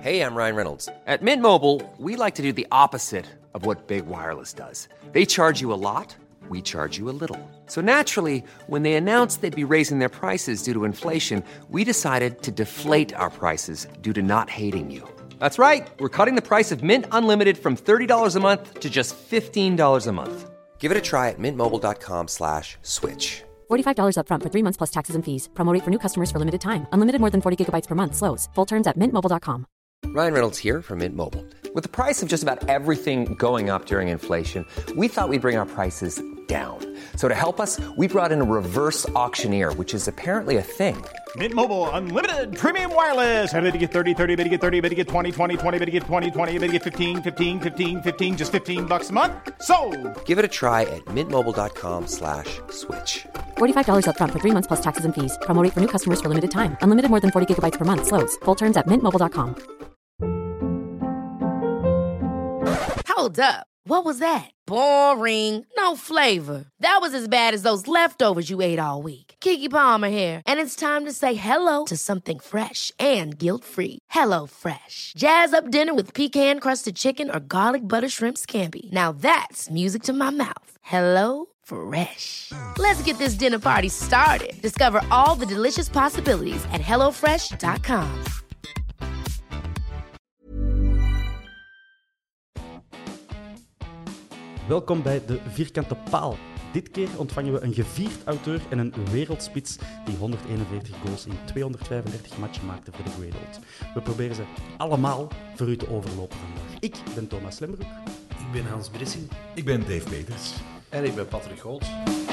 Hey, I'm Ryan Reynolds. At Mint Mobile, we like to do the opposite of what Big Wireless does. They charge you a lot, we charge you a little. So naturally, when they announced they'd be raising their prices due to inflation, we decided to deflate our prices due to not hating you. That's right. We're cutting the price of Mint Unlimited from $30 a month to just $15 a month. Give it a try at mintmobile.com/switch. $45 up front for 3 months plus taxes and fees. Promo rate for new customers for limited time. Unlimited more than 40 gigabytes per month slows. Full terms at mintmobile.com. Ryan Reynolds here from Mint Mobile. With the price of just about everything going up during inflation, we thought we'd bring our prices down. So to help us, we brought in a reverse auctioneer, which is apparently a thing. Mint Mobile Unlimited Premium Wireless. How to get 30, 30, bit to get 30, bit to get 20, 20, 20, bit to get 20, 20, bit to get 15, 15, 15, 15, just $15 a month? Sold! Give it a try at mintmobile.com/switch. $45 up front for 3 months plus taxes and fees. Promo rate for new customers for limited time. Unlimited more than 40 gigabytes per month slows. Full terms at mintmobile.com. Hold up. What was that? Boring. No flavor. That was as bad as those leftovers you ate all week. Keke Palmer here, and it's time to say hello to something fresh and guilt-free. Hello Fresh. Jazz up dinner with pecan-crusted chicken or garlic butter shrimp scampi. Now that's music to my mouth. Hello Fresh. Let's get this dinner party started. Discover all the delicious possibilities at hellofresh.com. Welkom bij De Vierkante Paal. Dit keer ontvangen we een gevierd auteur en een wereldspits die 141 goals in 235 matchen maakte voor de Grey Old. We proberen ze allemaal voor u te overlopen vandaag. Ik ben Thomas Lembroek. Ik ben Hans Bressing. Ik ben Dave Peters. En ik ben Patrick Goots.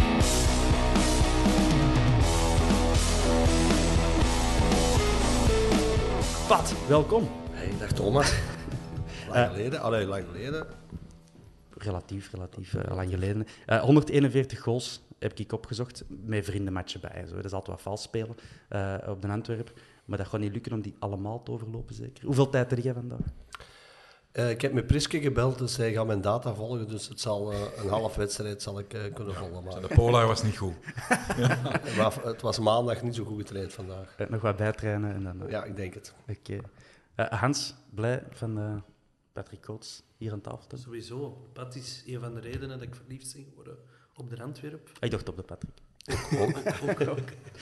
Pat, welkom. Hey, dag Thomas. Lang geleden. Relatief lang geleden. 141 goals heb ik opgezocht, met vriendenmatchen bij. Zo. Dat is altijd wat vals spelen op de Antwerp. Maar dat gaat niet lukken om die allemaal te overlopen, zeker. Hoeveel tijd heb jij vandaag? Ik heb met Priske gebeld, dus hij gaat mijn data volgen. Dus het zal een half wedstrijd zal ik kunnen volgen. Maar de Polar was niet goed. maar het was maandag niet zo goed getraind vandaag. Nog wat bijtrainen en dan... Ja, ik denk het. Okay. Hans, blij van Patrick Goots hier aan tafel te. Sowieso. Pat is een van de redenen dat ik verliefd ben geworden op de Antwerp. Ik dacht op de Patrick. Ook.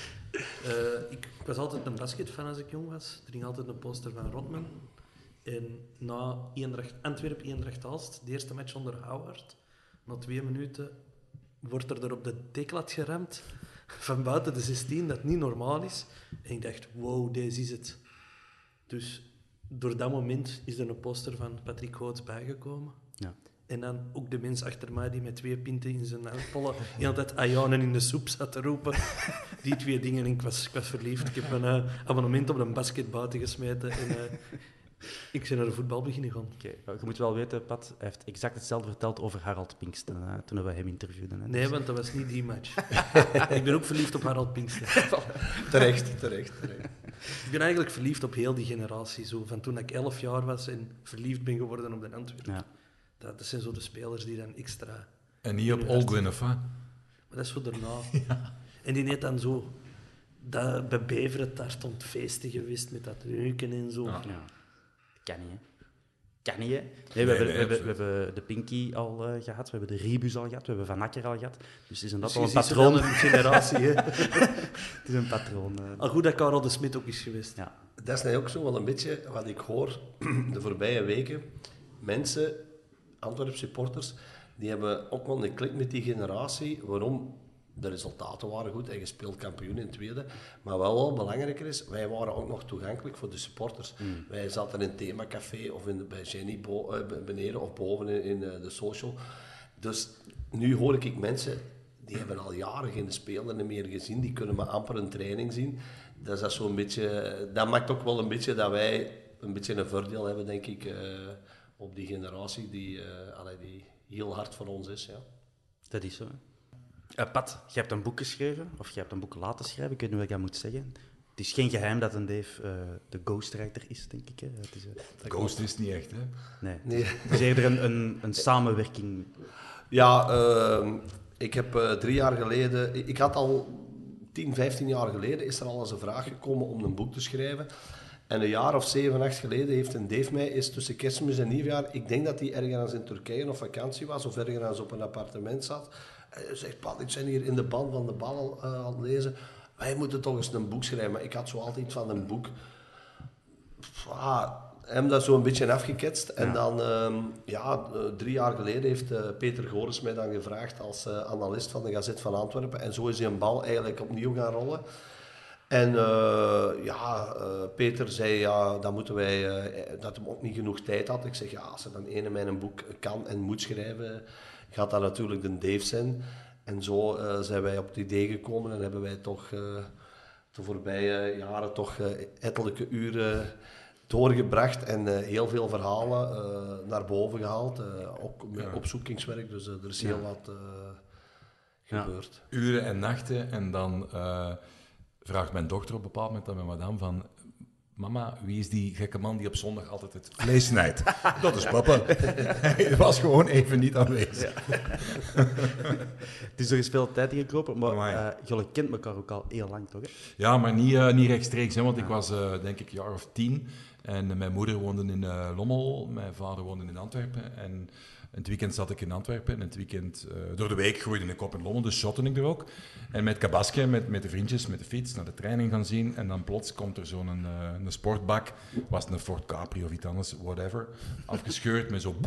Ik was altijd een basketfan als ik jong was. Er ging altijd een poster van Rodman. En na Antwerp-Eendracht-Aalst, de eerste match onder Howard, na 2 minuten wordt er op de deklat geramd van buiten de 16, dat niet normaal is. En ik dacht, wow, deze is het. Dus door dat moment is er een poster van Patrick Goots bijgekomen. Ja. En dan ook de mens achter mij die met 2 pinten in zijn handpollen die altijd ajanen in de soep zat te roepen. Die 2 dingen en ik was verliefd. Ik heb een abonnement op een basket buiten gesmeten en ik ben naar de voetbal beginnen gaan. Okay. Je moet wel weten, Pat, hij heeft exact hetzelfde verteld over Harald Pinkston toen we hem interviewden. Hè. Nee, want dat was niet die match. Ik ben ook verliefd op Harald Pinkston. Terecht. Ik ben eigenlijk verliefd op heel die generatie. Zo, van toen ik 11 jaar was en verliefd ben geworden op de Antwerp. Ja. Dat zijn zo de spelers die dan extra... En niet op Olgwin, of wat? Maar dat is zo daarna. Ja. En die net dan zo... bij Beveren, daar stond feesten geweest met dat reuken en zo. Ja. Kan niet, hè? Nee, we hebben de Pinky al gehad, we hebben de Rebus al gehad, we hebben Van Akker al gehad. Dus is dat al een patroon. Een generatie, hè? Het is een patroon. Al goed dat Karel de Smit ook is geweest. Ja. Dat is nou ook zo wel een beetje wat ik hoor de voorbije weken. Mensen, Antwerp supporters, die hebben ook wel een klik met die generatie. Waarom? De resultaten waren goed en je speelt kampioen in het tweede. Maar wat wel belangrijker is, wij waren ook nog toegankelijk voor de supporters. Wij zaten in het themacafé of bij Jenny beneden of boven in de social. Dus nu hoor ik mensen, die hebben al jaren geen speler meer gezien, die kunnen maar amper een training zien. Dus dat is zo'n beetje, dat maakt ook wel een beetje dat wij een beetje een voordeel hebben, denk ik, op die generatie die heel hard voor ons is. Ja. Dat is zo. Pat, je hebt een boek geschreven, of je hebt een boek laten schrijven, ik weet niet wat ik dat moet zeggen. Het is geen geheim dat een Dave de ghostwriter is, denk ik. Hè. Het is, Ghost is niet echt, hè? Nee. Het is eerder een samenwerking. Ja, ik heb 3 jaar geleden... Ik had al 10, 15 jaar geleden is er al eens een vraag gekomen om een boek te schrijven. En een jaar of 7, 8 geleden heeft een Dave mij eens tussen Kerstmis en Nieuwjaar, ik denk dat hij ergens in Turkije op vakantie was of ergens op een appartement zat. Hij zegt, Pat, ik ben hier in de band van de bal aan het lezen. Wij moeten toch eens een boek schrijven. Maar ik had zo altijd van een boek... hem dat zo een beetje afgeketst. En dan, 3 jaar geleden heeft Peter Goris mij dan gevraagd als analist van de Gazet van Antwerpen. En zo is hij een bal eigenlijk opnieuw gaan rollen. En Peter zei dat moeten wij, dat hij ook niet genoeg tijd had. Ik zeg, ja, als er dan ene mij een boek kan en moet schrijven, gaat dat natuurlijk de Dave zijn. En zo zijn wij op het idee gekomen en hebben wij toch de voorbije jaren toch ettelijke uren doorgebracht en heel veel verhalen naar boven gehaald. Ook met opzoekingswerk, dus er is heel wat gebeurd. Uren en nachten en dan vraagt mijn dochter op een bepaald moment aan mijn madame van... Mama, wie is die gekke man die op zondag altijd het vlees snijdt? Dat is papa. Hij was gewoon even niet aanwezig. Ja. Het is er eens veel tijd ingekropen, maar jullie kent elkaar ook al heel lang, toch? Hè? Ja, maar niet rechtstreeks, hè, want ik was denk ik een jaar of 10 en mijn moeder woonde in Lommel, mijn vader woonde in Antwerpen en het weekend zat ik in Antwerpen en het weekend door de week groeide ik op in Lommel, dus shotte ik er ook. En met kabasje, met de vriendjes, met de fiets naar de training gaan zien en dan plots komt er zo'n een sportbak, was het een Ford Capri of iets anders, whatever, afgescheurd met zo...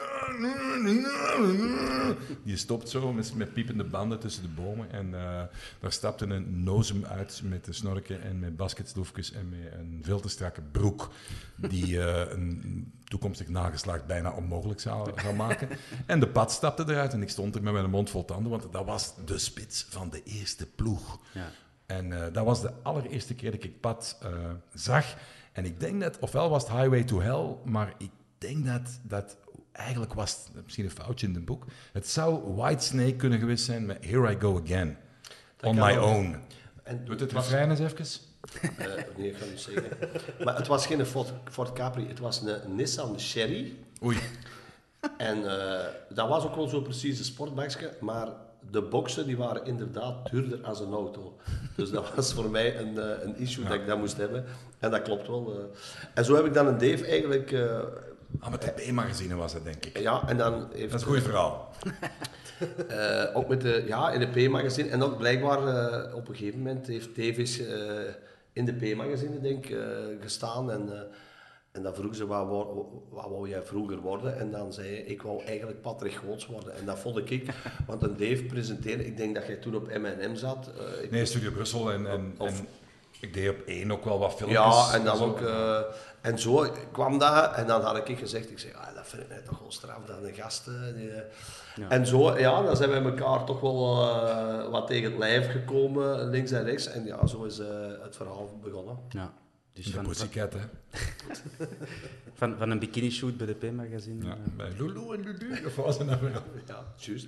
Die stopt zo met piepende banden tussen de bomen en daar stapte een nozem uit met een snorken en met basketsloefjes en met een veel te strakke broek die een toekomstig nageslacht bijna onmogelijk zou maken. En de Pat stapte eruit en ik stond er met mijn mond vol tanden, want dat was de spits van de eerste ploeg. Ja. En dat was de allereerste keer dat ik Pat zag. En ik denk dat, ofwel was het Highway to Hell, maar ik denk dat eigenlijk was het misschien een foutje in het boek. Het zou Whitesnake kunnen geweest zijn met Here I Go Again, On My Own. Doet het refrein eens even? Nee, ik ga niet zeggen. Maar het was geen Ford Capri, het was een Nissan Sherry. Oei. En dat was ook wel zo precies een sportbakje, maar de boxen die waren inderdaad duurder als een auto. Dus dat was voor mij een issue dat ik dat moest hebben. En dat klopt wel. En zo heb ik dan een Dave eigenlijk... met de B-magazine was het, denk ik. Ja, en dan heeft... Dat is een goed verhaal. Ook met in de P-magazine. En ook blijkbaar op een gegeven moment heeft Davis in de P-magazine, denk ik, gestaan. En dan vroeg ze, wat wou jij vroeger worden? En dan zei je, ik wou eigenlijk Patrick Goots worden. En dat vond ik, want een Dave presenteerde, ik denk dat jij toen op M&M zat. Nee, Studio Brussel en ik deed op 1 ook wel wat filmpjes. Ja, en dan ook... en zo kwam dat, en dan had ik gezegd, ik zei, dat vind ik toch wel straf, dat een gast... En zo, dan zijn we elkaar toch wel wat tegen het lijf gekomen, links en rechts. En ja, zo is het verhaal begonnen. Ja. Dus de Pussycat, hè. van een bikini shoot bij de P-magazine. Ja, bij Lulu en Lulu, of was het nou weer? Ja, juist.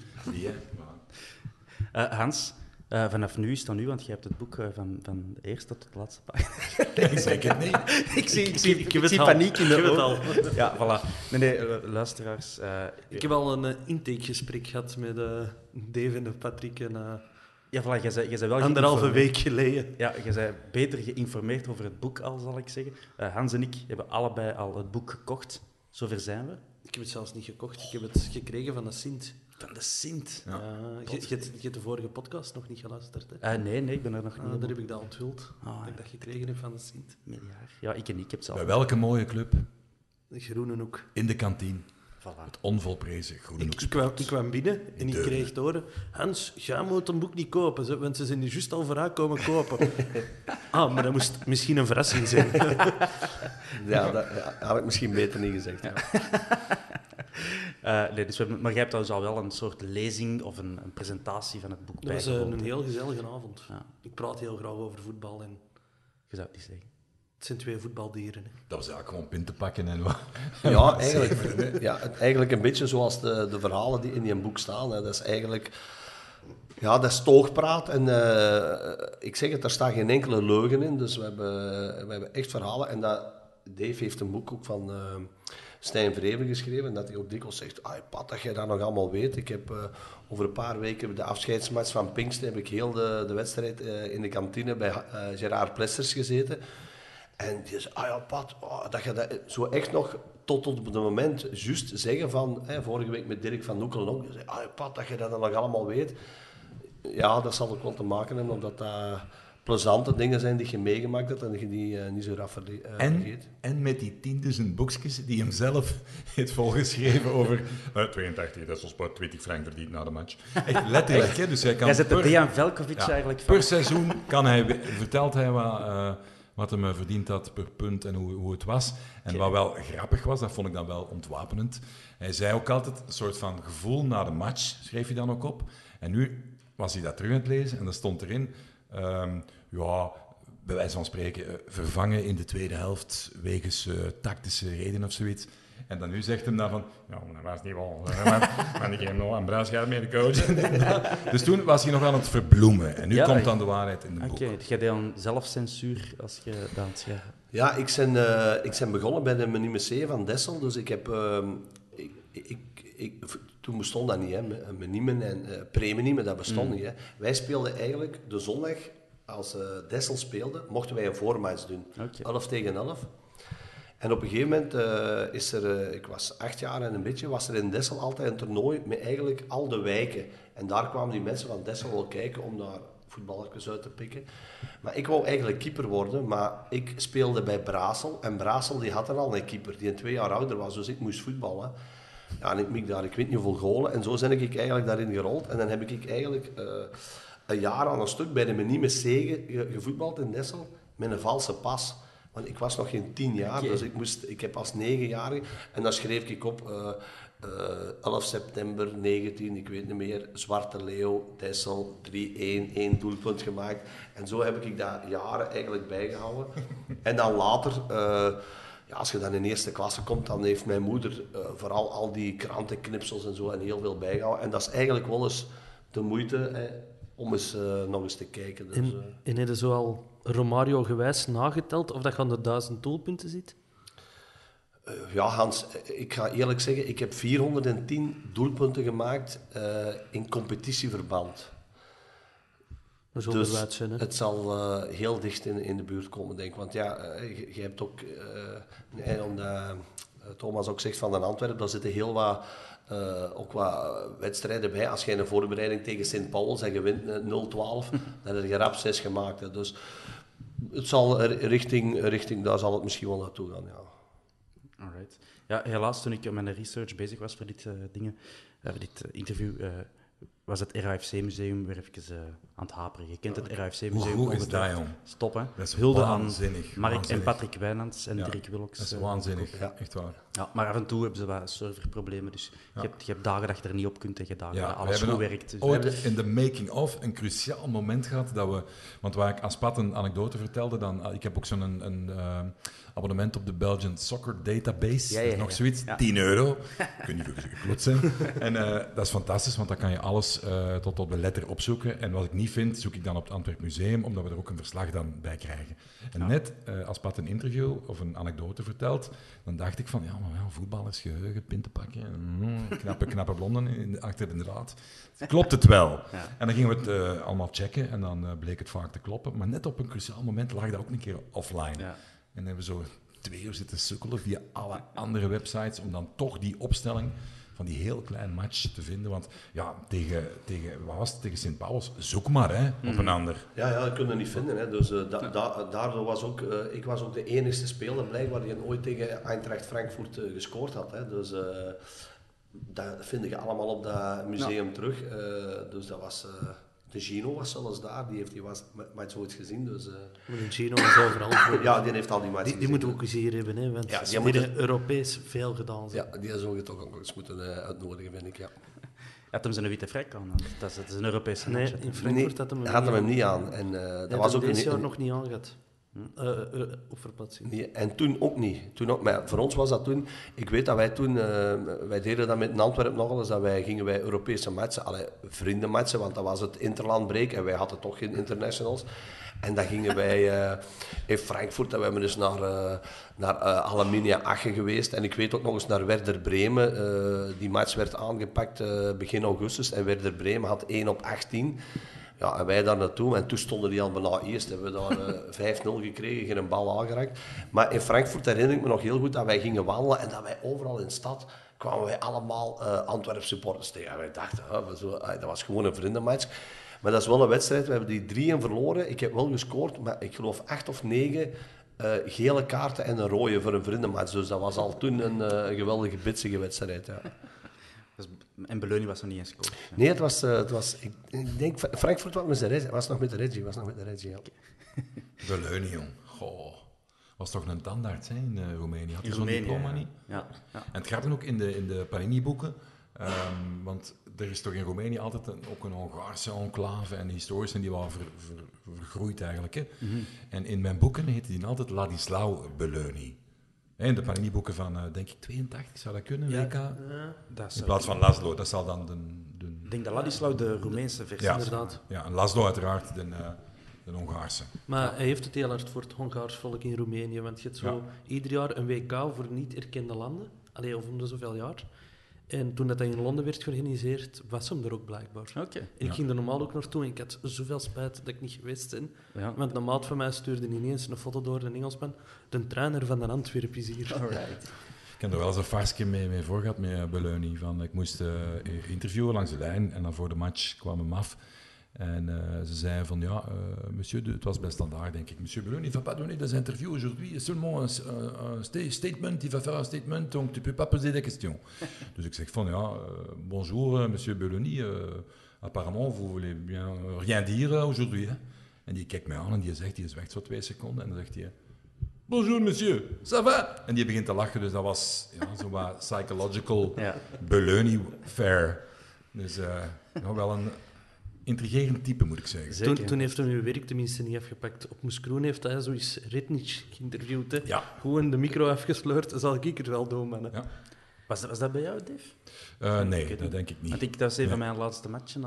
Hans, vanaf nu is het aan u, want je hebt het boek van de eerste tot de laatste pagina. Nee, zeker niet. ik zie paniek in de ogen. Ja, voilà. Nee, luisteraars. Ik heb al een intakegesprek gehad met Dave en Patrick en... Ja, voilà, jij bent wel 1,5 week geleden. Ja, jij bent beter geïnformeerd over het boek al, zal ik zeggen. Hans en ik hebben allebei al het boek gekocht. Zover zijn we. Ik heb het zelfs niet gekocht. Ik heb het gekregen van de Sint. Van de Sint? Ja. Je hebt de vorige podcast nog niet geluisterd, hè? Nee, ik ben er nog niet. Daar heb ik dat onthuld. Dat ik dat gekregen heb van de Sint. Ja, ik heb het zelf. Bij welke mooie club? De Groene Hoek. In de kantine. Voilà. Het onvolprezen Groene Hoek. Ik kwam binnen en ik kreeg te horen... Hans, jij moet een boek niet kopen, want ze zijn nu juist al vooruit komen kopen. Maar dat moest misschien een verrassing zijn. Ja, dat had ik misschien beter niet gezegd. Ja. Maar jij hebt dus al wel een soort lezing of een presentatie van het boek bijgewoond. Dat was een heel gezellige avond. Ja. Ik praat heel graag over voetbal. En... Je zou het niet zeggen. Het zijn 2 voetbaldieren. Hè. Dat was eigenlijk gewoon pinten pakken en wat. Ja, eigenlijk een beetje zoals de verhalen die in die boek staan. Hè. Dat is eigenlijk... Ja, dat is toogpraat. En ik zeg het, er staat geen enkele leugen in. Dus we hebben echt verhalen. En Dave heeft een boek ook van Stijn Vreven geschreven. En dat hij ook dikwijls zegt, Pat, dat jij dat nog allemaal weet. Ik heb over een paar weken de afscheidsmatch van Pinkster... heb ik heel de wedstrijd in de kantine bij Gerard Plessers gezeten... En die zei, ja Pat, dat je dat zo echt nog tot op het moment juist zeggen van, vorige week met Dirk van Noekelen ook, die zei, ja Pat, dat je dat dan nog allemaal weet. Ja, dat zal ook wel te maken hebben, omdat dat plezante dingen zijn die je meegemaakt hebt en dat je die niet zo raf vergeet. En met die 10.000 boekjes die hem zelf heeft volgeschreven over 82, dat is ons 20 frank verdiend na de match. Echt letterlijk, hè? Dus hij kan... Jij zet de Dejan Veljkovic eigenlijk van. Per seizoen vertelt hij wat hem verdiend had per punt en hoe het was. En wat wel grappig was, dat vond ik dan wel ontwapenend. Hij zei ook altijd een soort van gevoel na de match, schreef hij dan ook op. En nu was hij dat terug aan het lezen en dan stond erin... bij wijze van spreken, vervangen in de tweede helft wegens tactische redenen of zoiets. En dan nu zegt hem dan van, ja, dat was niet wel, maar ik heb nog een bruisgaard mee de coach. Dus toen was hij nog aan het verbloemen. En nu komt dan de waarheid in de boek. Oké, heb jij dan zelfcensuur als je dat aan het schrijven? Ja, ik ben begonnen bij de Menime C van Dessel, dus ik heb... toen bestond dat niet, hè. Menimen en pre-menimen, dat bestond niet. Hè. Wij speelden eigenlijk de zondag, als Dessel speelde, mochten wij een voormatch doen. 11 tegen 11. En op een gegeven moment is er, ik was 8 jaar en een beetje, was er in Dessel altijd een toernooi met eigenlijk al de wijken. En daar kwamen die mensen van Dessel wel kijken om daar voetballertjes uit te pikken. Maar ik wou eigenlijk keeper worden, maar ik speelde bij Brasel. En Brasel die had er al een keeper die 2 jaar ouder was, dus ik moest voetballen. Ja, en ik miek daar, ik weet niet hoeveel golen. En zo ben ik eigenlijk daarin gerold. En dan heb ik eigenlijk een jaar aan een stuk bij de Menime C gevoetbald in Dessel met een valse pas. Want ik was nog geen 10 jaar, dus ik heb als 9-jarige... En dan schreef ik op 11 september 19, ik weet niet meer, Zwarte Leeuw, Dessel, 3-1, 1 doelpunt gemaakt. En zo heb ik dat jaren eigenlijk bijgehouden. En dan later... als je dan in eerste klasse komt, dan heeft mijn moeder vooral al die krantenknipsels en zo en heel veel bijgehouden. En dat is eigenlijk wel eens de moeite om eens nog eens te kijken. Dus, en heb je zo al Romario gewijs nageteld of dat je aan de 1000 doelpunten zit? Ja, Hans, ik ga eerlijk zeggen, ik heb 410 doelpunten gemaakt in competitieverband. Dus het zal heel dicht in de buurt komen, denk ik. Want ja, je hebt ook, omdat Thomas ook zegt van de Antwerpen, daar zitten heel wat, ook wat wedstrijden bij. Als je een voorbereiding tegen Sint Paul en je wint 0-12, dan heb je rap 6 gemaakt. Hè. Dus het zal richting, daar zal het misschien wel naartoe gaan, ja. Alright. Ja, helaas, toen ik met mijn research bezig was voor dit interview... was het RAFC-museum weer even aan het haperen. Je kent het RAFC-museum. Hoe is dat, jong? Stop, hè. Dat is Hulde waanzinnig. aan Mark en Patrick Wijnands en Dirk Willoks. Dat is waanzinnig, echt waar. Ja, maar af en toe hebben ze wat serverproblemen, dus je hebt dagen dat je er niet op kunt en je dagen dat alles goed werkt. Dus ooit in de making-of een cruciaal moment gehad dat we... Want waar ik als Pat een anekdote vertelde, dan... Ik heb ook zo'n abonnement op de Belgian Soccer Database. Nog zoiets, €10. Ik weet niet of ik geklopt zijn. En dat is fantastisch, want dan kan je alles tot op de letter opzoeken. En wat ik niet vind, zoek ik dan op het Antwerp Museum, omdat we er ook een verslag dan bij krijgen. En net als Pat een interview of een anekdote vertelt, dan dacht ik van, voetballers, geheugen, pintenpakken, knappe blonden achter de draad. Klopt het wel? Ja. En dan gingen we het allemaal checken en dan bleek het vaak te kloppen. Maar net op een cruciaal moment lag dat ook een keer offline. Ja. En dan hebben we zo 2 uur zitten sukkelen via alle andere websites om dan toch die opstelling van die heel kleine match te vinden. Want ja, tegen Sint Pauls, zoek maar hè, op een ander. Ja, dat kunnen we niet vinden. Hè. Dus daardoor was ook, ik was ook de enige speler blijkbaar die ooit tegen Eintracht Frankfurt gescoord had. Hè. Dus dat vind je allemaal op dat museum terug. Dus dat was... De Gino was zelfs daar, die heeft die match ooit gezien. Dus, de Gino is overal. Ja, die heeft al die match gezien. Die moeten we ook eens hier hebben, hè, want die hebben Europees veel gedaan. Zo. Ja, die zou je toch ook eens moeten uitnodigen, vind ik. Ja. Had hem zijn witte frek aan? Dat is een Europese match. Nee, in Frankfurt had hem niet aan. En, dat was ook deze jaar nog niet aangehad. Op verplaatsing. Nee, en toen ook niet. Maar voor ons was dat toen... Ik weet dat wij toen... wij deden dat met in Antwerpen nogal eens, dat gingen wij Europese matchen, vriendenmatchen, want dat was het interlandbreek en wij hadden toch geen internationals. En dan gingen wij in Frankfurt, en we hebben dus naar Aluminium Aachen geweest. En ik weet ook nog eens naar Werder Bremen. Die match werd aangepakt begin augustus en Werder Bremen had 1/18. Ja, en wij daar naartoe. En toen stonden die al bijna eerst. Hebben we daar 5-0 gekregen, geen bal aangeraakt. Maar in Frankfurt herinner ik me nog heel goed dat wij gingen wandelen. En dat wij overal in de stad kwamen wij allemaal Antwerp supporters tegen. En wij dachten, dat was gewoon een vriendenmatch. Maar dat is wel een wedstrijd. We hebben die 3-1 verloren. Ik heb wel gescoord, maar ik geloof 8 of 9 gele kaarten en een rode voor een vriendenmatch. Dus dat was al toen een geweldige, bitsige wedstrijd. Ja. En Beleuni was nog niet eens gescoord. Nee, het was ik denk, Frankfurt was nog met de Reggie. Ja. Beleuni, jong. Goh. Was toch een tandarts hè, in Roemenië? Had hij zo'n Roemenië, diploma ja. niet? Ja. En het gaat dan ook in de Panini-boeken. Want er is toch in Roemenië altijd ook een Hongaarse enclave en historisch en die wel vergroeid eigenlijk. Hè. Mm-hmm. En in mijn boeken heette die altijd Ladislau Beleuni. In de Panini-boeken van, denk ik, 82 zou dat kunnen, WK. In plaats van Laszlo, dat zal dan de... Ik denk dat Ladislau de Roemeense versie is. Inderdaad. Ja, en Laszlo uiteraard de Hongaarse. Maar hij heeft het heel hard voor het Hongaars volk in Roemenië. Want je hebt zo ieder jaar een WK voor niet erkende landen. Allee, of om de zoveel jaar. En toen dat in Londen werd georganiseerd, was hem er ook blijkbaar. Okay. En ik ging er normaal ook naartoe en ik had zoveel spijt dat ik niet geweest ben. Ja. Want een maat van mij stuurde ineens een foto door, een Engelsman. De trainer van de Antwerpen is hier. Alright. Ik heb er wel eens een farce mee voor gehad met Beleuni. Ik moest interviewen langs de lijn en dan voor de match kwam hem af. En ze zeiden van, monsieur, het was bij Standaard, denk ik. Monsieur Beleuni, il ne va pas donner des interviews aujourd'hui, seulement un statement, il va faire un statement, donc tu peux pas poser des questions. Dus ik zeg van, bonjour, monsieur Beleuni, apparemment, vous voulez bien rien dire aujourd'hui. Hè? En die kijkt mij aan en die zwijgt zo 2 seconden en dan zegt hij... Bonjour, monsieur, ça va? En die begint te lachen, dus dat was zo wat psychological Beleuni-fair. Dus nog wel een... intrigerend type, moet ik zeggen. Toen heeft hij uw werk tenminste niet afgepakt. Op Moeskroen heeft hij zoiets Rednitsch geïnterviewd. Hè. Ja. Gewoon de micro afgesleurd, dat zal ik het wel doen, man. Ja. Was dat bij jou, Dave? Nee, dat denk ik niet. Want dat was een van mijn laatste matchen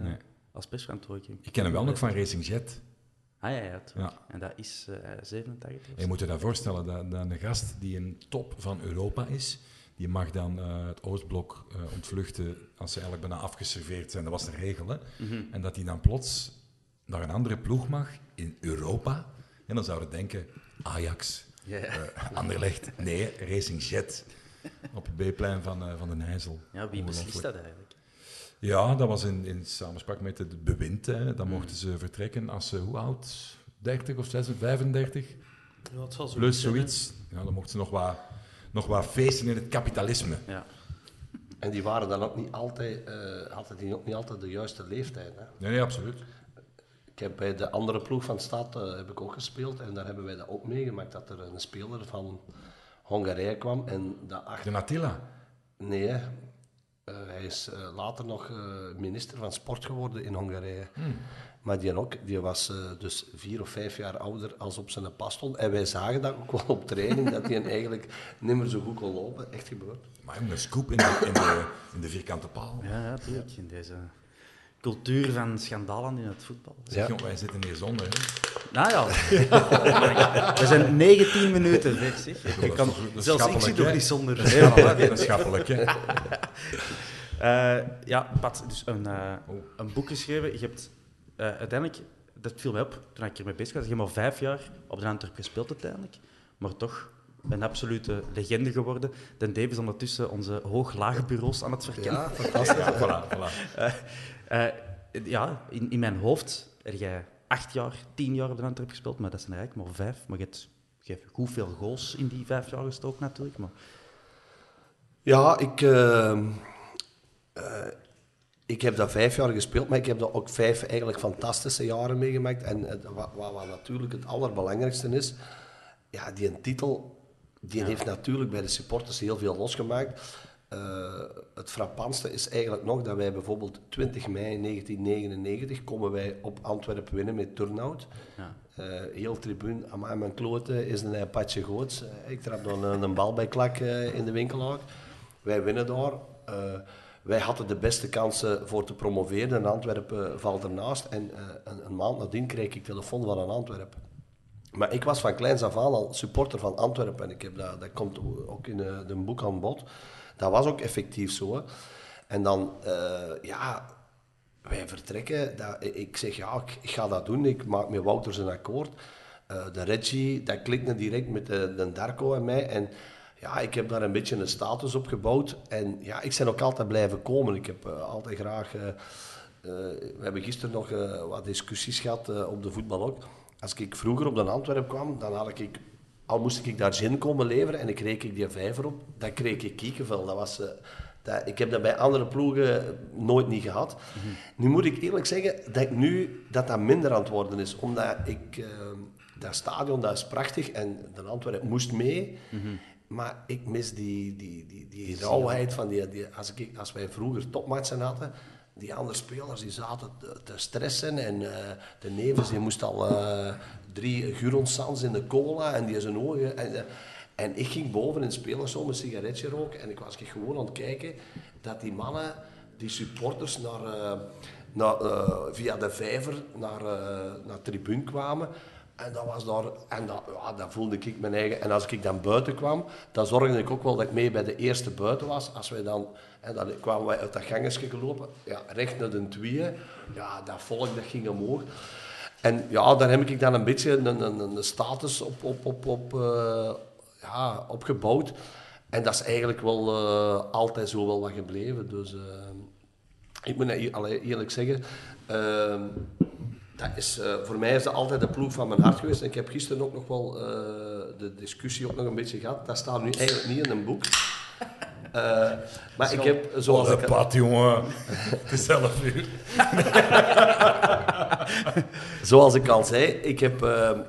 als persverantwoordelijk. Ik ken hem wel nog van Racing Jet. Ja. En dat is 87. Je moet je dat voorstellen, dat een gast die een top van Europa is, die mag dan het Oostblok ontvluchten als ze eigenlijk bijna afgeserveerd zijn. Dat was de regel, hè. Mm-hmm. En dat hij dan plots naar een andere ploeg mag in Europa. En dan zouden we denken, Ajax, Anderlecht. Nee, Racing Jet. Op het B-plein van de Nijzel. Ja, wie beslist dat eigenlijk? Ja, dat was in samenspraak met het bewind. Hè. Dan mochten ze vertrekken als ze, hoe oud? 30 of 35? Ja, het zal zo plus zoiets. Ja, dan mochten ze nog wat feesten in het kapitalisme. Ja. En die waren dan ook niet altijd de juiste leeftijd. Hè? Nee, absoluut. Ik heb bij de andere ploeg van Stad heb ik ook gespeeld en daar hebben wij dat ook meegemaakt, dat er een speler van Hongarije kwam. En de Attila? Nee, hij is later nog minister van Sport geworden in Hongarije. Maar die was dus 4 of 5 jaar ouder als op zijn pas stond. En wij zagen dat ook wel op training, dat hij eigenlijk niet meer zo goed kon lopen. Echt gebeurd. Maar een scoop in de vierkante paal. Ja, natuurlijk. In deze cultuur van schandalen in het voetbal. Zeg, jongen, wij zitten hier zonder. Hè? Nou ja. We zijn 19 minuten weg, zeg. Zelfs ik zit nog niet zonder. Dat is schappelijk, hè. Pat, dus een boek geschreven. Je hebt uiteindelijk, dat viel mij op toen ik ermee bezig was, je hebt maar 5 jaar op de Antwerp gespeeld uiteindelijk, maar toch een absolute legende geworden. Den Dave is ondertussen onze hoog-lage bureaus aan het verkennen. Ja, fantastisch. Voilà. In mijn hoofd heb jij 8 jaar, 10 jaar op de Antwerp gespeeld, maar dat zijn er eigenlijk maar 5. Maar je hebt goed veel goals in die 5 jaar gestoken natuurlijk. Maar... Ja, ik heb dat 5 jaar gespeeld, maar ik heb daar ook 5 eigenlijk fantastische jaren meegemaakt. En wat natuurlijk het allerbelangrijkste is, ja, die titel, die heeft natuurlijk bij de supporters heel veel losgemaakt. Het frappantste is eigenlijk nog dat wij bijvoorbeeld 20 mei 1999 komen wij op Antwerpen winnen met Turnhout. Ja. Heel tribune, aan mijn kloten is een patje goots. Ik trap dan een bal bij klak in de winkelhaak. Wij winnen daar. Wij hadden de beste kansen voor te promoveren en Antwerpen valt ernaast. En een maand nadien kreeg ik telefoon van een Antwerpen. Maar ik was van kleins af aan al supporter van Antwerpen. En ik heb dat komt ook in een boek aan bod. Dat was ook effectief zo. Hè. En dan, wij vertrekken. Ik zeg, ik ga dat doen. Ik maak met Wouters een akkoord. De Reggie, dat klikte direct met de Darko en mij. En ja, ik heb daar een beetje een status op gebouwd. En ja, ik ben ook altijd blijven komen. Ik heb altijd graag... we hebben gisteren nog wat discussies gehad op de voetbal ook. Als ik vroeger op de Antwerpen kwam, dan had ik... Al moest ik daar gin komen leveren en ik kreeg die vijver op, dan kreeg ik kiekenvel. Dat was... ik heb dat bij andere ploegen nooit niet gehad. Mm-hmm. Nu moet ik eerlijk zeggen dat minder aan het worden is. Omdat dat stadion, dat is prachtig en de Antwerpen moest mee. Mm-hmm. Maar ik mis die rauwheid van als wij vroeger topmatchen hadden. Die andere spelers die zaten te stressen en de nevens die moest al 3 Guronsans in de cola en die zijn ogen... En ik ging boven in het spelerszoom een sigaretje roken en ik was gewoon aan het kijken dat die mannen, die supporters, via de vijver naar tribune kwamen. En dat was daar, en dat voelde ik mijn eigen. En als ik dan buiten kwam, dan zorgde ik ook wel dat ik mee bij de eerste buiten was. Als wij dan kwamen wij uit dat gangetje gelopen, recht naar de tweeën. Ja, dat volk dat ging omhoog. En ja, daar heb ik dan een beetje een status opgebouwd. En dat is eigenlijk wel altijd zo wel wat gebleven. Dus ik moet eerlijk zeggen, voor mij is dat altijd de ploeg van mijn hart geweest. En ik heb gisteren ook nog wel de discussie ook nog een beetje gehad. Dat staat nu eigenlijk niet in een boek. Maar ik heb, zoals ik... Pat, jongen. Het is 11:00. Zoals ik al zei, ik heb...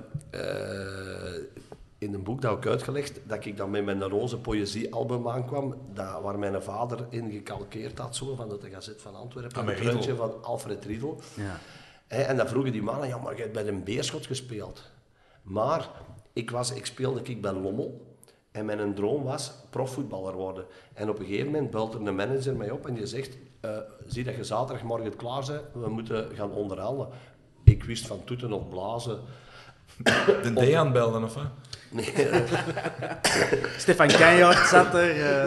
in een boek dat ik uitgelegd, dat ik dan met mijn roze poëziealbum aankwam, waar mijn vader in gekalkeerd had, zo, van de Gazet van Antwerpen, een krantje van Alfred Riedel. Ja. En dan vroegen die mannen, ja, maar je hebt bij een Beerschot gespeeld. Maar ik speelde bij Lommel en mijn droom was profvoetballer worden. En op een gegeven moment belt er een manager mij op en die zegt, zie dat je zaterdagmorgen klaar bent, we moeten gaan onderhandelen. Ik wist van toeten nog blazen. De Dejan belden, of wat? Nee. Stefan Keijhard zat er.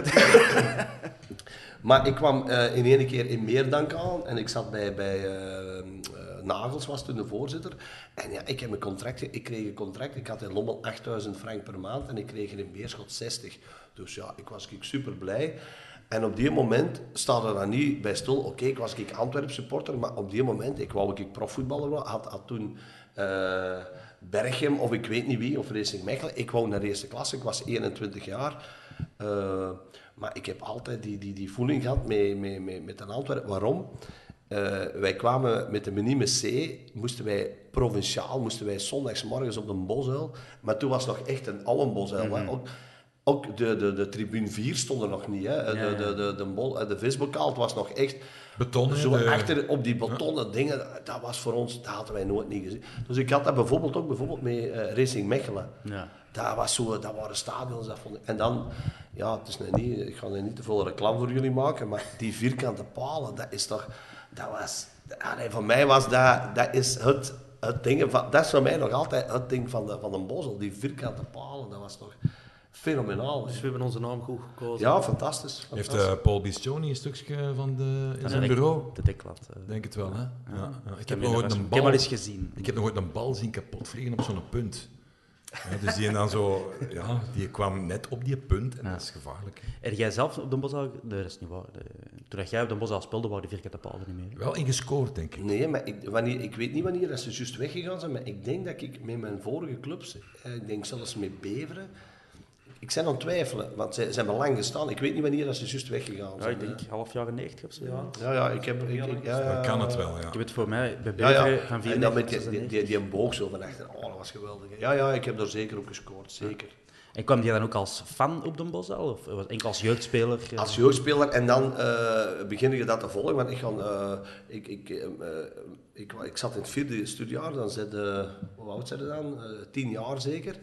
Maar ik kwam in één keer in Meerdank aan en ik zat bij Nagels, was toen de voorzitter. En ja, ik kreeg een contract. Ik had in Lommel 8.000 frank per maand en ik kreeg er in Beerschot 60. Dus ja, ik was super blij. En op die moment staat er dan niet bij stil. Oké, ik was Antwerp supporter, maar op die moment, wou profvoetballer worden. Had toen Berchem of ik weet niet wie, of Racing Mechelen. Ik wou naar eerste klasse, ik was 21 jaar. Maar ik heb altijd die voeling gehad met een Antwerp. Waarom? Wij kwamen met de minime C, moesten wij zondagsmorgens op de Bosuil. Maar toen was het nog echt een oude Bosuil. Mm-hmm. Ook de tribune 4 stond er nog niet. Hè. De visbokaal, het was nog echt... Betonnen. Zo achter op die betonnen dingen, dat was voor ons, dat hadden wij nooit niet gezien. Dus ik had dat bijvoorbeeld met Racing Mechelen. Ja. Dat waren stadions, dat vond ik. En dan, ja, het is ik ga niet te veel reclame voor jullie maken, maar die vierkante palen, dat is toch... voor mij was dat is het ding, dat is voor mij nog altijd het ding van de Bosuil. Die vierkante palen, dat was toch... fenomenaal. Dus we hebben onze naam goed gekozen. Ja, fantastisch. Heeft Paul Biscioni een stukje in zijn bureau? De deklat. Denk het wel, hè? Ja. Ik heb wel eens gezien. Ik heb nog ooit een bal zien kapot vliegen op zo'n punt. Ja, dus die kwam net op die punt en dat is gevaarlijk. En jij zelf op de Bosuil, dat is niet waar. Toen jij op de Bosuil speelde, waren de vierkante palen niet meer. Wel ingescoord, denk ik. Nee, maar ik weet niet wanneer dat ze juist weggegaan zijn, maar ik denk dat ik met mijn vorige clubs, ik denk zelfs met Beveren, ik ben aan het twijfelen, want ze hebben lang gestaan. Ik weet niet wanneer dat ze juist weggegaan zijn. Ja, ik denk half jaren 90 of zo. Ja, kan het wel, ja. Ik heb het voor mij bij Beveren van 94. En dan met die boog zo van achter. Oh, dat was geweldig. Ja, ik heb daar zeker op gescoord, zeker. En kwam je dan ook als fan op de Bosuil? Of was enkel als jeugdspeler? Als jeugdspeler en dan begin je dat te volgen. Want ik zat in het 4e studiejaar, dan hoe oud zijn ze dan? 10 jaar zeker.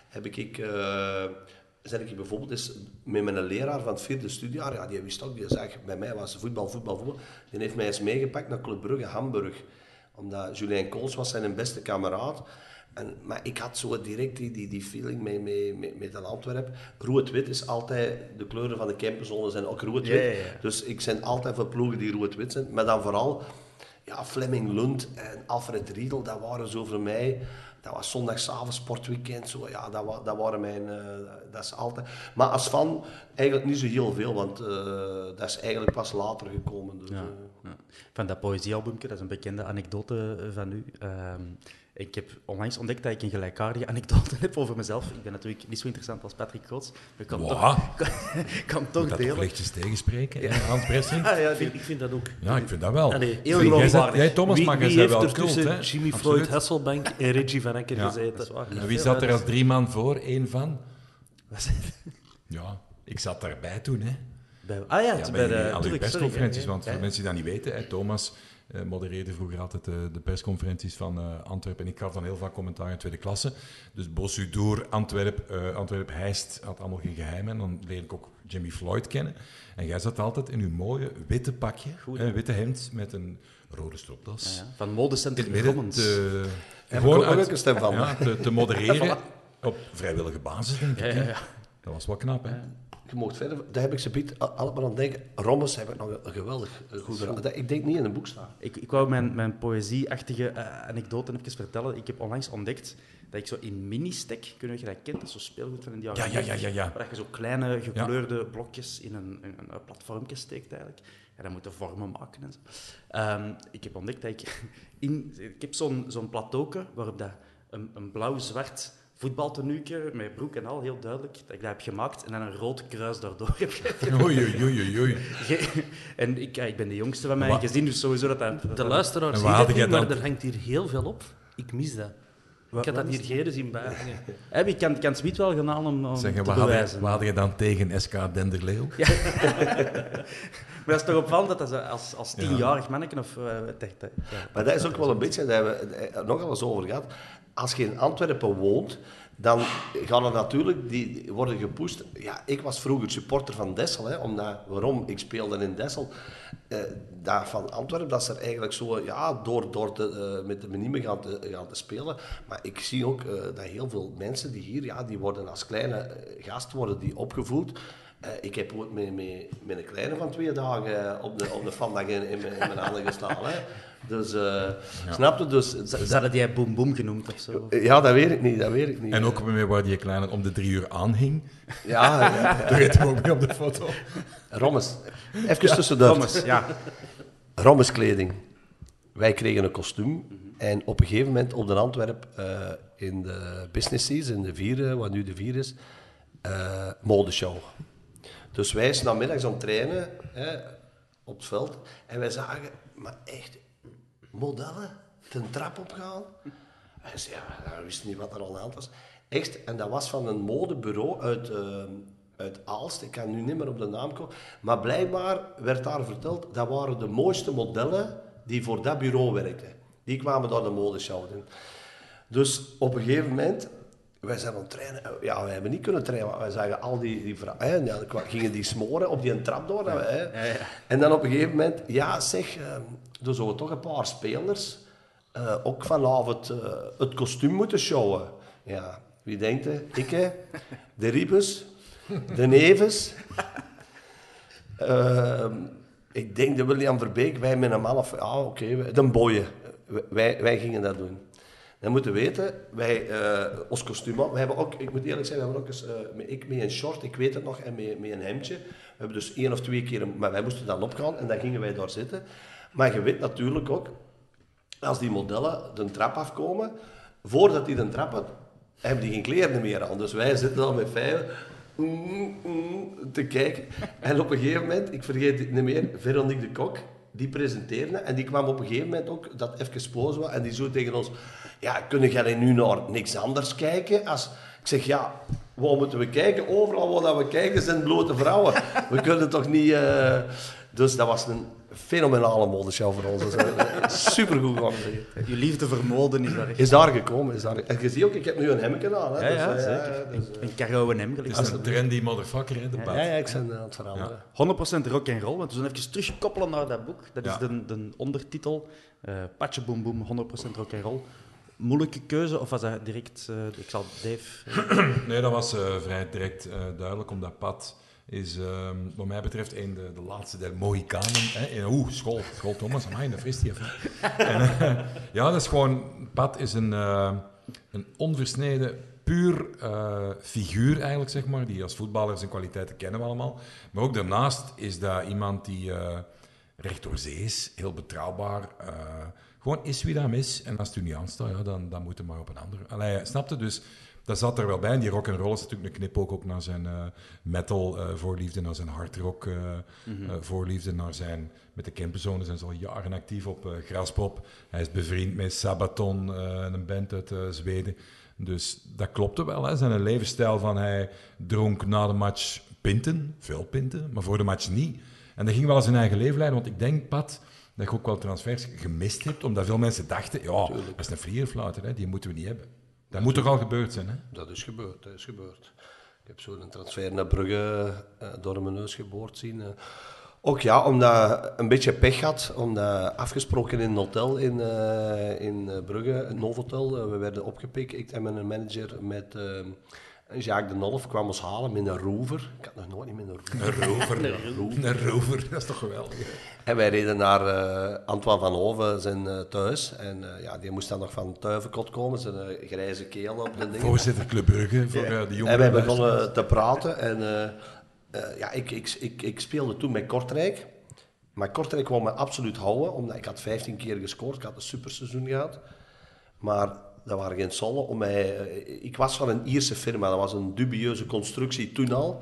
Zet ik bijvoorbeeld eens met mijn leraar van het 4e studiejaar, ja, die wist ook, die zag, bij mij was voetbal. Die heeft mij eens meegepakt naar Club Brugge, Hamburg. Omdat Julien Kools was zijn beste kameraad. Maar ik had zo direct die feeling met een Antwerp. Rood-wit is altijd, de kleuren van de camperzone zijn ook rood-wit. Ja. Dus ik ben altijd voor ploegen die rood-wit zijn. Maar dan vooral, Fleming Lund en Alfred Riedel, dat waren zo voor mij... Dat was zondagsavond, sportweekend, zo. Ja, dat waren mijn... dat is altijd... Maar als fan eigenlijk niet zo heel veel, want dat is eigenlijk pas later gekomen. Dus, Van dat poëziealbumje, dat is een bekende anekdote van u. Ik heb onlangs ontdekt dat ik een gelijkaardige anekdote heb over mezelf. Ik ben natuurlijk niet zo interessant als Patrick Groots, maar ik kan toch dat delen. toch lichtjes tegenspreken, aan het pressing? Ik vind dat ook. Ja, ik vind dat wel. Allee, heel geloofwaardig. Jij, Thomas, maar jij Wie bent heeft wel er cult, tussen hè? Jimmy Absoluut. Floyd Hasselbank en Reggie Van Akker gezeten? Dat is waar. En wie zat er als 3 man voor? 1 van? Ja, ik zat daarbij toen, hè. Bij de al die persconferenties. sorry, Want voor mensen die dat niet weten, hè, Thomas modereerde vroeger altijd de persconferenties van Antwerpen. En ik gaf dan heel vaak commentaar in tweede klasse. Dus Bosudour, Antwerp-Heist had allemaal geen geheimen. En dan leerde ik ook Jimmy Floyd kennen. En jij zat altijd in uw mooie witte pakje, een witte hemd met een rode stropdas. Ja. Van modecentrum In het midden Commons. Heb ik ook een stem van. Ja, te modereren op vrijwillige basis, denk ik. Ja. Dat was wel knap, hè? Je mocht verder, daar heb ik ze biedt allemaal aan het denken. Rommes heb ik nog een geweldig goed verhaal. Ik denk niet in een boek staan. Ik wou mijn poëzieachtige anekdote even vertellen. Ik heb onlangs ontdekt dat ik zo in Ministek, kun je dat kent, dat is zo speelgoed van in de jaren Ja. waar je zo kleine gekleurde blokjes in een platformpje steekt eigenlijk. Ja, dan moet je vormen maken en zo. Ik heb ontdekt dat ik heb zo'n plateauke waarop dat een blauw-zwart voetbaltenuutje met broek en al, heel duidelijk, dat ik dat heb gemaakt en dan een rood kruis daardoor heb gegeven. Oei. En ik ben de jongste van mijn gezin, dus sowieso dat... De luisteraar En ziet waar het had jij niet, maar dan- er hangt hier heel veel op. Ik mis dat. Ik had dat hier geren zien bijhangen. Ik kan het zoiets wel gaan halen om Zeg, te wat bewijzen. had je dan tegen SK Denderleeuw? Maar dat is toch opvallend dat als 10-jarig manneken of... Maar dat is ook wel een beetje, daar hebben we het nogal eens over gehad. Als je in Antwerpen woont, dan gaan er natuurlijk, die worden gepusht. Ja, ik was vroeger supporter van Dessel, hè, waarom? Ik speelde in Dessel. Daar van Antwerpen, dat is er eigenlijk zo, met de minime gaan te spelen. Maar ik zie ook dat heel veel mensen die hier, die worden als kleine gast worden die opgevoed. Ik heb ooit met een kleine van 2 dagen op de vandag in mijn handen gestaan. Hè. Dus, snap je? Dus, Ze hadden die Boom Boom genoemd of zo. ja, dat weet ik niet. En ook waar die kleine om de 3 uur aanhing. Ja. Dat weet hem ook niet op de foto. Rommes. Even tussendoor. Thomas, ja. Rommeskleding. Wij kregen een kostuum. En op een gegeven moment op de Antwerp, in de business season, de 4, wat nu de 4 is, modeshow. Dus wij zijn namiddags aan het trainen op het veld. En wij zagen, maar echt, modellen ten trap opgaan. En ze, we wisten niet wat er aan de hand was. Echt, en dat was van een modebureau uit Aalst. Ik kan nu niet meer op de naam komen. Maar blijkbaar werd daar verteld, dat waren de mooiste modellen die voor dat bureau werkten. Die kwamen daar de modeshow doen. Dus op een gegeven moment, wij zijn aan het trainen. Ja, we hebben niet kunnen trainen, want wij zagen al die vrouwen. Gingen die smoren op die trap door. Ja. En dan op een gegeven moment, er zouden toch een paar spelers ook vanavond het kostuum moeten showen. Ja, wie denkt het? Ik, de Riepes, de Neves. Ik denk de William Verbeek, wij met een man of... de Boyen. Wij gingen dat doen. Dan moeten we weten, wij, ons kostuum, we hebben ook, ik moet eerlijk zijn, we hebben ook eens, ik met een short, ik weet het nog, en met een hemdje. We hebben dus 1 of 2 keer, maar wij moesten dan opgaan en dan gingen wij daar zitten. Maar je weet natuurlijk ook, als die modellen de trap afkomen, voordat die de trap had, hebben die geen kleren meer aan. Dus wij zitten dan met 5 te kijken. En op een gegeven moment, ik vergeet het niet meer, Veronique de Kok, die presenteerde en die kwam op een gegeven moment ook, dat even pauze was, en die zo tegen ons, ja, kunnen jij nu naar niks anders kijken? Ik zeg, ja, waar moeten we kijken? Overal waar we kijken zijn blote vrouwen. We kunnen toch niet... Dus dat was een fenomenale modeshow voor ons. Supergoed georganiseerd. Je liefde voor mode is daar gekomen. En je ziet ook, ik heb nu een hemdje aan. Hè, ja, zeker. Een cargo en hem. Het is een trendy motherfucker, hè, de Bad. Ja, ik ben aan het veranderen. 100% rock and roll, want we zullen even terugkoppelen naar dat boek. Dat is de ondertitel. Patje Boom Boom, 100% rock and roll. Moeilijke keuze, of was dat direct... ik zal Dave... Nee, dat was vrij direct duidelijk, omdat Pat is wat mij betreft de laatste der Mohicanen. Hè? School Thomas, amai, dat fris die even. Ja, dat is gewoon... Pat is een onversneden, puur figuur eigenlijk, zeg maar. Die als voetballer zijn kwaliteiten kennen we allemaal. Maar ook daarnaast is dat iemand die recht door zee is, heel betrouwbaar. Gewoon is wie dat hem is. En als het u niet aanstaat, ja, dan moet hij maar op een ander. Allee, snapte? Dus dat zat er wel bij. En die rock'n'roll is natuurlijk een knipoog ook naar zijn metal voorliefde, naar zijn hardrock voorliefde, naar zijn... Met de Kempenzonen zijn ze al jaren actief op Graspop. Hij is bevriend met Sabaton, een band uit Zweden. Dus dat klopte wel. Hè. Zijn levensstijl van hij dronk na de match pinten, veel pinten, maar voor de match niet. En dat ging wel zijn eigen leven leiden, want ik denk, Pat, dat je ook wel transfers gemist hebt, omdat veel mensen dachten, ja, dat is een vliegerfluiter, die moeten we niet hebben. Dat moet toch al gebeurd zijn, hè? Dat is gebeurd. Ik heb zo'n transfer naar Brugge door mijn neus geboord zien. Ook ja, omdat een beetje pech had, omdat afgesproken in een hotel in Brugge, een Novotel, we werden opgepikt. Ik en mijn manager met Jacques de Nolf kwam ons halen met een rover. Ik had nog nooit niet met Een rover, dat is toch geweldig. Hè? En wij reden naar Antoine van Hoven, zijn thuis. En die moest dan nog van Tuivenkot komen, zijn grijze keel op de dingen. Voorzitter Club Brugge, voor de jongeren. En wij begonnen te praten en... ik speelde toen met Kortrijk. Maar Kortrijk wou me absoluut houden, omdat ik had 15 keer gescoord. Ik had een superseizoen gehad. Maar dat waren geen sollen. Ik was van een Ierse firma. Dat was een dubieuze constructie toen al.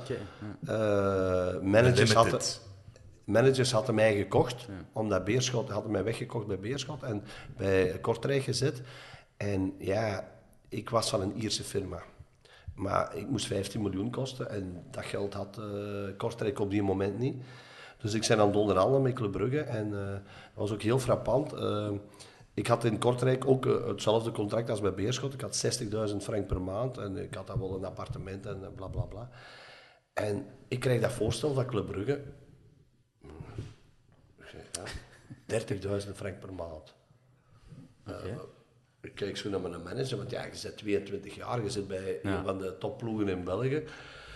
Managers hadden mij gekocht. Omdat Beerschot hadden mij weggekocht bij Beerschot. En bij Kortrijk gezet. En ja, ik was van een Ierse firma. Maar ik moest 15 miljoen kosten en dat geld had Kortrijk op die moment niet. Dus ik ben aan het onderhandelen met Club Brugge en dat was ook heel frappant. Ik had in Kortrijk ook hetzelfde contract als bij Beerschot. Ik had 60.000 frank per maand en ik had dan wel een appartement en bla bla bla. En ik kreeg dat voorstel van Club Brugge. 30.000 frank per maand. Okay. Ik kijk zo naar mijn manager, want ja, je zit 22 jaar, je zit bij een van de topploegen in België.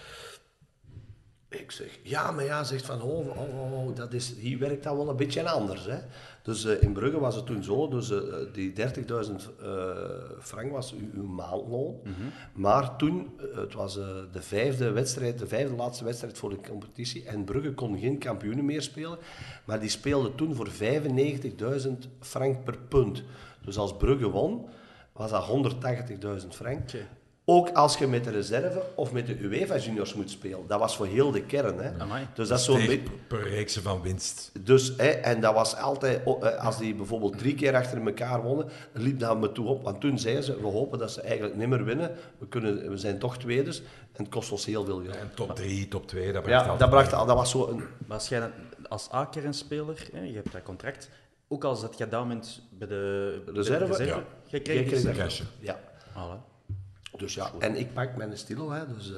Ik zeg, zegt Van Hoven, hier werkt dat wel een beetje anders. Hè. Dus in Brugge was het toen zo, dus die 30.000 frank was uw maandloon. Mm-hmm. Maar toen, het was de vijfde laatste wedstrijd voor de competitie en Brugge kon geen kampioenen meer spelen, maar die speelde toen voor 95.000 frank per punt. Dus als Brugge won, was dat 180.000 frank. Okay. Ook als je met de reserve of met de UEFA juniors moet spelen. Dat was voor heel de kern. Hè. Dus dat is zo'n per reekse van winst. Dus, en dat was altijd, als die bijvoorbeeld 3 keer achter elkaar wonnen, liep dat me toe op. Want toen zeiden ze, we hopen dat ze eigenlijk niet meer winnen. We zijn toch tweeders en het kost ons heel veel geld. En top 3, top 2, dat bracht dat was zo een... Maar als jij als A-kernspeler, je hebt dat contract, ook als dat je daar bent bij de reserve, je kreeg een cashje. Ja. Dus ja, en ik pak mijn stilo, hè, dus...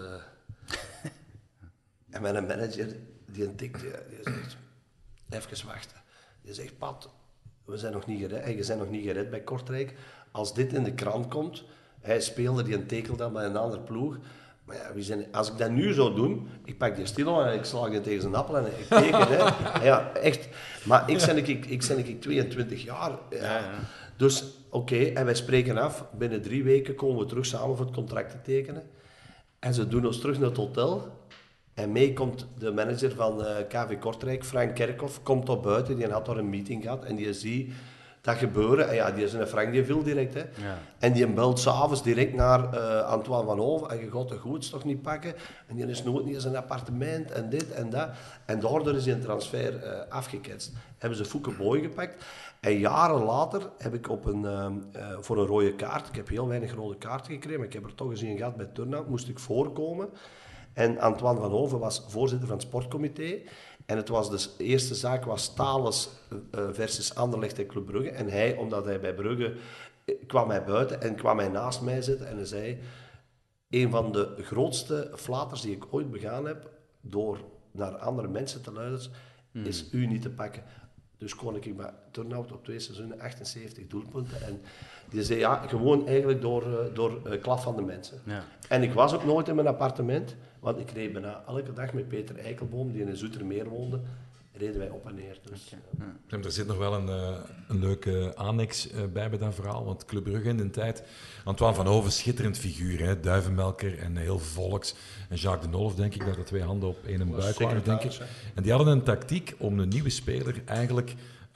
en mijn manager, die tikt, die zegt... Even wachten. Die zegt, Pat, we zijn nog niet gered. Je bent nog niet gered bij Kortrijk. Als dit in de krant komt... Hij speelde, die tekelt dan bij een andere ploeg. Maar ja, als ik dat nu zou doen... Ik pak die stilo en ik slag die tegen zijn appel en ik teken, hè. Ja, echt. Maar ik ben 22 jaar. Ja. Dus... Oké, en wij spreken af, binnen 3 weken komen we terug samen voor het contract te tekenen. En ze doen ons terug naar het hotel. En mee komt de manager van KV Kortrijk, Frank Kerkhoff, komt op buiten. Die had daar een meeting gehad en die ziet dat gebeuren. En ja, die is een Frank, die viel direct. Hè. Ja. En die belt s'avonds direct naar Antoine van Hoven. En je gaat de goeds toch niet pakken. En die is nooit niet in zijn appartement en dit en dat. En daardoor is die een transfer afgeketst. Hebben ze Fouke Boy gepakt. En jaren later heb ik voor een rode kaart, ik heb heel weinig rode kaarten gekregen, maar ik heb er toch eens een gehad bij Turnhout, moest ik voorkomen. En Antoine van Hoven was voorzitter van het sportcomité. En het was de eerste zaak was Thales versus Anderlecht en Club Brugge. En hij, omdat hij bij Brugge kwam hij buiten en kwam hij naast mij zitten en hij zei, een van de grootste flaters die ik ooit begaan heb, door naar andere mensen te luisteren, is u niet te pakken. Dus kon ik bij Turnhout op 2 seizoenen 78 doelpunten. En die zei, ja, gewoon eigenlijk door klap van de mensen. Ja. En ik was ook nooit in mijn appartement, want ik reed bijna elke dag met Peter Eikelboom, die in Zoetermeer woonde, reden wij op en neer. Dus, Er zit nog wel een leuke annex bij dat verhaal, want Club Brugge in de tijd, Antoine van Hoven, schitterend figuur, hè? Duivenmelker en heel volks. En Jacques de Nolf, denk ik, dat er 2 handen op één buik waren, denk ik. En die hadden een tactiek om een nieuwe speler eigenlijk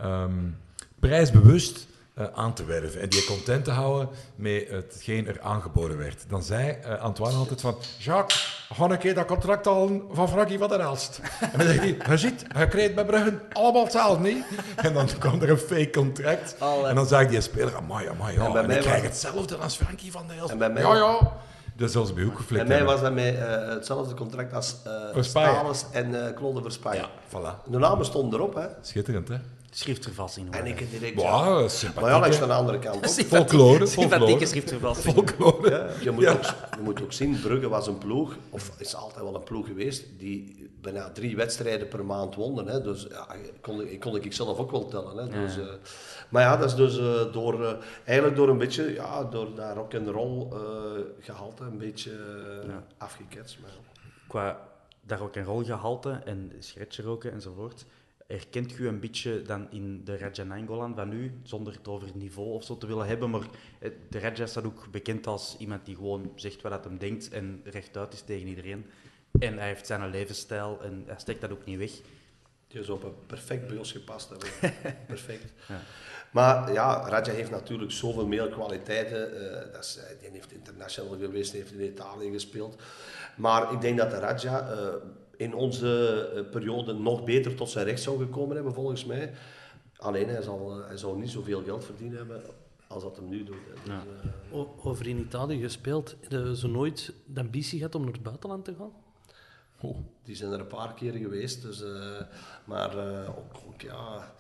prijsbewust aan te werven en die content te houden met hetgeen er aangeboden werd. Dan zei Antoine altijd van, Jacques, ga een keer dat contract halen van Frankie van der Elst. En dan zegt hij, je ziet, hij krijgt bij Bruggen allemaal hetzelfde, niet? En dan kwam er een fake contract. En dan zag die speler, amai, ja, en ik krijg hetzelfde als Frankie van der Elst. Ja. Dat is zelfs bij ook geflikt. En mij was dat met hetzelfde contract als Stales en Claude Verspaaien. Ja, voilà. De namen stonden erop, hè. Schitterend, hè? Schriftvervalsing. En ik heb direct... Wow, sympathiek. Maar ja, langs de andere kant ook. Folklore. Sympathieke schriftvervalsing. Folklore. Ja, je moet ook zien, Brugge was een ploeg, of is altijd wel een ploeg geweest, die bijna 3 wedstrijden per maand wonnen. Hè. Dus ja, kon ik zelf ook wel tellen. Hè. Dus, maar ja, dat is dus eigenlijk door een beetje, ja, door dat rock'n'roll gehalte een beetje afgeketst. Maar... Qua dat rock'n'roll gehalte en scratcher roken enzovoort, herkent u een beetje dan in de Raja Nainggolan van u, zonder het over niveau of zo te willen hebben, maar de Raja staat ook bekend als iemand die gewoon zegt wat hij denkt en rechtuit is tegen iedereen. En hij heeft zijn levensstijl en hij steekt dat ook niet weg. Die is op een perfect bij ons gepast. Perfect. Ja. Maar ja, Raja heeft natuurlijk zoveel meer kwaliteiten. Die heeft international geweest, heeft in Italië gespeeld. Maar ik denk dat de Raja in onze periode nog beter tot zijn recht zou gekomen hebben, volgens mij. Alleen, hij zal niet zoveel geld verdiend hebben als dat hem nu doet. Ja. Dus, over in Italië gespeeld, hebben ze nooit de ambitie gehad om naar het buitenland te gaan? Oh, die zijn er een paar keer geweest. Dus, maar ook ja...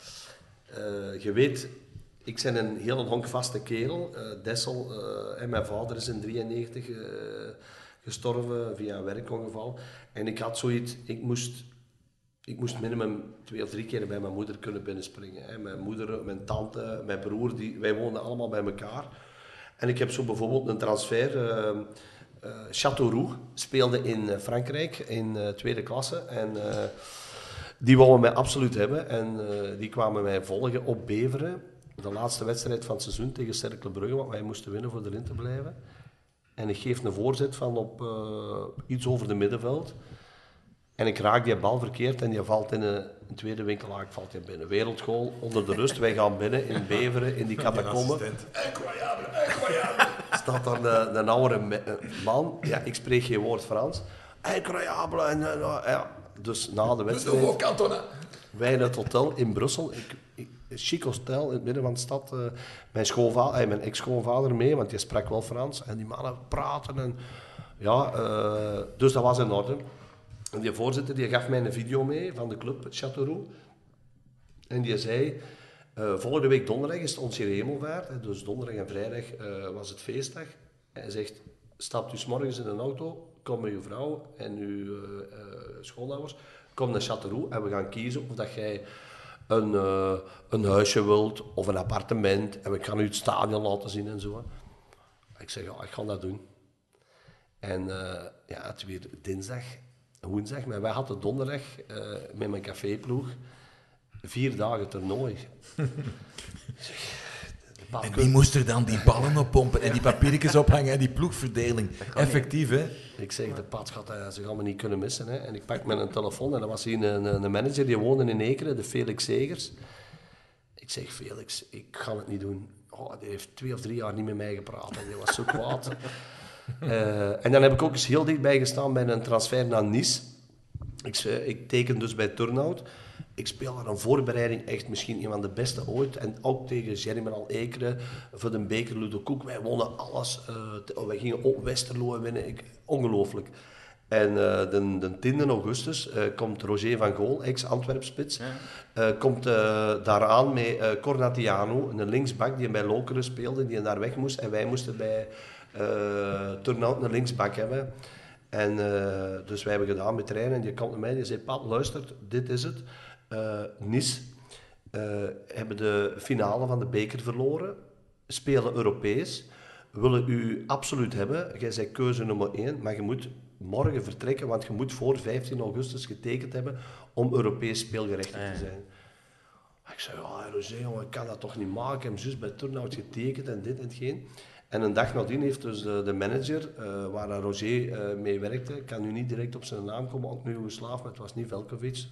je weet, ik ben een heel honkvaste kerel. Dessel en mijn vader is in 1993 gestorven via een werkongeval. En ik had zoiets, ik moest minimum 2 of 3 keer bij mijn moeder kunnen binnenspringen. Hè. Mijn moeder, mijn tante, mijn broer, wij woonden allemaal bij elkaar. En ik heb zo bijvoorbeeld een transfer... Châteauroux speelde in Frankrijk in 2e klasse. En die wouden mij absoluut hebben. En die kwamen mij volgen op Beveren. De laatste wedstrijd van het seizoen tegen Cercle Brugge, want wij moesten winnen voor erin te blijven. En ik geef een voorzet van op iets over de middenveld. En ik raak die bal verkeerd en die valt in een tweede winkelaar, valt die binnen. Wereldgoal, onder de rust. Wij gaan binnen in Beveren, in die catacomben. Incroyable. Staat daar een oude man. Ja, ik spreek geen woord Frans. Incroyable. En, ja. Dus na de wedstrijd... Wij in het hotel in Brussel. Een chic hotel in het midden van de stad. Mijn ex-schoonvader mee, want die sprak wel Frans. En die mannen praten. En, ja, dus dat was in orde. En die voorzitter die gaf mij een video mee van de club Châteauroux. En die zei... volgende week donderdag is het ons hier hemelvaart. Dus donderdag en vrijdag was het feestdag. En hij zegt, stapt u 's morgens in een auto, kom met uw vrouw en uw schoonouders, kom naar Châteauroux en we gaan kiezen of dat jij een huisje wilt of een appartement. En we gaan u het stadion laten zien en zo. Ik zeg, ja, ik ga dat doen. En ja, het weer dinsdag, woensdag, maar wij hadden donderdag met mijn caféploeg 4 dagen toernooi. En wie moest er dan die ballen oppompen en die papiertjes ophangen en die ploegverdeling? Effectief, hè? Ik zeg, de Pat ze gaan me niet kunnen missen. Hè. En ik pak mijn telefoon en dan was hier een manager die woonde in Ekeren, de Felix Segers. Ik zeg, Felix, ik ga het niet doen. Oh, die heeft 2 of 3 jaar niet met mij gepraat en die was zo kwaad. En dan heb ik ook eens heel dichtbij gestaan bij een transfer naar Nice. Ik teken dus bij Turnhout. Ik speel aan een voorbereiding echt misschien een van de beste ooit. En ook tegen Germinal Ekeren voor de beker Ludo Koek. Wij wonnen alles. Wij gingen ook Westerlo winnen. Ongelooflijk. En de 10e augustus komt Roger van Gool, ex-Antwerpspits, komt daaraan met Cornatiano, een linksbak die bij Lokeren speelde, die daar weg moest. En wij moesten bij Turnhout een linksbak hebben. En dus wij hebben gedaan met trainen en die komt naar mij en die zei, Pat, luister, dit is het. Nice, hebben de finale van de beker verloren, spelen Europees, willen u absoluut hebben. Jij bent keuze nummer 1, maar je moet morgen vertrekken, want je moet voor 15 augustus getekend hebben om Europees speelgerechtigd te zijn. Ik zei, ja, Roger, jongen, ik kan dat toch niet maken. Ik heb juist bij Turnhout getekend en dit en hetgeen. En een dag nadien heeft dus de manager, waar Roger mee werkte, ik kan nu niet direct op zijn naam komen, ook nu Joegoslaaf, maar het was niet Velkovic.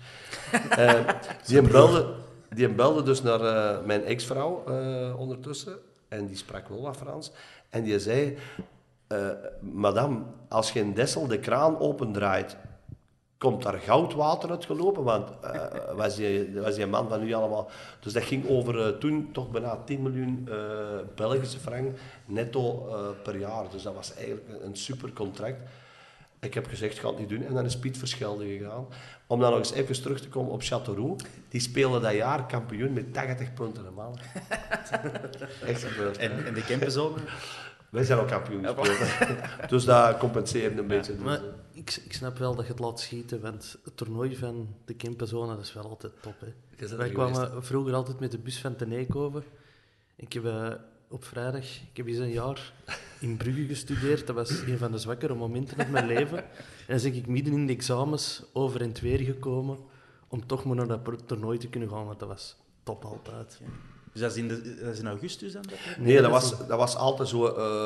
Die belde dus naar mijn ex-vrouw ondertussen, en die sprak wel wat Frans. En die zei, madame, als je in Dessel de kraan opendraait, komt daar goudwater uitgelopen, want was die man van nu allemaal... Dus dat ging over toen toch bijna 10 miljoen Belgische frank netto per jaar. Dus dat was eigenlijk een super contract. Ik heb gezegd, ik ga het niet doen. En dan is Piet Verschelde gegaan. Om dan nog eens even terug te komen op Châteauroux. Die spelen dat jaar kampioen met 80 punten een man. Echt gebeurd. En de Kempenzone? Wij zijn ook kampioen gespeeld. Dus dat compenseert een beetje. Maar ik snap wel dat je het laat schieten, want het toernooi van de Kempenzone, dat is wel altijd top. Hè. Wij kwamen vroeger altijd met de bus van Ten Eekhoven. Ik heb op vrijdag, ik heb eens een jaar in Brugge gestudeerd. Dat was een van de zwakkere momenten in mijn leven. En dan ben ik midden in de examens over en weer gekomen om toch maar naar dat toernooi te kunnen gaan, want dat was top altijd. Ja. Dus dat is in augustus dan? Nee, dat was altijd zo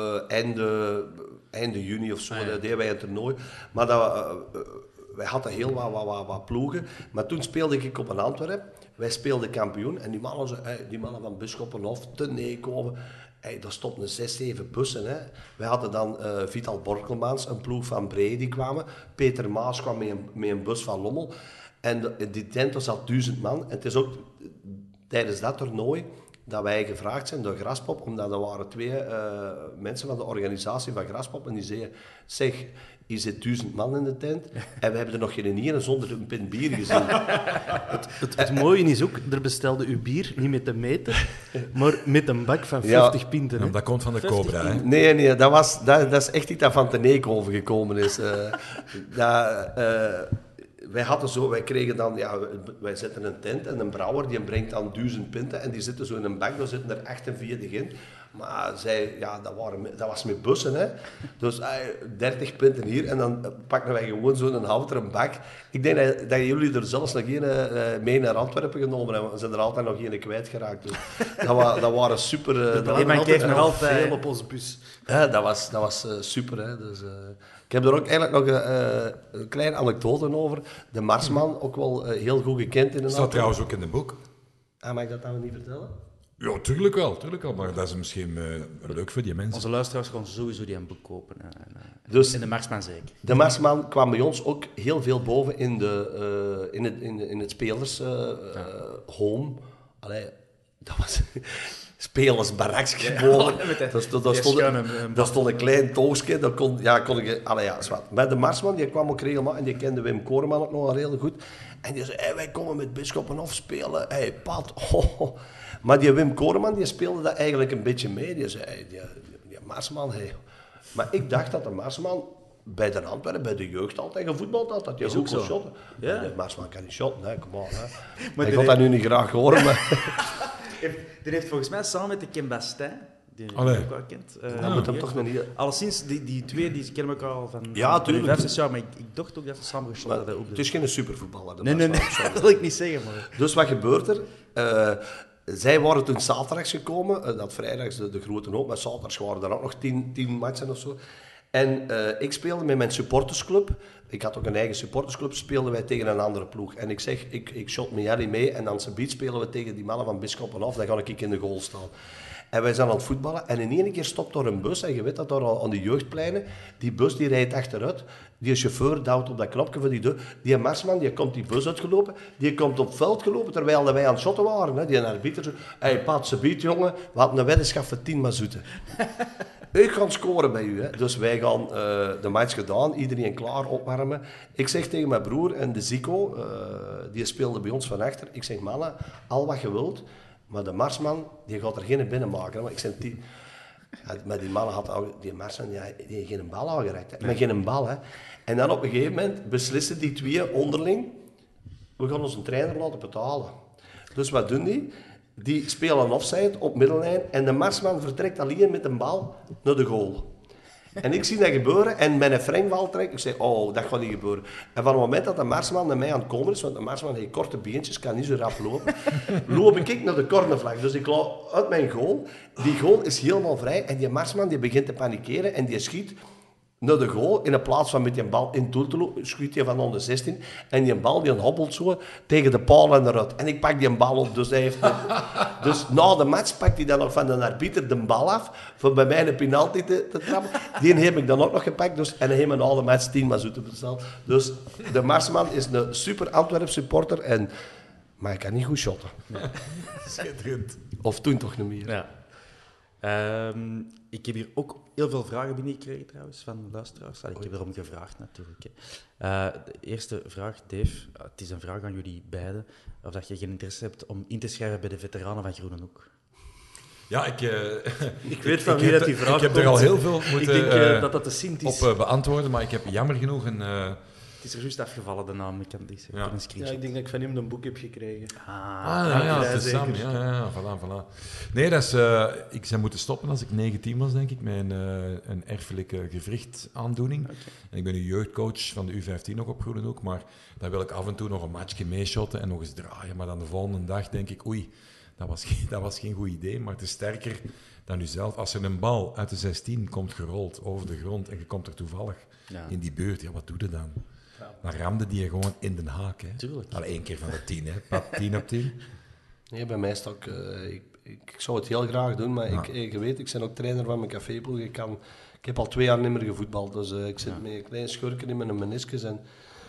einde juni of zo. Ah, ja. Dat deden wij een toernooi. Maar wij hadden heel wat ploegen. Maar toen speelde ik op een Antwerpen. Wij speelden kampioen. En die mannen van Bisschoppenhof, Ten Eekhoven, daar stopten 6, 7 bussen. Hè. Wij hadden dan Vital Borkelmans, een ploeg van Bree, die kwamen. Peter Maas kwam met een bus van Lommel. En die tent was al 1000 man. En het is ook tijdens dat toernooi dat wij gevraagd zijn door Graspop, omdat er waren 2 mensen van de organisatie van Graspop en die zeiden, zeg, hier zit 1000 man in de tent en we hebben er nog geen ene zonder een pint bier gezien. Het mooie is ook, er bestelde uw bier niet met een meter, maar met een bak van 50 pinten. Ja, dat komt van de Cobra, hè? Nee, dat is echt iets dat van Ten Eekhoven gekomen is. Wij kregen dan, wij zetten een tent en een brouwer die brengt dan 1000 pinten en die zitten zo in een bak, daar zitten er 48 in. Maar dat was met bussen, hè. Dus 30 pinten hier en dan pakken wij gewoon zo'n houten bak. Ik denk dat jullie er zelfs nog geen mee naar Antwerpen genomen hebben. We zijn er altijd nog geen kwijtgeraakt. Dus dat waren super... Ik kreeg nog altijd veel op onze bus. Ja, dat was super, hè. Dus, ik heb er ook eigenlijk nog een kleine anekdote over. De Marsman, ook wel heel goed gekend in een staat trouwens ook in het boek. Mag ik dat dan niet vertellen? Ja, tuurlijk wel. Maar dat is misschien leuk voor die mensen. Onze luisteraars gaan sowieso die een boek kopen. Dus, en de Marsman zeker. De Marsman kwam bij ons ook heel veel boven in het spelers home. Allee, dat was... spelersbarakje boven. Daar stond een klein toosje. Daar kon ik... zwart. Maar de Marsman, die kwam ook regelmatig, en die kende Wim Koreman ook nog heel goed. En die zei, wij komen met Bisschoppenhof spelen. Pat. Oh. Maar die Wim Koreman, die speelde dat eigenlijk een beetje mee. Die zei, die Marsman, Maar ik dacht dat de Marsman bij de Antwerpen, bij de jeugd altijd gevoetbald had. Dat je ook kon shotten. Ja. De Marsman kan niet shotten, hè. Come on, hè. Maar ik wil dat nu niet graag horen, maar... Die heeft volgens mij samen met de Kim Bastijn, die je ook wel kent. moet hem toch nog niet... Alleszins, die twee die kennen elkaar al van 5-6 jaar, maar ik dacht ook dat ze samen geschot hadden. Het is geen supervoetballer. Nee, dat wil ik niet zeggen. Maar... Dus wat gebeurt er? Zij waren toen zaterdags gekomen, dat vrijdags de grote hoop, maar zaterdags waren er ook nog 10 matchen of zo. En ik speelde met mijn supportersclub. Ik had ook een eigen supportersclub. Speelden wij tegen een andere ploeg. En ik zeg, ik shot met Jelly mee. En dan subiet spelen we tegen die mannen van Bisschoppenhof. Dan ga ik in de goal staan. En wij zijn aan het voetballen. En in één keer stopt er een bus. En je weet dat daar aan die jeugdpleinen. Die bus die rijdt achteruit. Die chauffeur duwt op dat knopje van die deur. Die Marsman, die komt die bus uitgelopen. Die komt op het veld gelopen terwijl wij aan het shotten waren. Hè. Die arbiter zo. Pat, subiet jongen. We hadden een weddenschap voor 10 mazoeten. Ik ga scoren bij u. Hè. Dus wij gaan de match gedaan, iedereen klaar, opwarmen. Ik zeg tegen mijn broer en de Zico, die speelde bij ons van achter. Ik zeg, mannen, al wat je wilt, maar de Marsman, die gaat er geen binnen maken. Maar ik zeg, maar die mannen die Marsman, die heeft geen bal aangeraakt. Hè. Maar geen bal, hè. En dan op een gegeven moment beslissen die twee onderling, we gaan onze trainer laten betalen. Dus wat doen die? Die spelen een offside op middellijn en de marsman vertrekt alleen met een bal naar de goal. En ik zie dat gebeuren en mijn Frankbal trekt. Ik zeg, oh, dat gaat niet gebeuren. En van het moment dat de marsman naar mij aan het komen is, want de marsman heeft korte beentjes, kan niet zo rap lopen, loop ik naar de cornervlag. Dus ik loop uit mijn goal. Die goal is helemaal vrij en die marsman die begint te panikeren en die schiet naar de goal. In plaats van met die bal in het doel te lopen, schiet hij van onder 16. En die bal die hobbelt zo tegen de paal en eruit. En ik pak die bal op. Dus, dus na de match pakt hij dan nog van de arbiter de bal af. Voor bij mij een penalty te trappen. Die heb ik dan ook nog gepakt. Dus, en hij heeft me na de match 10 mazoeten besteld. Dus de Marsman is een super Antwerp supporter. Maar ik kan niet goed shotten. Ja. Schitterend. Of toen toch niet meer. Ja. Ik heb hier ook heel veel vragen binnengekregen trouwens van luisteraars. Ik heb erom gevraagd natuurlijk. Hè. De eerste vraag, Dave. Het is een vraag aan jullie beiden. Of dat je geen interesse hebt om in te schrijven bij de veteranen van Groenenhoek. Ja, ik weet van wie dat die vraag komt. Ik heb er al heel veel moeten ik denk dat de Sint is. op beantwoorden, maar ik heb jammer genoeg een... Het is er juist afgevallen, de naam. Ik kan een screenshot. Ja, ik denk dat ik van hem een boek heb gekregen. Het is Sam. Ja, voilà. Nee, dat is, ik zou moeten stoppen als ik 19 was, denk ik, met een erfelijke gewrichtaandoening. Okay. En ik ben nu jeugdcoach van de U15 nog op Groenenhoek, maar dan wil ik af en toe nog een matchje meeshotten en nog eens draaien. Maar dan de volgende dag denk ik, oei, dat was geen goed idee, maar het is sterker dan u zelf. Als er een bal uit de 16 komt gerold over de grond en je komt er toevallig in die buurt, ja, wat doe je dan? Dan ramde die je gewoon in den haak. Hè. Tuurlijk. Al 1 keer van de 10, hè. Pat 10 op 10. Nee, bij mij is het ook... ik zou het heel graag doen, maar je weet, ik ben ook trainer van mijn caféploeg. Ik heb al 2 jaar niet meer gevoetbald, dus ik zit met een klein schurken in mijn meniscus en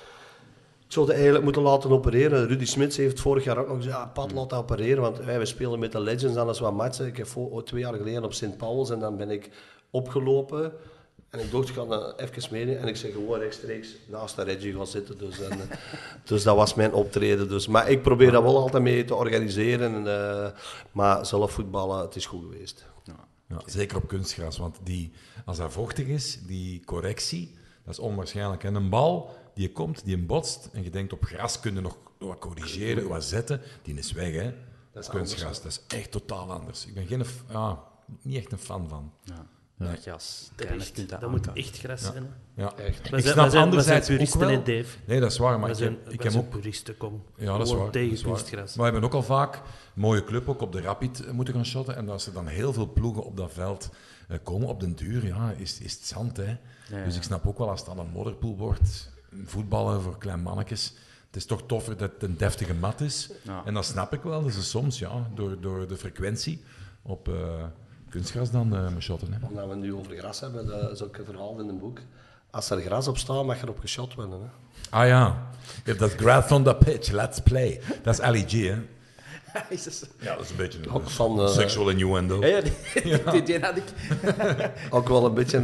ik zou het eigenlijk moeten laten opereren. Rudy Smits heeft vorig jaar ook nog gezegd, Pat, laat dat opereren, want wij spelen met de Legends dan eens wat matchen. Ik heb 2 jaar geleden op St. Pauls en dan ben ik opgelopen. En ik dacht, ik ga even mee. En ik zeg gewoon rechtstreeks naast de Reggie gaan zitten. Dus dat was mijn optreden. Dus. Maar ik probeer dat wel altijd mee te organiseren. Maar zelf voetballen, het is goed geweest. Ja, zeker op kunstgras. Want als dat vochtig is, die correctie, dat is onwaarschijnlijk. En een bal die komt, die botst. En je denkt, op gras kun je nog wat corrigeren, wat zetten. Die is weg, hè. Dat is kunstgras. Dat is echt totaal anders. Ik ben niet echt een fan van. Ja. Ja, gras. Dat moet echt gras zijn. Ja. Echt. Ik snap anderzijds puristen, ook wel... hè, Dave? Nee, dat is waar. Maar ik heb ook puristen, kom. Ja, dat is waar. Tegen kunstgras. Maar we hebben ook al vaak een mooie club ook op de Rapid moeten gaan shotten. En als er dan heel veel ploegen op dat veld komen op den duur, is het zand. Hè. Ja. Dus ik snap ook wel als het dan een modderpoel wordt, voetballen voor klein mannetjes. Het is toch toffer dat het een deftige mat is. Ja. En dat snap ik wel. Dat is soms door de frequentie op... kunstgras dan met shotten. Hè. Omdat we het nu over gras hebben, dat is ook een verhaal in een boek. Als er gras op staat, mag je erop geshot worden. Hè. Ah ja, if there's grass on the pitch, let's play. Dat is Ali G, hè? Ja, dat is een beetje een sexual innuendo. Ja, die had ik. Ook wel een beetje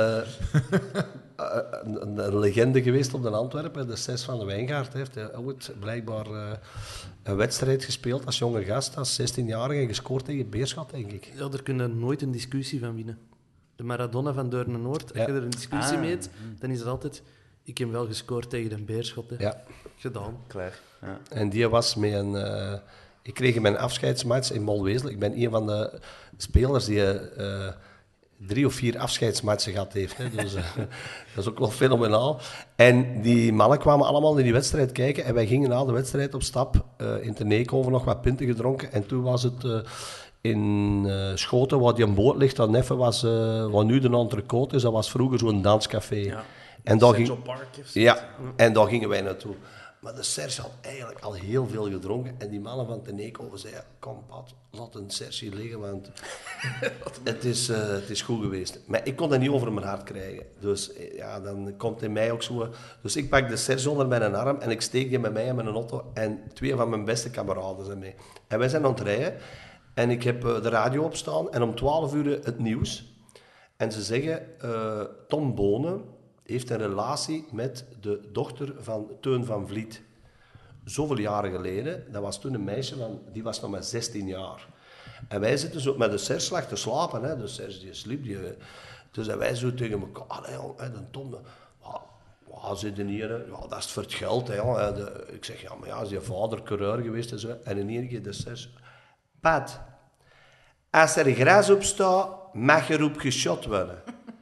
een legende geweest op de Antwerpen. De 6 van de Wijngaard heeft ooit blijkbaar een wedstrijd gespeeld als jonge gast, als 16-jarige en gescoord tegen Beerschot, denk ik. Ja, daar kun je nooit een discussie van winnen. De Maradona van Deurne-Noord, als je er een discussie mee hebt, dan is het altijd... Ik heb wel gescoord tegen de Beerschot. Hè. Ja. Gedaan. Klaar. Ja. En die was met een... ik kreeg mijn afscheidsmatch in Molwezel. Ik ben een van de spelers die 3 of 4 afscheidsmatchen gehad heeft. Hè. Dus, dat is ook wel fenomenaal. En die mannen kwamen allemaal in die wedstrijd kijken. En wij gingen na de wedstrijd op stap in Teneekhoven nog wat pinten gedronken. En toen was het in Schoten, waar die een boot ligt, dat neffen was, wat nu de Entrecote is, dat was vroeger zo'n danscafé. Ja. En en daar gingen wij naartoe. Maar de Serge had eigenlijk al heel veel gedronken. En die mannen van Teneekhoven zeiden, kom Pat, laat een Serge hier liggen, want het is goed geweest. Maar ik kon dat niet over mijn hart krijgen. Dus ja, dan komt hij mij ook zo... Dus ik pak de Serge onder mijn arm en ik steek die met mij in mijn auto. En 2 van mijn beste kameraden zijn mee. En wij zijn aan het rijden. En ik heb de radio opstaan en om 12 uur het nieuws. En ze zeggen, Tom Bonen heeft een relatie met de dochter van Teun van Vliet. Zoveel jaren geleden, dat was toen een meisje, die was nog maar 16 jaar. En wij zitten zo met de Serge lag te slapen, hè. De Serge die sliep. Dus wij zo tegen elkaar, hè, de Tom, wat Ja, zit in hier, ja, dat is voor het geld. Hè, ja. Ik zeg, ja, maar ja, is je vader coureur geweest en zo. En in één keer de 6. Pat, als er gras op staat, mag er op geschot worden.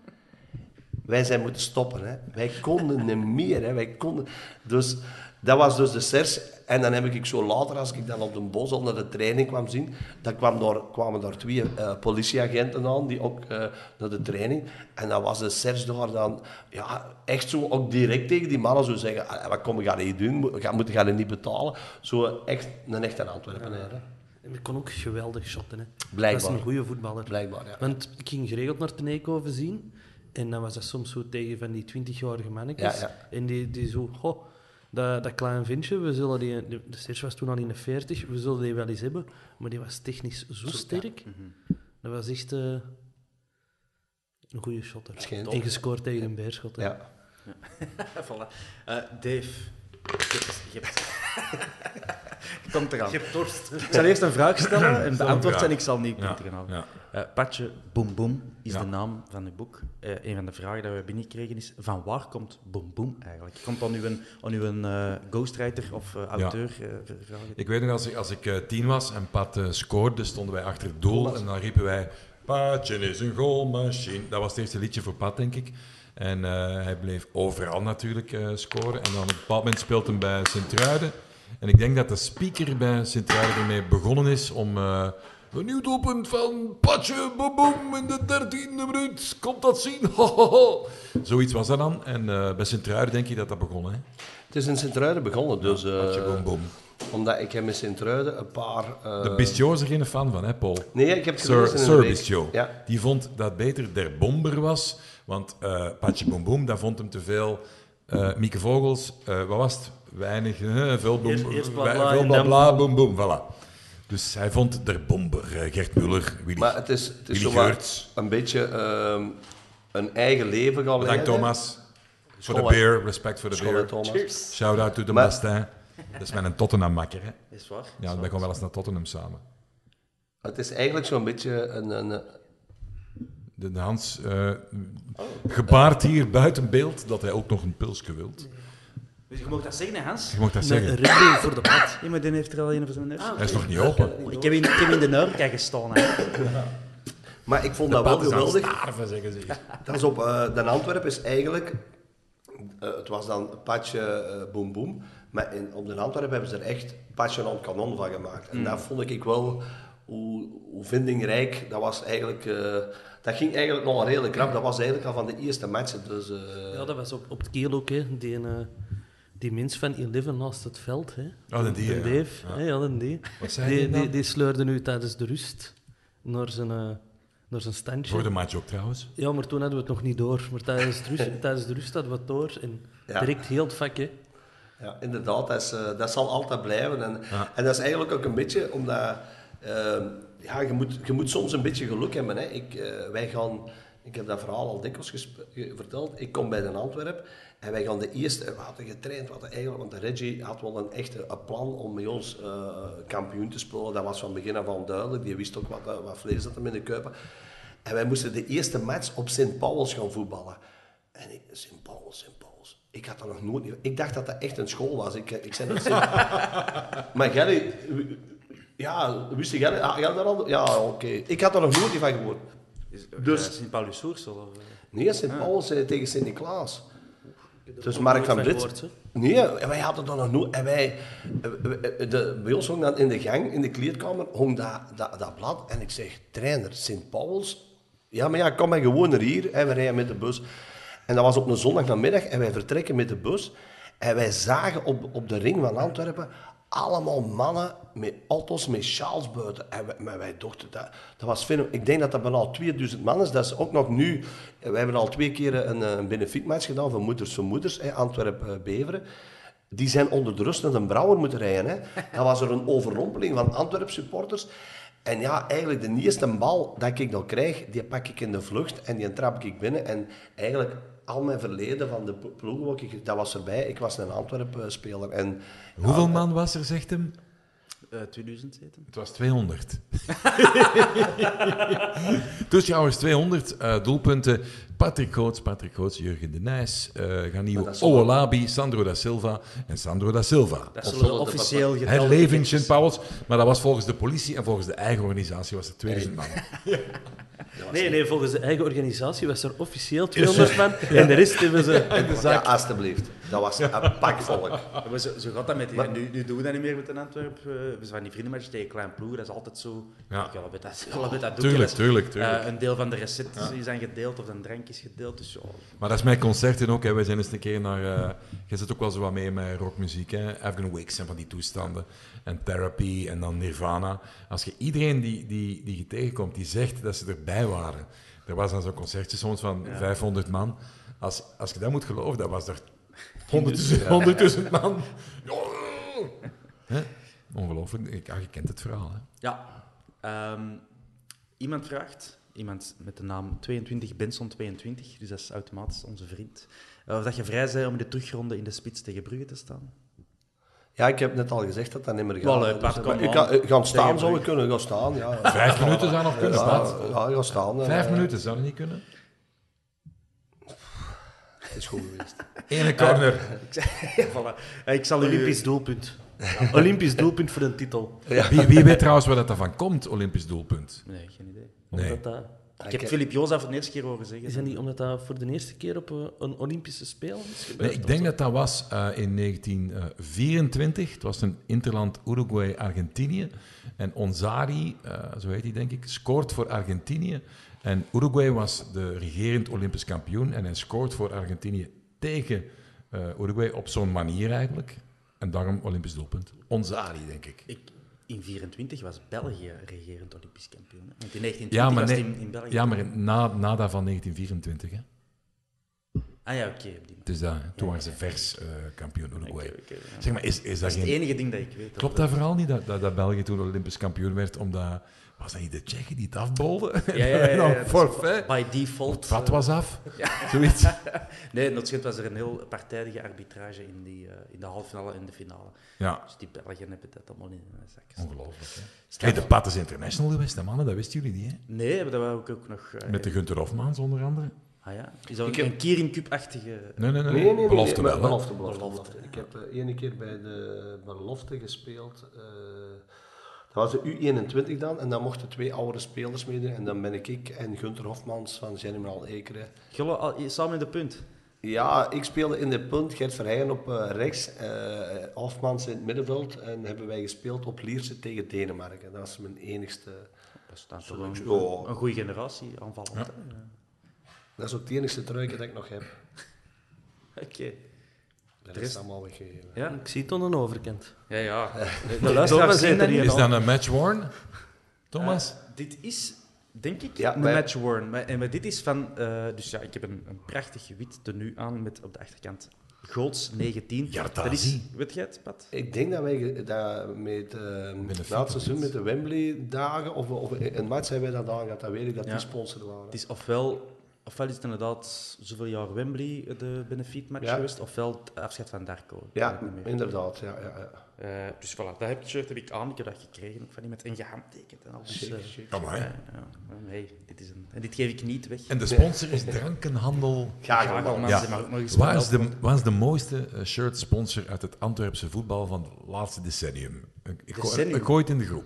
Wij zijn moeten stoppen. Hè. Wij konden niet meer. Hè. Wij konden... Dus, dat was dus de SERS. En dan heb ik zo later, als ik dan op de bos al naar de training kwam zien, dan kwamen daar 2 politieagenten aan, die ook naar de training. En dan was de SERS daar dan, ja, echt zo ook direct tegen die mannen zo zeggen, wat kom je niet doen? Moet je niet betalen? Zo echt een echte Antwerpenaar. Hè. En ik kon ook geweldig shotten. Hè. Blijkbaar. Dat is een goede voetballer. Blijkbaar, ja. Want ik ging geregeld naar Teneekhoven zien. En dan was dat soms zo tegen van die 20-jarige mannetjes. Ja. En die zo... Goh, dat klein ventje, we zullen die... De Serge was toen al in de 40. We zullen die wel eens hebben. Maar die was technisch zo sterk. Dat was echt een goede shotter. En gescoord tegen een Beerschot. Hè. Ja. Voilà. Dave, je hebt... Komt eraan. Je hebt dorst. Ik zal eerst een vraag stellen en beantwoord zijn. Ik zal niet moeten gaan. Ja. Patje Boem Boem is de naam van het boek. Een van de vragen die we binnenkregen is, van waar komt Boem Boem eigenlijk? Komt dat aan uw ghostwriter of auteur vragen? Ik weet nog, als ik 10 was en Pat scoorde, stonden wij achter het doel en dan riepen wij, Patje is een goalmachine. Dat was het eerste liedje voor Pat, denk ik. En hij bleef overal natuurlijk scoren. En dan op een bepaald moment speelt hij bij Sint-Truiden. En ik denk dat de speaker bij Sint-Truiden ermee begonnen is om... een nieuw doelpunt van Patje Boem Boem in de 13e minuut. Komt dat zien? Ho, ho, ho. Zoiets was dat dan. En bij Sint-Truiden denk ik dat begonnen. Hè? Het is in Sint-Truiden begonnen, dus... Patje Boem Boem. Omdat ik heb in Sint-Truiden een paar... De Bistio is er geen fan van, hè, Paul? Nee, ik heb het gelezen in de Sir week. Bistio. Ja. Die vond dat beter Der Bomber was. Want Patje Boem Boem, dat vond hem te veel... Mieke Vogels, wat was het? Weinig, veel boem, Eerst bla bla veel en bla dan bla, boem boem, voilà. Dus hij vond Der Bomber, Gert Muller, Willy, Maar het is Willy zo maar Geurts. een beetje een eigen leven gaan Bedankt leiden. Thomas. Voor de School, beer, respect voor de School, beer. Thomas. Shout-out to de Maar- Bastin. Dat is mijn Tottenham-makker, hè. Is waar? Ja, wij gaan wel eens naar Tottenham samen. Het is eigenlijk zo'n beetje een De Hans gebaart hier buiten beeld dat hij ook nog een pilsje wilt. Dus je mag dat zeggen, hè, Hans? Je mag dat Een zeggen. Red Bull voor de pad. Ja, maar die heeft er al een voor zijn neus. Hij is nog niet open. Ik heb in de Nurka gestaan. Hè. Maar ik vond dat wel geweldig. Starven, zeggen ze. Dat is op de Antwerp is eigenlijk... het was dan Patje Boem Boem. Maar op de Antwerp hebben ze er echt Patje aan het kanon van gemaakt. En dat vond ik wel... Hoe vindingrijk, dat was eigenlijk... dat ging eigenlijk nog redelijk krap. Dat was eigenlijk al van de eerste matchen. Dus, Ja, dat was op het Kiel ook, hè. Die mens van 11 naast het veld. Hè. Oh, die, de ja. Dave. Ja. Hè, ja, die. Wat zei die dan? Die sleurde nu tijdens de rust naar zijn standje. Voor de match ook trouwens. Ja, maar toen hadden we het nog niet door. Maar tijdens de rust hadden we het door. En Ja. direct heel het vak, hè. Ja, inderdaad, dat zal altijd blijven. En dat is eigenlijk ook een beetje omdat... ja, je moet soms een beetje geluk hebben. Hè. Ik heb dat verhaal al dikwijls verteld. Ik kom bij de Antwerp en wij gaan de eerste... We hadden getraind, want de Reggie had wel een plan om met ons kampioen te spelen. Dat was van begin af aan duidelijk. Die wist ook wat vlees dat hem in de kuipen. En wij moesten de eerste match op Sint Pauls gaan voetballen. En Sint Pauls. Ik had dat nog nooit... Ik dacht dat dat echt een school was. Ik zei dat... Maar Gerry... Ja, wist jij dat? Ja, al? Ja, oké. Ik had er nog nooit van gehoord. Dus... Sint-Paulus-Soersel? Of... Nee, Sint Pauls tegen Sint-Niklaas. Dus er Mark nooit van van Brit. gehoord, hè? Nee, wij hadden dat nog nooit. En bij ons hong dan in de gang, in de kleedkamer, hong dat blad. En ik zeg, trainer, Sint Pauls? Ja, maar ja, kom maar gewoon naar hier. En we rijden met de bus. En dat was op een zondagnamiddag en wij vertrekken met de bus. En wij zagen op de ring van Antwerpen allemaal mannen met auto's, met sjaals buiten. En wij dachten, dat was veel. Ik denk dat bijna 2000 man is. Dat is ook nog nu... We hebben al 2 keer een benefietmatch gedaan voor Moeders, Antwerp-Beveren. Die zijn onder de rust naar de Brouwer moeten rijden. Hè. Dan was er een overrompeling van Antwerp-supporters. En ja, eigenlijk de eerste bal dat ik dan krijg, die pak ik in de vlucht en die trap ik binnen. En eigenlijk al mijn verleden van de ploegen, dat was erbij. Ik was een Antwerp-speler. En Hoeveel man was er, zegt hem? 2000 zitten. Het was 200. Toeschouwers 200, doelpunten. Patrick Goots, Jurgen de Nijs, Ganiu Owolabi, Sandro da Silva en Sandro da Silva. Dat zullen officieel geteld. Herleving St. Pauwels, maar dat was volgens de politie en volgens de eigen organisatie was het 2000 man. Nee, volgens de eigen organisatie was er officieel 200 man en de rest hebben ze in de zaak. Ja, alstublieft. Dat was een pak volk. Zo gaat dat met nu doen we dat niet meer met een Antwerp. We zijn die vriendenmatch tegen klein ploeg, dat is altijd zo. Ja. Dat Tuurlijk. een deel van de recept is dan gedeeld of een drank is gedeeld. Dus, Maar dat is mijn concerten ook. Hè. Wij zijn eens een keer naar... je zit ook wel zo wat mee met rockmuziek. Hè. Afghan Wigs en van die toestanden. En Therapy en dan Nirvana. Als je iedereen die je tegenkomt, die zegt dat ze erbij waren. Er was dan zo'n concertje soms van 500 man. Als je dat moet geloven, dat was er 100.000 man. Ongelooflijk. Je kent het verhaal. Hè. Ja. Iemand vraagt, iemand met de naam 22 Benson 22, dus dat is automatisch onze vriend, of dat je vrij bent om in de terugronde in de spits tegen Brugge te staan. Ja, ik heb net al gezegd dat dat niet meer gaat. Wel, Pat, kom ik aan. gaan staan zou ik kunnen, gaan staan. Ja. 5 minuten zou nog kunnen, Pat. Ja, gaan staan. 5 minuten zou dat niet kunnen? Het is goed geweest. Ene corner. Voilà. Ik zal Olympisch doelpunt. Olympisch doelpunt voor een titel. Ja. Wie weet trouwens waar dat van komt, Olympisch doelpunt? Nee, geen idee. Nee. Omdat dat, Ik heb Filip Joza voor de eerste keer horen zeggen. is dat niet omdat dat voor de eerste keer op een Olympische Spelen is gebeurd? Nee, ik denk dat dat was in 1924. Het was een interland Uruguay-Argentinië. En Onzari, zo heet hij denk ik, scoort voor Argentinië. En Uruguay was de regerend Olympisch kampioen. En hij scoort voor Argentinië tegen Uruguay op zo'n manier eigenlijk. En daarom Olympisch doelpunt. Onzari, denk ik. In 1924 was België regerend Olympisch kampioen. Hè? Want in 1920 was het in België. Ja, maar na dat van 1924. Hè. Ah ja, oké. Dus toen waren ze vers kampioen Uruguay. Oké, ja. Zeg maar, is Dat dat is het geen... enige ding dat ik weet. Klopt dat verhaal niet, dat België toen Olympisch kampioen werd, omdat... Was dat niet de Tsjechen die het afbolden? En dan forfait. By default. Het vat was af. Zoiets. Nee, in het schijnt was er een heel partijdige arbitrage in de halve finale en de finale. Ja, Dus die Belgen hebben dat allemaal in hun zak. ongelooflijk. Hè? Hey, de Pat is international geweest, hè, mannen, dat wisten jullie niet, hè? Nee, maar dat wou ik ook nog... Met de Gunther Hofmans, onder andere. Ah ja? Is dat een Kirin Cup-achtige... Nee. Belofte wel, hè? Belofte. Ik heb ene keer bij de belofte gespeeld. Dat was de U21 dan. En dan mochten 2 oudere spelers meedoen. En dan ben ik en Gunther Hofmans van General Ekeren. Samen in de punt? Ja, ik speelde in de punt, Gert Verheijen op rechts, Hofmans in het middenveld. En hebben wij gespeeld op Lierse tegen Denemarken. Dat was mijn enigste... Dat is dan toch een goede generatie aanvallend. Ja. Dat is ook het enigste truikje dat ik nog heb. Oké. Dat is allemaal weggegeven. Ja? Ik zie het aan de overkant. Ja. De luisteraars zien dat niet. Is dat een match worn, Thomas? Dit is, denk ik, Ja, een match worn. Maar dit is van... dus ja, ik heb een prachtig wit tenue aan met op de achterkant Goots 19. Jartazi. Dat is... Weet jij het, Pat? Ik denk dat wij dat met na het seizoen met de Wembley-dagen, of een match hebben wij dat aangehad, dat weet ik dat die sponsor waren. Het is ofwel is het inderdaad zoveel jaar Wembley de benefietmatch geweest, ofwel het afscheid van Darko. Ja, inderdaad. Ja. Dus voilà, dat shirt heb ik aan. Ik heb dat gekregen ook van iemand en gehandtekend. En al. Dus, Amai. hey, dit geef ik niet weg. En de sponsor is Drankenhandel... Gagelman. Ja. Maar ook nog eens Waar is de mooiste shirt-sponsor uit het Antwerpse voetbal van het laatste decennium? Ik gooi het in de groep.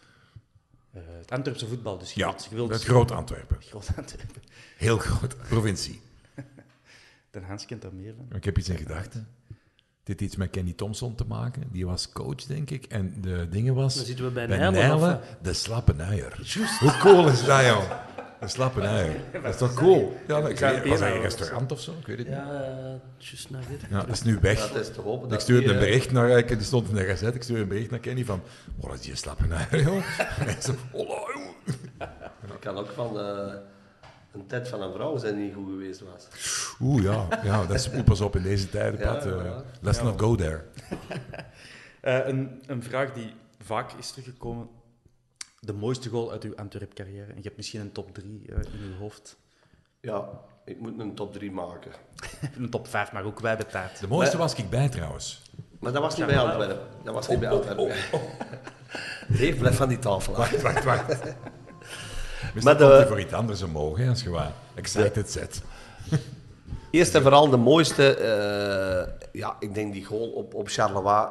Het Antwerpse voetbal, dus Ja, je wilt het Groot Antwerpen. Groot Antwerpen. Heel groot, provincie. Den Hans kent daar meer van. Ik heb iets in gedachten. Dit heeft iets met Kenny Thompson te maken. Die was coach, denk ik. En de dingen was... Dan zitten we bij Nijlen, Nijlen. de slappe nuier. Hoe cool is dat, joh? De slappe nuier. Dat is toch cool? Ja, was dat een restaurant of zo? Ik weet het niet. Ja, juist naar dit. Ja, dat is nu weg. Dat is te hopen Ik dat stuurde een bericht naar... Die stond in de gazette. Ik stuurde een bericht naar Kenny van... Oh, dat is die slappe nuier, joh. En hij zo... Hola, joh. Ik kan ook van een tijd van een vrouw zijn die niet goed geweest was. Oeh, ja. Dat is... Pas op in deze tijden, Pat. Let's not go there. Een vraag die vaak is teruggekomen. De mooiste goal uit uw Antwerp-carrière. En je hebt misschien een top 3 in uw hoofd. Ja, ik moet een top 3 maken. Een top 5, maar ook wij hebben tijd. De mooiste was ik bij, trouwens. Maar dat was niet bij Antwerpen. Dat was niet bij Antwerpen. Dave, blijf van die tafel af. Wacht. Maar Misschien komt je voor iets anders omhoog, hè, als je wat excited zet. Eerst en vooral de mooiste, ik denk die goal op Charleroi,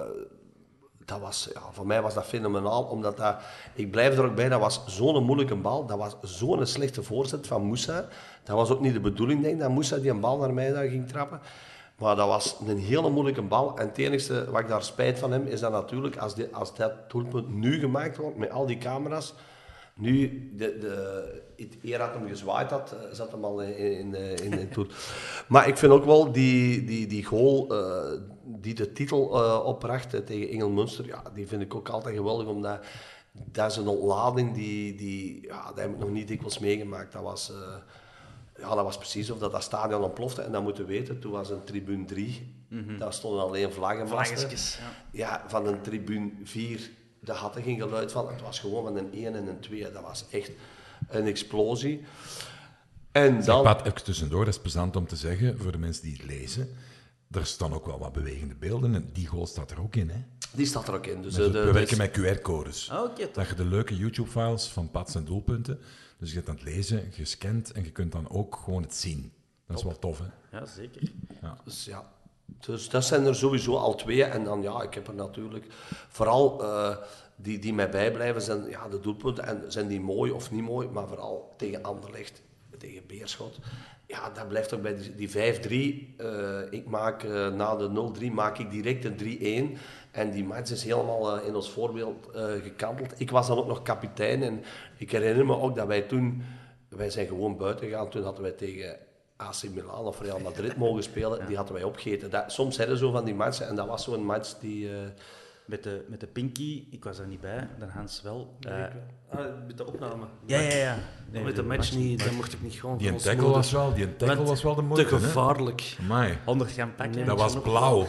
voor mij was dat fenomenaal, omdat ik blijf er ook bij, dat was zo'n moeilijke bal, dat was zo'n slechte voorzet van Moussa. Dat was ook niet de bedoeling, denk ik, dat Moussa die een bal naar mij ging trappen. Maar dat was een hele moeilijke bal. En het enige wat ik daar spijt van heb, is dat natuurlijk, als dat doelpunt nu gemaakt wordt, met al die camera's, nu, eer had hem gezwaaid had, zat hem al in het doel. Maar ik vind ook wel die goal die de titel opbracht tegen Engel Münster, ja, die vind ik ook altijd geweldig, omdat dat is een ontlading dat heb ik nog niet dikwijls meegemaakt. Dat was precies of dat stadion ontplofte. En dat moeten we weten, toen was een tribune 3, daar stonden alleen vlaggenmasten. Ja, van een tribune 4... Daar had er geen geluid van. Het was gewoon van een 1 en een 2. Dat was echt een explosie. En dan... Pat, even tussendoor, dat is plezant om te zeggen, voor de mensen die het lezen. Er staan ook wel wat bewegende beelden en die goal staat er ook in, hè? Die staat er ook in. Dus, we werken met QR-codes. Okay, dat je de leuke YouTube-files van Pats en doelpunten, dus je gaat aan het lezen, gescand en je kunt dan ook gewoon het zien. Dat is wel tof, hè? Ja, zeker. Ja. Dus dat zijn er sowieso al 2. En dan, ik heb er natuurlijk... Vooral die mij bijblijven zijn de doelpunten. En zijn die mooi of niet mooi, maar vooral tegen Anderlecht, tegen Beerschot. Ja, dat blijft ook bij die 5-3. Ik maak na de 0-3 maak ik direct een 3-1. En die match is helemaal in ons voorbeeld gekanteld. Ik was dan ook nog kapitein. En ik herinner me ook dat wij zijn gewoon buiten gegaan. Toen hadden wij tegen AC Milan of Real Madrid mogen spelen, die hadden wij opgegeten. Soms hadden zo van die matchen en dat was zo'n match die... Met de Pinky, ik was er niet bij, dan Hans wel. Met de opname. Ja. Nee, met de match niet, dan mocht ik niet gewoon. Die tackle was wel de moeite. Te gevaarlijk. Amai. 100 gaan pakken. Dat was blauw.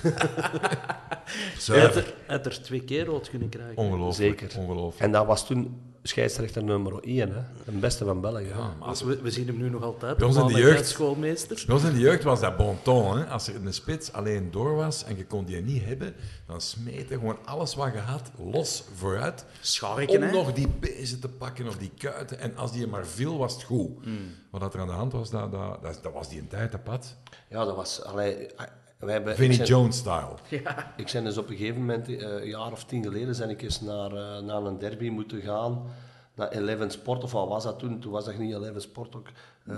Hij had er 2 keer rood kunnen krijgen. Ongelooflijk. Zeker. Ongelooflijk. En dat was toen scheidsrechter nummer 1, hè? De beste van België. Ja, maar we zien hem nu nog altijd. Bij ons in de jeugd, schoolmeester. bij ons in de jeugd was dat bon ton. Hè? Als er een spits alleen door was en je kon die niet hebben, dan smeten gewoon alles wat je had los vooruit. Scharken, om nog die bezen te pakken of die kuiten. En als die er maar viel, was het goed. Wat er aan de hand was, dat was die een tijd, dat pad. Ja, dat was... Vinnie Jones-style. Ja. Ik ben dus op een gegeven moment, een jaar of 10 geleden, ben ik eens naar een derby moeten gaan. Naar Eleven Sport, of wat was dat toen? Toen was dat niet Eleven Sport ook.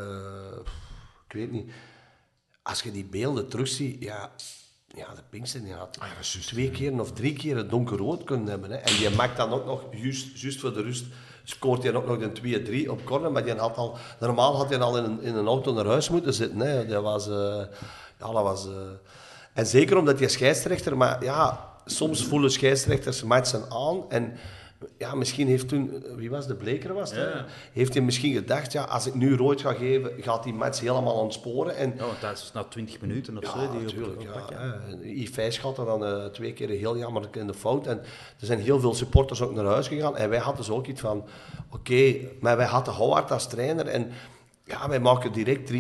Ik weet niet. Als je die beelden terugziet, de Pinkster die had 2 keer of 3 keer het donkerrood kunnen hebben. Hè. En die maakt dan ook nog, juist voor de rust, scoort hij ook nog een 2-3 op corner. Maar normaal had hij al in een auto naar huis moeten zitten. Hè. Dat was... En zeker omdat je scheidsrechter... Maar ja, soms voelen scheidsrechters matchen aan. En ja, misschien heeft toen... Wie was de Bleker? Heeft hij misschien gedacht... Ja, als ik nu rood ga geven, gaat die match helemaal ontsporen. En, dat is na 20 minuten of zo. Ja, natuurlijk. Yves Vijs had er dan 2 keer heel jammer in de fout. En er zijn heel veel supporters ook naar huis gegaan. En wij hadden dus ook iets van... Oké, maar wij hadden Howard als trainer. En ja, wij maken direct 3-1, 3-2,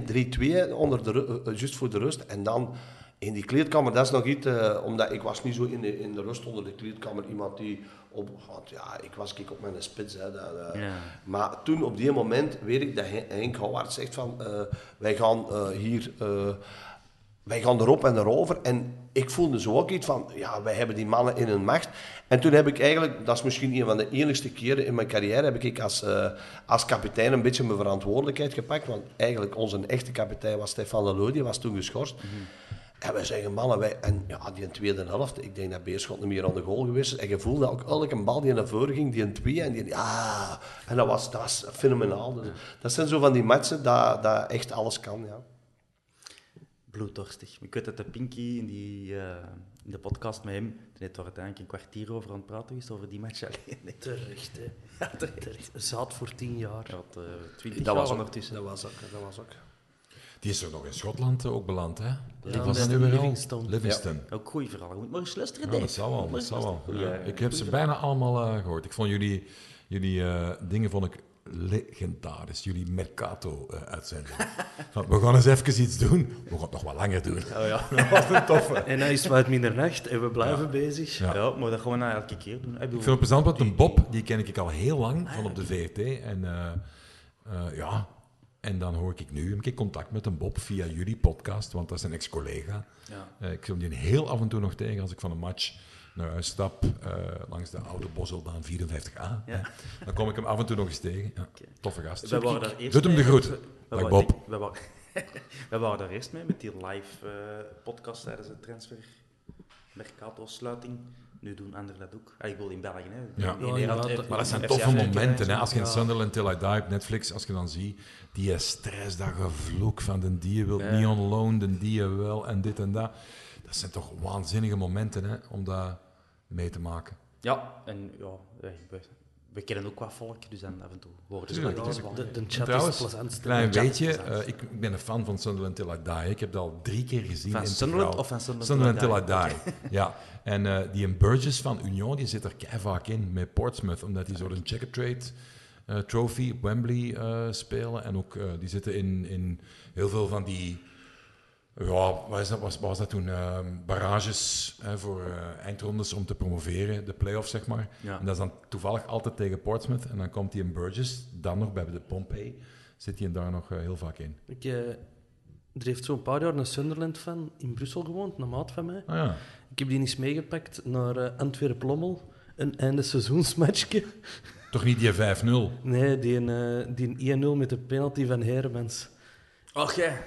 juist voor de rust. En dan in die kleedkamer, dat is nog iets, omdat ik was niet zo in de rust onder de kleedkamer iemand die opgaat. Ja, ik was op mijn spits. Hè, Maar toen, op die moment, weet ik dat Henk Howard zegt van, wij gaan hier... Wij gaan erop en erover. En ik voelde zo ook iets van, ja, wij hebben die mannen in hun macht. En toen heb ik eigenlijk, dat is misschien een van de enigste keren in mijn carrière, heb ik als kapitein een beetje mijn verantwoordelijkheid gepakt. Want eigenlijk onze echte kapitein was Stefan Leleu, die was toen geschorst. En wij zeggen, mannen, die in tweede helft, ik denk dat Beerschot niet meer aan de goal geweest is. En je voelde ook elke bal die naar voren ging, die een 2 en die en dat was fenomenaal. Dus, dat zijn zo van die matchen dat echt alles kan, ja. Bloeddorstig. Ik weet dat de Pinky in de podcast met hem, toen heeft er uiteindelijk een kwartier over aan het praten is, over die match alleen. Terecht, hè. Ja, terecht. Zaad voor 10 jaar. Ja, 20 dat jaar was ondertussen. Dat was ook. Die is er nog in Schotland ook beland, hè? Ja, was dat nu weer Livingston. Livingston. Ja. Ook goeie verhaal. Je moet maar eens luisteren, Ja, dat zal wel. Ja. Ik heb ze bijna allemaal gehoord. Ik vond jullie dingen vond ik legendarisch, jullie Mercato-uitzending. We gaan eens even iets doen. We gaan het nog wat langer doen. Oh, ja. Dat was een toffe. En dan is het wat minder nacht en we blijven bezig. Ja. Ja, maar dat gaan we nou elke keer doen. Ik vind het plezant, want een Bob, die ken ik al heel lang van op de VRT. En en dan hoor ik nu een keer contact met een Bob via jullie podcast, want dat is een ex-collega. Ja. Ik kom die heel af en toe nog tegen als ik van een match naar huis stap, langs de oude Bosseldaan 54A. Ja. Dan kom ik hem af en toe nog eens tegen. Ja, toffe gast. We waren daar eerst Doet hem de mee. groet. We Dag wa- Bob. We waren daar eerst mee met die live podcast tijdens de transfer Mercato-sluiting. Nu doen anderen dat ook. Ik wil in België, hè. Ja. In Nederland, Maar dat zijn FC toffe Afwerken, momenten. Hè? hè. Als je in Sunderland Till I Die op Netflix, als je dan ziet, die stress, dat gevloek van de die wil niet on loan, de die wel en dit en dat. Dat zijn toch waanzinnige momenten hè, om dat mee te maken. Ja, en ja, we kennen ook wat volk, dus dan af en toe worden ze Tuurlijk, wat dingen tuurlijk. zwaar. De chat Trouwens, is het plezantste. klein chat is weetje, plezant. ik ben een fan van Sunderland Till I Die. Ik heb dat al 3 keer gezien. Van in Sunderland Trouw. of van Sunderland Till I Till I Die. Ja. En die in Burgess van Union, die zit er vaak in met Portsmouth, omdat die zo'n checker trade trophy op Wembley spelen. En ook die zitten in heel veel van die... Ja, wat was dat toen? Barrages voor eindrondes om te promoveren, de play-offs zeg maar. Ja. En dat is dan toevallig altijd tegen Portsmouth. En dan komt hij in Burgess, dan nog bij de Pompey, zit hij daar nog heel vaak in. Er heeft zo'n paar jaar een Sunderland-fan in Brussel gewoond, een maat van mij. Ah ja. Ik heb die eens meegepakt naar Antwerp-Lommel, een einde seizoensmatchje. Toch niet die 5-0? Nee, die 1-0 met de penalty van Heremans. Ach ja.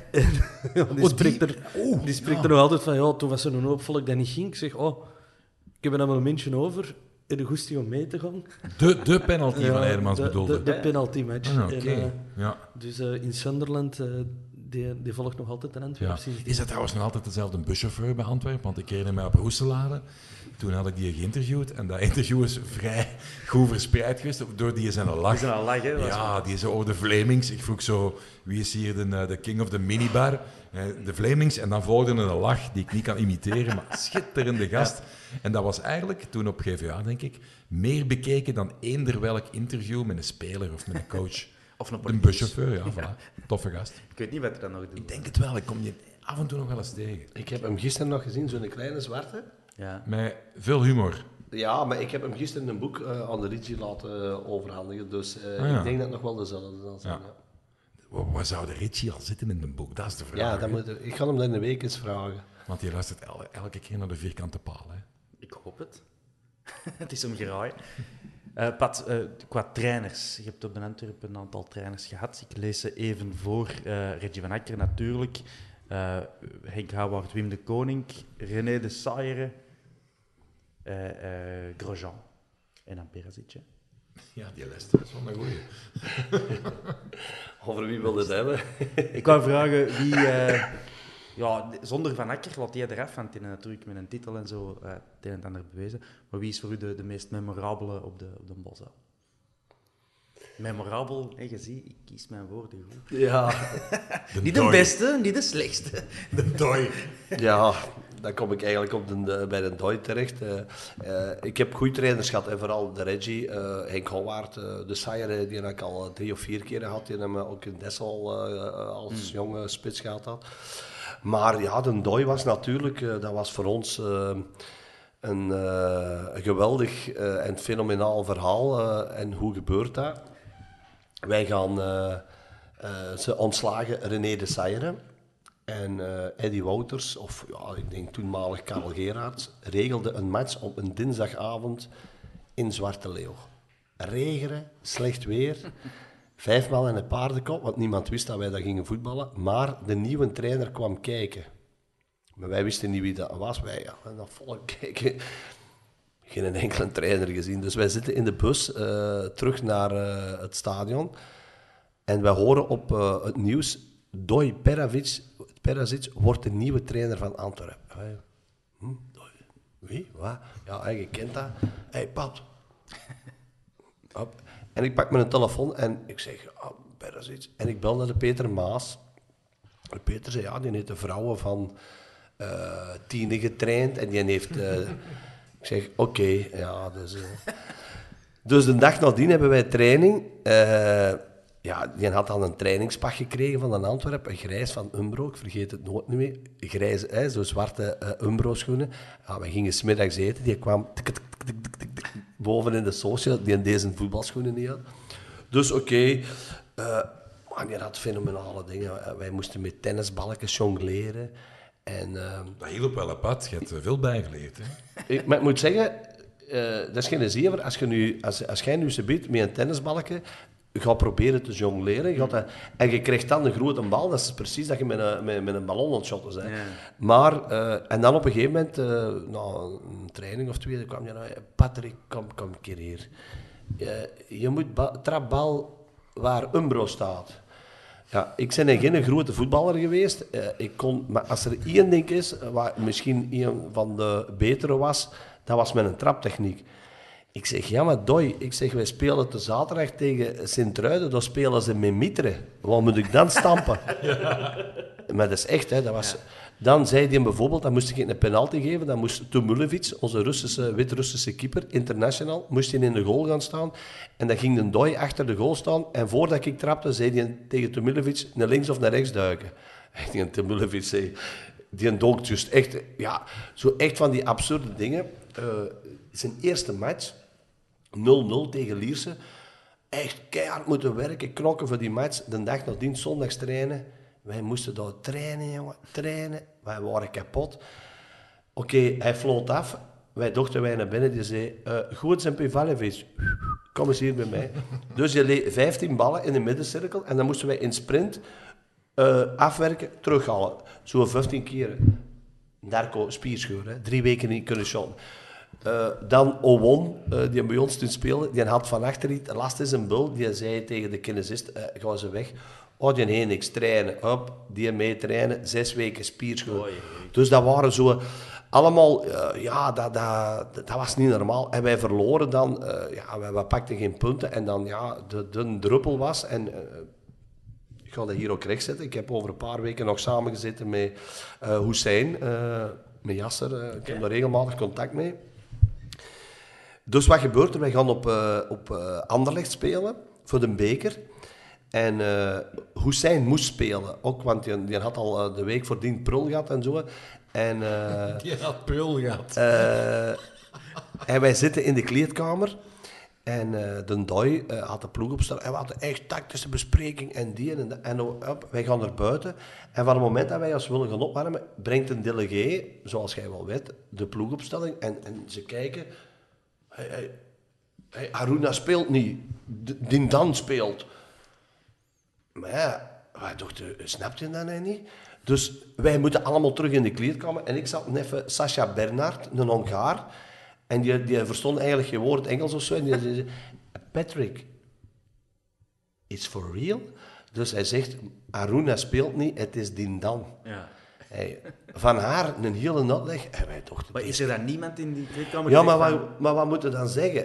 Die spreekt er nog altijd van, ja, toen was er een hoop volk dat niet ging. Ik zeg, ik heb er dan wel een mensje over. En de goesting om mee te gaan. De penalty van Hermans bedoelde. De penalty match. Ah, oké. En, Ja. dus in Sunderland, die volgt nog altijd in Ja. Antwerpen. Is dat trouwens nog altijd dezelfde buschauffeur bij Antwerpen? Want ik herinner mij op Roeselare. Toen had ik die geïnterviewd. En dat interview is vrij goed verspreid geweest. Door die zijn lach. Die zijn al lach, hè? Ja, die zo over de Vlamings. Ik vroeg zo, wie is hier de king of the minibar? De Vlamings. En dan volgde een lach die ik niet kan imiteren. Maar schitterende gast. Ja. En dat was eigenlijk, toen op GVA denk ik, meer bekeken dan eender welk interview met een speler of met een coach. Of een Een buschauffeur, ja, voilà. Toffe gast. Ik weet niet wat hij dan nog doet. Ik denk het wel, ik kom die af en toe nog wel eens tegen. Ik heb hem gisteren nog gezien, zo'n kleine zwarte. Ja. Met veel humor. Ja, maar ik heb hem gisteren een boek aan de Ricci laten overhandigen, dus ik denk dat het nog wel dezelfde zal zijn. Ja. Ja. Waar zou de Richie al zitten in een boek? Dat is de vraag. Ja, hè. ik ga hem dat in de week eens vragen. Want die luistert elke keer naar de vierkante paal. Hè. Ik hoop het. Het is hem geraaid. Pat, qua trainers. Je hebt op de Antwerpen een aantal trainers gehad. Ik lees ze even voor. Reggie van Akker natuurlijk. Henk Houwaard, Wim de Koning. René de Saillere. Grosjean. En dan Perisic. Hè. Ja, die luistert. Dat is wel een goeie. Over wie wil je het hebben? Ik wou vragen wie... zonder Van Akker laat hij eraf, want hij heeft natuurlijk met een titel en zo het een en ander bewezen. Maar wie is voor u de meest memorabele op de Bosuil? Memorabel, je ziet, ik kies mijn woorden goed. Ja. Niet de beste, niet de slechtste. De dooi. Ja, dan kom ik eigenlijk bij de Dooi terecht. Ik heb goede trainers gehad, en vooral de Reggie, Henk Houwaard, de Saillere, die heb ik al 3 of 4 keer gehad. Die hebben me ook in Dessel als jonge spits gehad had. Maar ja, de Dooi was natuurlijk, dat was voor ons een geweldig en fenomenaal verhaal. En hoe gebeurt dat? Wij gaan ze ontslagen René de Saillere en Eddy Wouters, of ja, ik denk toenmalig Karel Gerards, regelde een match op een dinsdagavond in Zwarte Leeuw. Regenen, slecht weer, 5 maal in een paardenkop, want niemand wist dat wij daar gingen voetballen. Maar de nieuwe trainer kwam kijken. Maar wij wisten niet wie dat was. Wij en dat volk kijken. Geen enkele trainer gezien. Dus wij zitten in de bus terug naar het stadion. En wij horen op het nieuws, Doj Perisic wordt de nieuwe trainer van Antwerpen. Wie? Wat? Ja, je kent dat. Hé, Pat. En ik pak mijn telefoon en ik zeg, Perisic. En ik bel naar de Peter Maas. En Peter zei, ja, die heeft de vrouwen van 10 getraind. En die heeft... ik zeg, oké, ja, dus... Dus de dag nadien hebben wij training. Die had dan een trainingspak gekregen van een Antwerpen, een grijs van Umbro, ik vergeet het nooit meer. Grijs, zo zwarte Umbro-schoenen. Ja, wij gingen 's middags eten, die kwam boven in de social, die in deze voetbalschoenen niet had. Dus oké, die had fenomenale dingen. Wij moesten met tennisballetjes jongleren. En, dat hielp wel op pad, je hebt er veel bijgeleerd. Hè? Maar ik moet zeggen, dat is geen zever. Als jij nu subiet met een tennisballetje gaat proberen te jongleren, en je krijgt dan een grote bal, dat is precies dat je met een ballon ontschotten bent. Ja. Maar, en dan op een gegeven moment, na een training of twee, dan kwam je naar Patrick, kom een keer hier. Je moet trapbal waar Umbro staat. Ja, ik ben geen grote voetballer geweest. Maar als er één ding is, wat misschien een van de betere was, dat was met een traptechniek. Ik zeg, ja maar Doy, wij spelen te zaterdag tegen Sint-Truiden, dan spelen ze met Mitre. Wat moet ik dan stampen? Ja. Maar dat is echt, hè. Dat was... Ja. Dan zei hij bijvoorbeeld, dan moest ik een penalty geven, dan moest Tomulevic, onze Wit-Russische keeper, international, moest hij in de goal gaan staan. En dan ging de Doy achter de goal staan. En voordat ik trapte, zei hij tegen Tomulevic naar links of naar rechts duiken. En die Tomulevic zei, die dook just echt, ja, zo echt van die absurde dingen. Zijn eerste match, 0-0 tegen Lierse. Echt keihard moeten werken, knokken voor die match. De dag nadien, zondags trainen. Wij moesten daar trainen, jongen, trainen. Wij waren kapot. Oké, hij floot af. Wij dochten wij naar binnen. Die zei, goed zijn Pivalevic. Kom eens hier bij mij. Dus je leed 15 ballen in de middencirkel. En dan moesten wij in sprint afwerken, terughalen. Zo 15 keer. Darko, spierscheur, hè. 3 weken niet kunnen shotten. Dan Owon, die bij ons toen speelde, die had van achter iets last in zijn bul. Die zei tegen de kinesist, ga ze weg. Oh, die heen niks trainen. Hop, die mee trainen. 6 weken spierscheur. Dus dat waren zo... Allemaal, dat was niet normaal. En wij verloren dan... wij pakten geen punten. En dan, de druppel was... En ik ga dat hier ook rechtzetten. Ik heb over een paar weken nog samengezeten met Hussein. Met Yasser. Ik heb daar regelmatig contact mee. Dus wat gebeurt er? Wij gaan op Anderlecht spelen. Voor de beker. En Hussein moest spelen. Ook, want die had al de week voordien prul gehad en zo. En, die had prul gehad. En wij zitten in de kleedkamer. En de Doy had de ploeg opstellen. En we hadden echt tactische bespreking en die en wij gaan naar buiten. En van het moment dat wij ons willen gaan opwarmen, brengt een delegé, zoals jij wel weet, de ploegopstelling. En ze kijken. Haruna speelt niet. Dindan speelt. Maar ja, wij dachten, snapt je dat nou niet? Dus wij moeten allemaal terug in de kleedkamer. En ik zat even Sascha Bernhard, een Hongaar. En die verstond eigenlijk geen woord Engels of zo. En die zei, Patrick, it's for real? Dus hij zegt, Haruna speelt niet, het is Dindan. Ja. Hey, van haar een hele uitleg. En wij dachten... Maar is er dan niemand in die kleedkamer? Ja, maar wat moet je dan zeggen?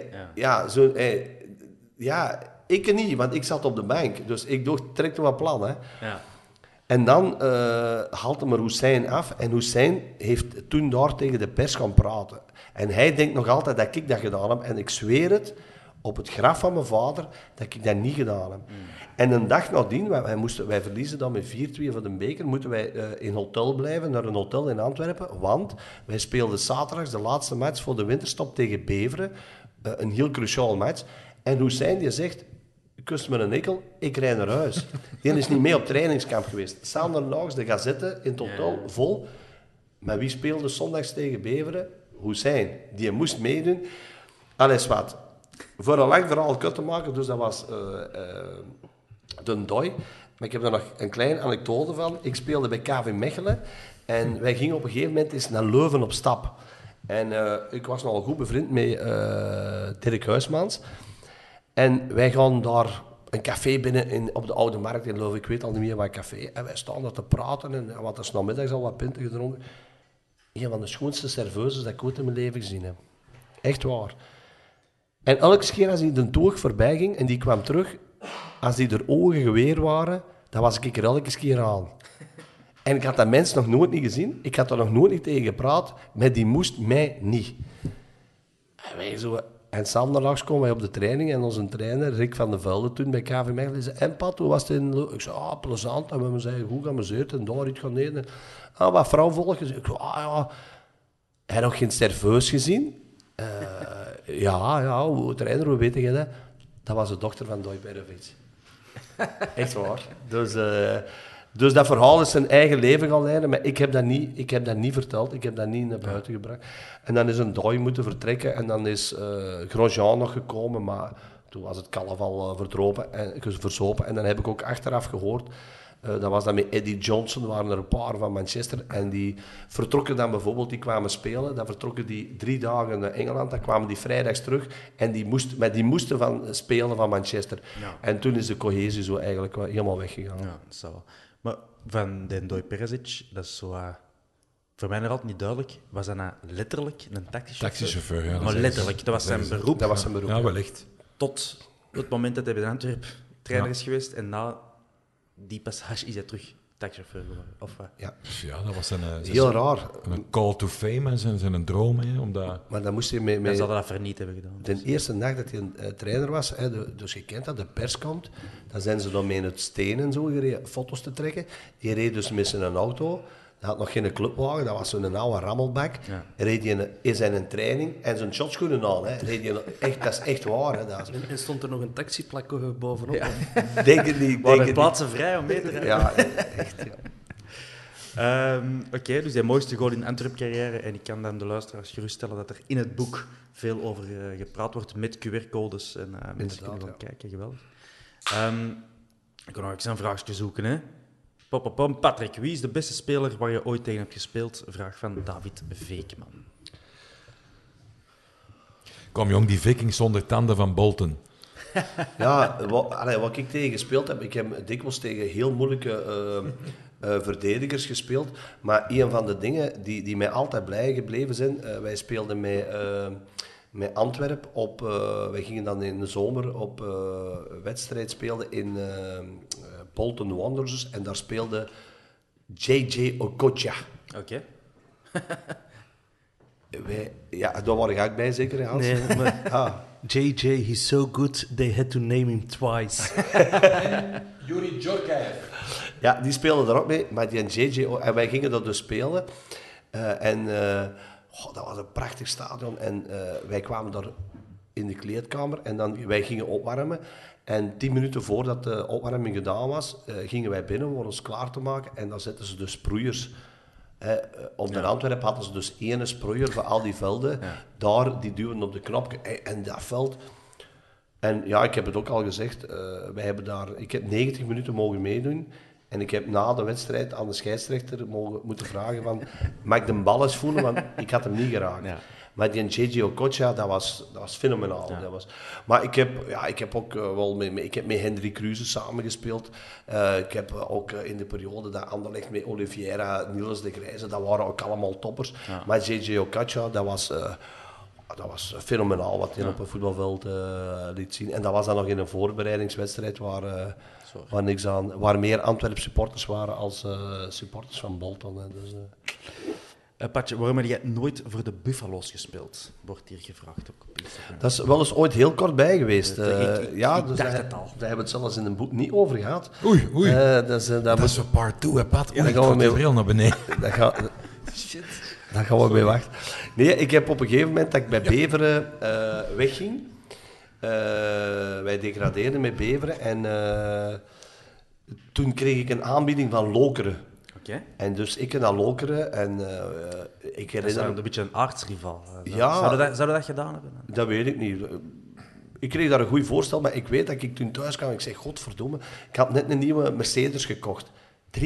Ja, ik niet, want ik zat op de bank. Dus ik dacht, trek er wat plan, hè. Ja. En dan haalde me Hussein af. En Hussein heeft toen daar tegen de pers gaan praten. En hij denkt nog altijd dat ik dat gedaan heb. En ik zweer het, op het graf van mijn vader, dat ik dat niet gedaan heb. En een dag nadien, wij verliezen dan met 4-2 voor de beker, moeten wij in hotel blijven, naar een hotel in Antwerpen. Want wij speelden zaterdags de laatste match voor de winterstop tegen Beveren. Een heel cruciaal match. En Hussein die zegt... Kust me een nikkel, ik rijd naar huis. Die is niet mee op trainingskamp geweest. Sander Nauws, de Gazette, in totaal vol. Maar wie speelde zondags tegen Beveren? Hussein. Die moest meedoen. Alles wat. Voor een lang verhaal kort te maken, dus dat was de Doy. Maar ik heb er nog een kleine anekdote van. Ik speelde bij KV Mechelen. En wij gingen op een gegeven moment eens naar Leuven op stap. En ik was nogal goed bevriend met Dirk Huismans. En wij gaan daar een café binnen op de Oude Markt in Leuven. Ik weet al niet meer wat café. En wij staan daar te praten en wat is namiddags al wat pinten gedronken. Een van de schoonste serveuses dat ik ooit in mijn leven gezien heb. Echt waar. En elke keer als die de toog voorbij ging en die kwam terug, als die er ogen geweer waren, dan was ik er elke keer aan. En ik had dat mens nog nooit niet gezien. Ik had er nog nooit niet tegen gepraat, maar die moest mij niet. wij zo... En zondags komen wij op de training en onze trainer, Rick van de Velde, toen bij KV Mechelen, zei, en Pat, hoe was het in... Ik zei, plezant. En we zeiden, goed geamuseerd en daar iets gaan eten. Wat vrouwvolk. Ik zei, ja... Hij had nog geen serveus gezien. Hoe trainer, hoe weet je dat? Dat was de dochter van Doy Berovic. Echt waar. Dus dat verhaal is zijn eigen leven gaan leiden, maar ik heb dat niet verteld, ik heb dat niet naar buiten gebracht. En dan is een Doy moeten vertrekken en dan is Grosjean nog gekomen, maar toen was het kalf al verzopen. En dan heb ik ook achteraf gehoord, dat was dan met Eddie Johnson, waren er een paar van Manchester, en die vertrokken dan bijvoorbeeld, die kwamen spelen, dan vertrokken die 3 dagen naar Engeland, dan kwamen die vrijdags terug, en die moesten spelen van Manchester. Ja. En toen is de cohesie zo eigenlijk helemaal weggegaan. Ja, dat is wel. Maar van den Doy Perisic, dat is zo... voor mij nog altijd niet duidelijk, was dat nou letterlijk een taxichauffeur? Ja, maar letterlijk, dat was zijn beroep. Dat was zijn beroep. Ja, wellicht. Tot het moment dat hij bij Antwerp trainer is geweest, en na die passage is hij terug taxichauffeur geworden, of wat? Ja. Ja, dat was heel raar. Een call to fame en zijn droom, hè, omdat... Maar dan moest hij mee... Dan zouden dat verniet hebben gedaan. De eerste nacht dat hij een trainer was, dus je kent dat, de pers komt, dan zijn ze dan mee in het steen en zo gereden, foto's te trekken. Die reed dus met zijn auto, hij had nog geen clubwagen, dat was zo'n oude rammelbak. Ja. Reed hij in zijn training en zijn shotschoenen aan. Dat is echt waar. Hè, dat is... En stond er nog een taxiplak bovenop? Ja. Denk het niet. Waren er plaatsen vrij om mee te rijden? Ja, echt. Ja. Oké, dus die mooiste goal in Antwerp-carrière. En ik kan dan de luisteraars geruststellen dat er in het boek veel over gepraat wordt met QR-codes. En mensen kunnen gaan kijken, geweldig. Ik kan nog eens een vraagje zoeken, hè. Patrick, wie is de beste speler waar je ooit tegen hebt gespeeld? Vraag van David Veekman. Kom jong, die Viking zonder tanden van Bolton. Ja, wat ik tegen gespeeld heb, ik heb dikwijls tegen heel moeilijke verdedigers gespeeld. Maar een van de dingen die mij altijd blij gebleven zijn, wij speelden met Antwerpen op... wij gingen dan in de zomer op wedstrijd spelen in Bolton Wanderers en daar speelde J.J. Okocha. Oké. Ja, daar was ik ook bij, zeker, Hans? Nee, maar J.J., he's so good, they had to name him twice. Yuri Djorkaev. Ja, die speelde daar ook mee, maar die J.J. En wij gingen dat dus spelen. Dat was een prachtig stadion. En wij kwamen daar in de kleedkamer en dan, wij gingen opwarmen. En 10 minuten voordat de opwarming gedaan was, gingen wij binnen om ons klaar te maken. En dan zetten ze de sproeiers. Op de Antwerpen hadden ze dus 1 sproeier voor al die velden. Ja. Daar, die duwen op de knop. En dat veld... En ja, ik heb het ook al gezegd. Ik heb 90 minuten mogen meedoen. En ik heb na de wedstrijd aan de scheidsrechter moeten vragen van... Mag ik de bal eens voelen? Want ik had hem niet geraakt. Ja. Maar die J.J. Okocha, dat was fenomenaal. Ja. Maar ik heb ook wel met Hendrik Kruse samengespeeld. Ik heb ook in de periode dat Anderlecht met Oliveira, Niels de Grijze, dat waren ook allemaal toppers. Ja. Maar J.J. Okocha, dat was fenomenaal wat hij op een voetbalveld liet zien. En dat was dan nog in een voorbereidingswedstrijd waar meer Antwerp supporters waren als supporters van Bolton. Dus, Patje, waarom heb je nooit voor de Buffalo's gespeeld? Wordt hier gevraagd ook op Instagram. Dat is wel eens ooit heel kort bij geweest. Ik dacht het al. Daar hebben we het zelfs in een boek niet over gehad. Oei. Dat is een part 2, Pat. Ja, dan gaan we mee bril naar beneden. Shit. Daar gaan we mee wachten. Nee, ik heb op een gegeven moment dat ik bij Beveren wegging. Wij degradeerden met Beveren. En toen kreeg ik een aanbieding van Lokeren. Okay. En dus ik naar Lokeren en ik herinner... Dat is een beetje een aartsrival. Ja. Zouden we dat gedaan hebben? Dat weet ik niet. Ik kreeg daar een goed voorstel, maar ik weet dat ik toen thuis kwam en ik zei, godverdomme, ik had net een nieuwe Mercedes gekocht. 1.340.000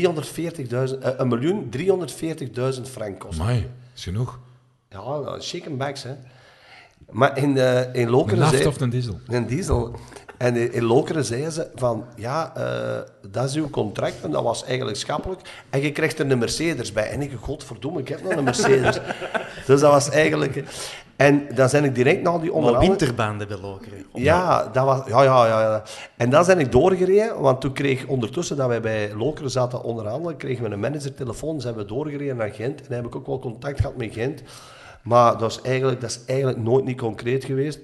frank kost. Amai, is genoeg. Ja, dat is chicken bags, hè. Maar in Lokeren... Een naft of een diesel? Een diesel. En in Lokeren zeiden ze van, dat is uw contract, en dat was eigenlijk schappelijk. En je krijgt er een Mercedes bij. En ik, godverdomme, ik heb nog een Mercedes. Dus dat was eigenlijk... En dan zijn ik direct na die onderhandeling... winterbanden bij Lokeren. Ja, dat was... Ja. En dan zijn ik doorgereden, want toen kreeg ondertussen dat wij bij Lokeren zaten onderhandelen, kregen we een managertelefoon, zijn we doorgereden naar Gent. En dan heb ik ook wel contact gehad met Gent. Maar dat is eigenlijk nooit niet concreet geweest.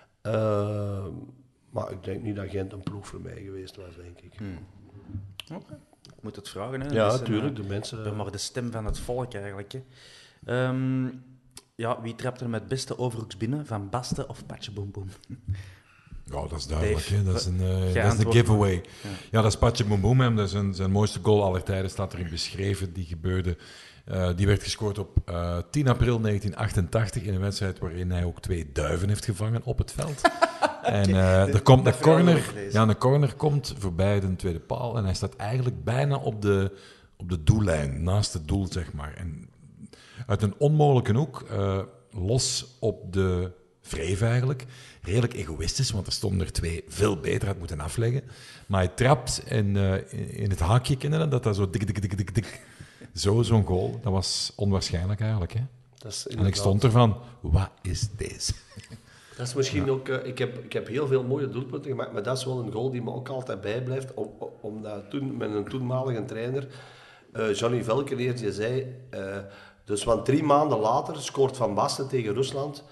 Maar ik denk niet dat Gent een ploeg voor mij geweest was, denk ik. Oké. Ik moet het vragen, hè. Ja, Dus, natuurlijk. De mensen... Ik ben maar de stem van het volk, eigenlijk. Hè. Wie trapt er met het beste overhoeks binnen? Van Basten of Patje Boem Boem? Ja, dat is duidelijk. Dave, Hè. Dat is een antwoord giveaway. maar. Ja, dat is Patje Boem Boem. Hem. Dat is zijn mooiste goal aller tijden, staat erin beschreven. Die gebeurde. Die werd gescoord op 10 april 1988 in een wedstrijd waarin hij ook 2 duiven heeft gevangen op het veld. En er komt een corner. Ja, een corner komt voorbij de tweede paal en hij staat eigenlijk bijna op de doellijn, naast het doel, zeg maar. En uit een onmogelijke hoek, los op de vreef eigenlijk. Redelijk egoïstisch, want er stonden er 2 veel beter had moeten afleggen. Maar hij trapt en in het haakje, kennen dat zo dik. Zo'n goal, dat was onwaarschijnlijk eigenlijk. Hè? En ik stond ervan, wat is deze? Dat is misschien ook... Ik heb heel veel mooie doelpunten gemaakt, maar dat is wel een goal die me ook altijd bijblijft. Omdat toen met een toenmalige trainer, Johnny Velkeneer, die zei... dus van 3 maanden later scoort Van Basten tegen Rusland...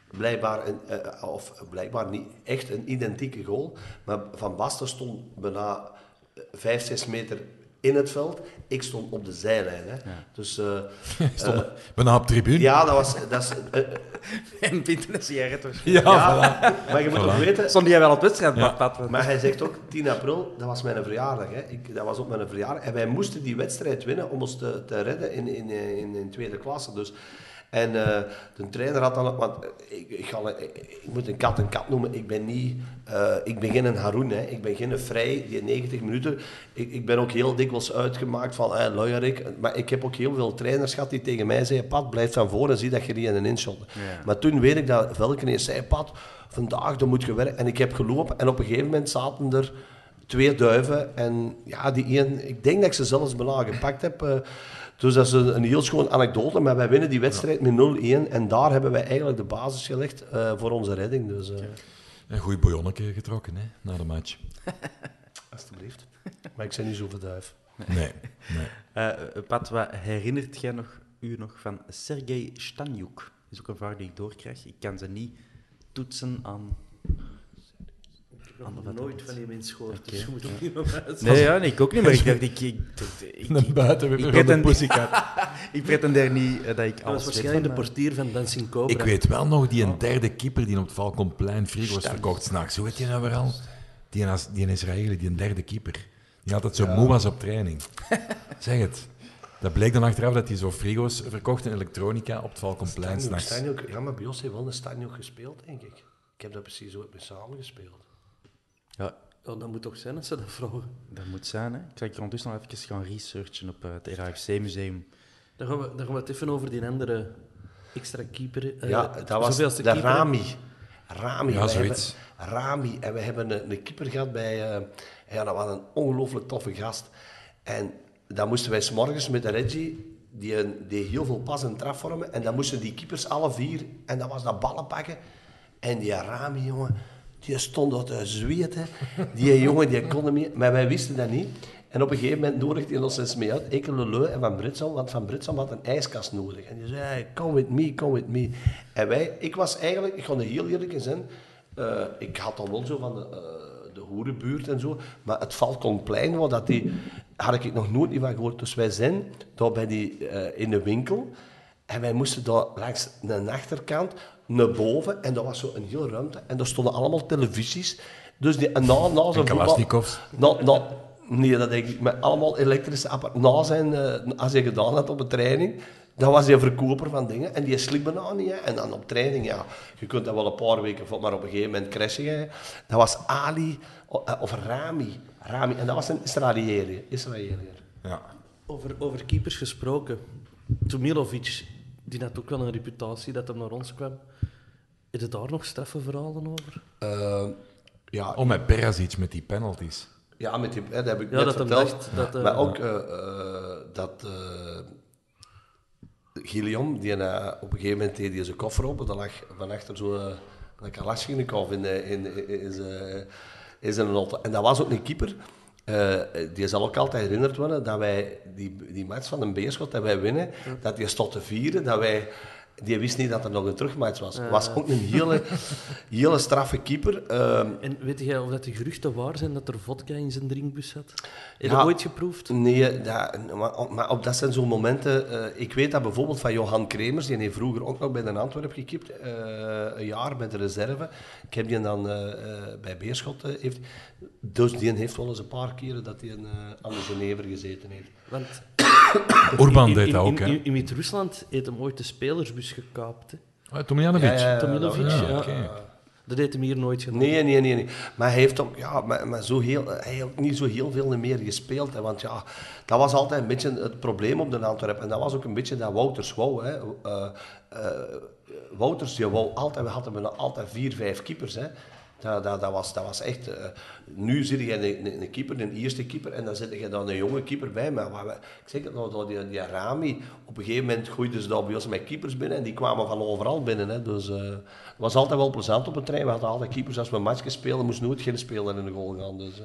Blijkbaar niet echt een identieke goal. Maar Van Basten stond bijna 5-6 meter in het veld. Ik stond op de zijlijn. Hè. Ja. Dus, stond bijna op tribune. Ja, dat is... En Pinten een sigaret. Ja, voilà. Maar je moet ook weten... Stond jij wel op wedstrijd, ja. Maar hij zegt ook, 10 april, dat was mijn verjaardag. Hè. Dat was op mijn verjaardag. En wij moesten die wedstrijd winnen om ons te redden in tweede klasse. Dus... En de trainer had dan ook, want ik moet een kat noemen, ik ben geen Haroun, hè. Ik ben geen Vrij, die 90 minuten. Ik ben ook heel dikwijls uitgemaakt van Loyerik, maar ik heb ook heel veel trainers gehad die tegen mij zeiden, Pat, blijf van voren en zie dat je die in een inshot. Ja. Maar toen weet ik dat Velkeneer zei, Pat, vandaag dan moet je werken. En ik heb gelopen en op een gegeven moment zaten er 2 duiven en ja, die een, ik denk dat ik ze zelfs bijna gepakt heb. Dus dat is een heel schoon anekdote, maar wij winnen die wedstrijd met 0-1 en daar hebben wij eigenlijk de basis gelegd voor onze redding. Dus, een goeie bouillonneke getrokken, hè, na de match. Alsjeblieft. Maar ik ben niet zoveel duif. Nee. Pat, wat herinnert jij u nog van Sergej Stanyuk? Dat is ook een vraag die ik doorkrijg. Ik kan ze niet toetsen aan... Ik heb nog nooit van die mensen gehoord, dus je moet ook niet meer uit. Nee, ik ook niet, maar ik dacht... Een buitenwipper van de Pussycat. Ik pretendeer niet dat ik Dat alles was waarschijnlijk de portier van Dancing Cobra. Ik weet wel nog, die een derde keeper die op het Valkomplein frigo's verkocht s'nachts. Hoe heet die nou weer al? Die Israëli, die een derde keeper. Die altijd zo moe was op training. Zeg het. Dat bleek dan achteraf dat hij zo frigo's verkocht en elektronica op het Valkomplein s'nachts. Ja, maar bij ons heeft wel een Stanyuk gespeeld, denk ik. Ik heb dat precies ooit mee samen gespeeld. Ja, dat moet toch zijn als ze dat vragen? Dat moet zijn, hè. Ik zal ondertussen nog even gaan researchen op het RAFC-museum. Dan gaan we het even over die andere extra keeper... ja, dat was de keeper, Rami. Ja, zoiets. Rami. En we hebben een keeper gehad bij... dat was een ongelooflijk toffe gast. En dan moesten wij 's morgens met de Reggie... Die heel veel pas en trap vormen. En dan moesten die keepers alle 4... En dan was dat ballen pakken. En die Rami, jongen... Die stond daar te zweten. Die jongen, die kon hem niet. Maar wij wisten dat niet. En op een gegeven moment nodigde hij ons eens mee uit. Ik, Leleu en Van Britsam. Want Van Britsam had een ijskast nodig. En die zei, hey, come with me. En ik was eigenlijk, ik ga er heel eerlijk in zijn. Ik had dan wel zo van de hoerenbuurt en zo. Maar het Valkonplein, had ik nog nooit van gehoord. Dus wij zijn daar bij die, in de winkel. En wij moesten daar langs de achterkant naar boven. En dat was zo een hele ruimte. En daar stonden allemaal televisies. Dus na zo'n Kalashnikovs? Nee, dat denk ik. Met allemaal elektrische apparaten. Als je gedaan had op een training, dan was hij een verkoper van dingen. En die sliep bijna niet. Hè. En dan op training, ja, je kunt dat wel een paar weken voor, maar op een gegeven moment crashen je. Dat was Ali of Rami. En dat was een Israëliër. Ja. Over keepers gesproken. Tomilovic, die had ook wel een reputatie dat hem naar ons kwam. Is er daar nog straffe verhalen over? Ja, met Perasic, met die penalties. Ja, met die, dat heb ik net verteld. Maar ook dat Guillaume, die op een gegeven moment deed hij zijn koffer open, dan lag van achter zo'n Kalashnikov in zijn auto. En dat was ook een keeper. Die zal ook altijd herinnerd worden dat wij die match van een Beerschot, dat wij winnen, dat die stond te vieren, dat wij die wist niet dat er nog een terugmatch was. Was ook een hele straffe keeper. En weet jij of dat de geruchten waar zijn dat er vodka in zijn drinkbus zat? Heb je Ja, ooit geproefd? Nee, maar dat zijn zo'n momenten... ik weet dat bijvoorbeeld van Johan Kremers, die heeft vroeger ook nog bij de Antwerp gekiept, een jaar met de reserve. Ik heb die dan bij Beerschot heeft... Dus die heeft wel eens een paar keren dat hij aan de Genever gezeten heeft. Want Urban deed dat ook, hè? in Wit-Rusland heeft hem ooit de spelersbus gekaapt. Hè? Tomjanovic. Tomilovic, ja, ja. oké. Dat heeft hem hier nooit gedaan. Nee. Maar hij heeft ook, maar hij heeft ook niet zo heel veel meer gespeeld. Hè, want ja, dat was altijd een beetje het probleem op de Antwerpen. En dat was ook een beetje dat Wouters wou. Hè. Wouters, die wou altijd, we hadden altijd 4-5 keepers. Hè. Dat was echt... nu zit je een keeper, een eerste keeper, en dan zit je dan een jonge keeper bij. Maar ik zeg het nog, die Rami, op een gegeven moment gooiden ze daar bij ons met keepers binnen en die kwamen van overal binnen. Hè. Dus het was altijd wel plezant op het trein. We hadden altijd keepers. Als we een matchje speelden, moest nooit geen speler in de goal gaan. Dus,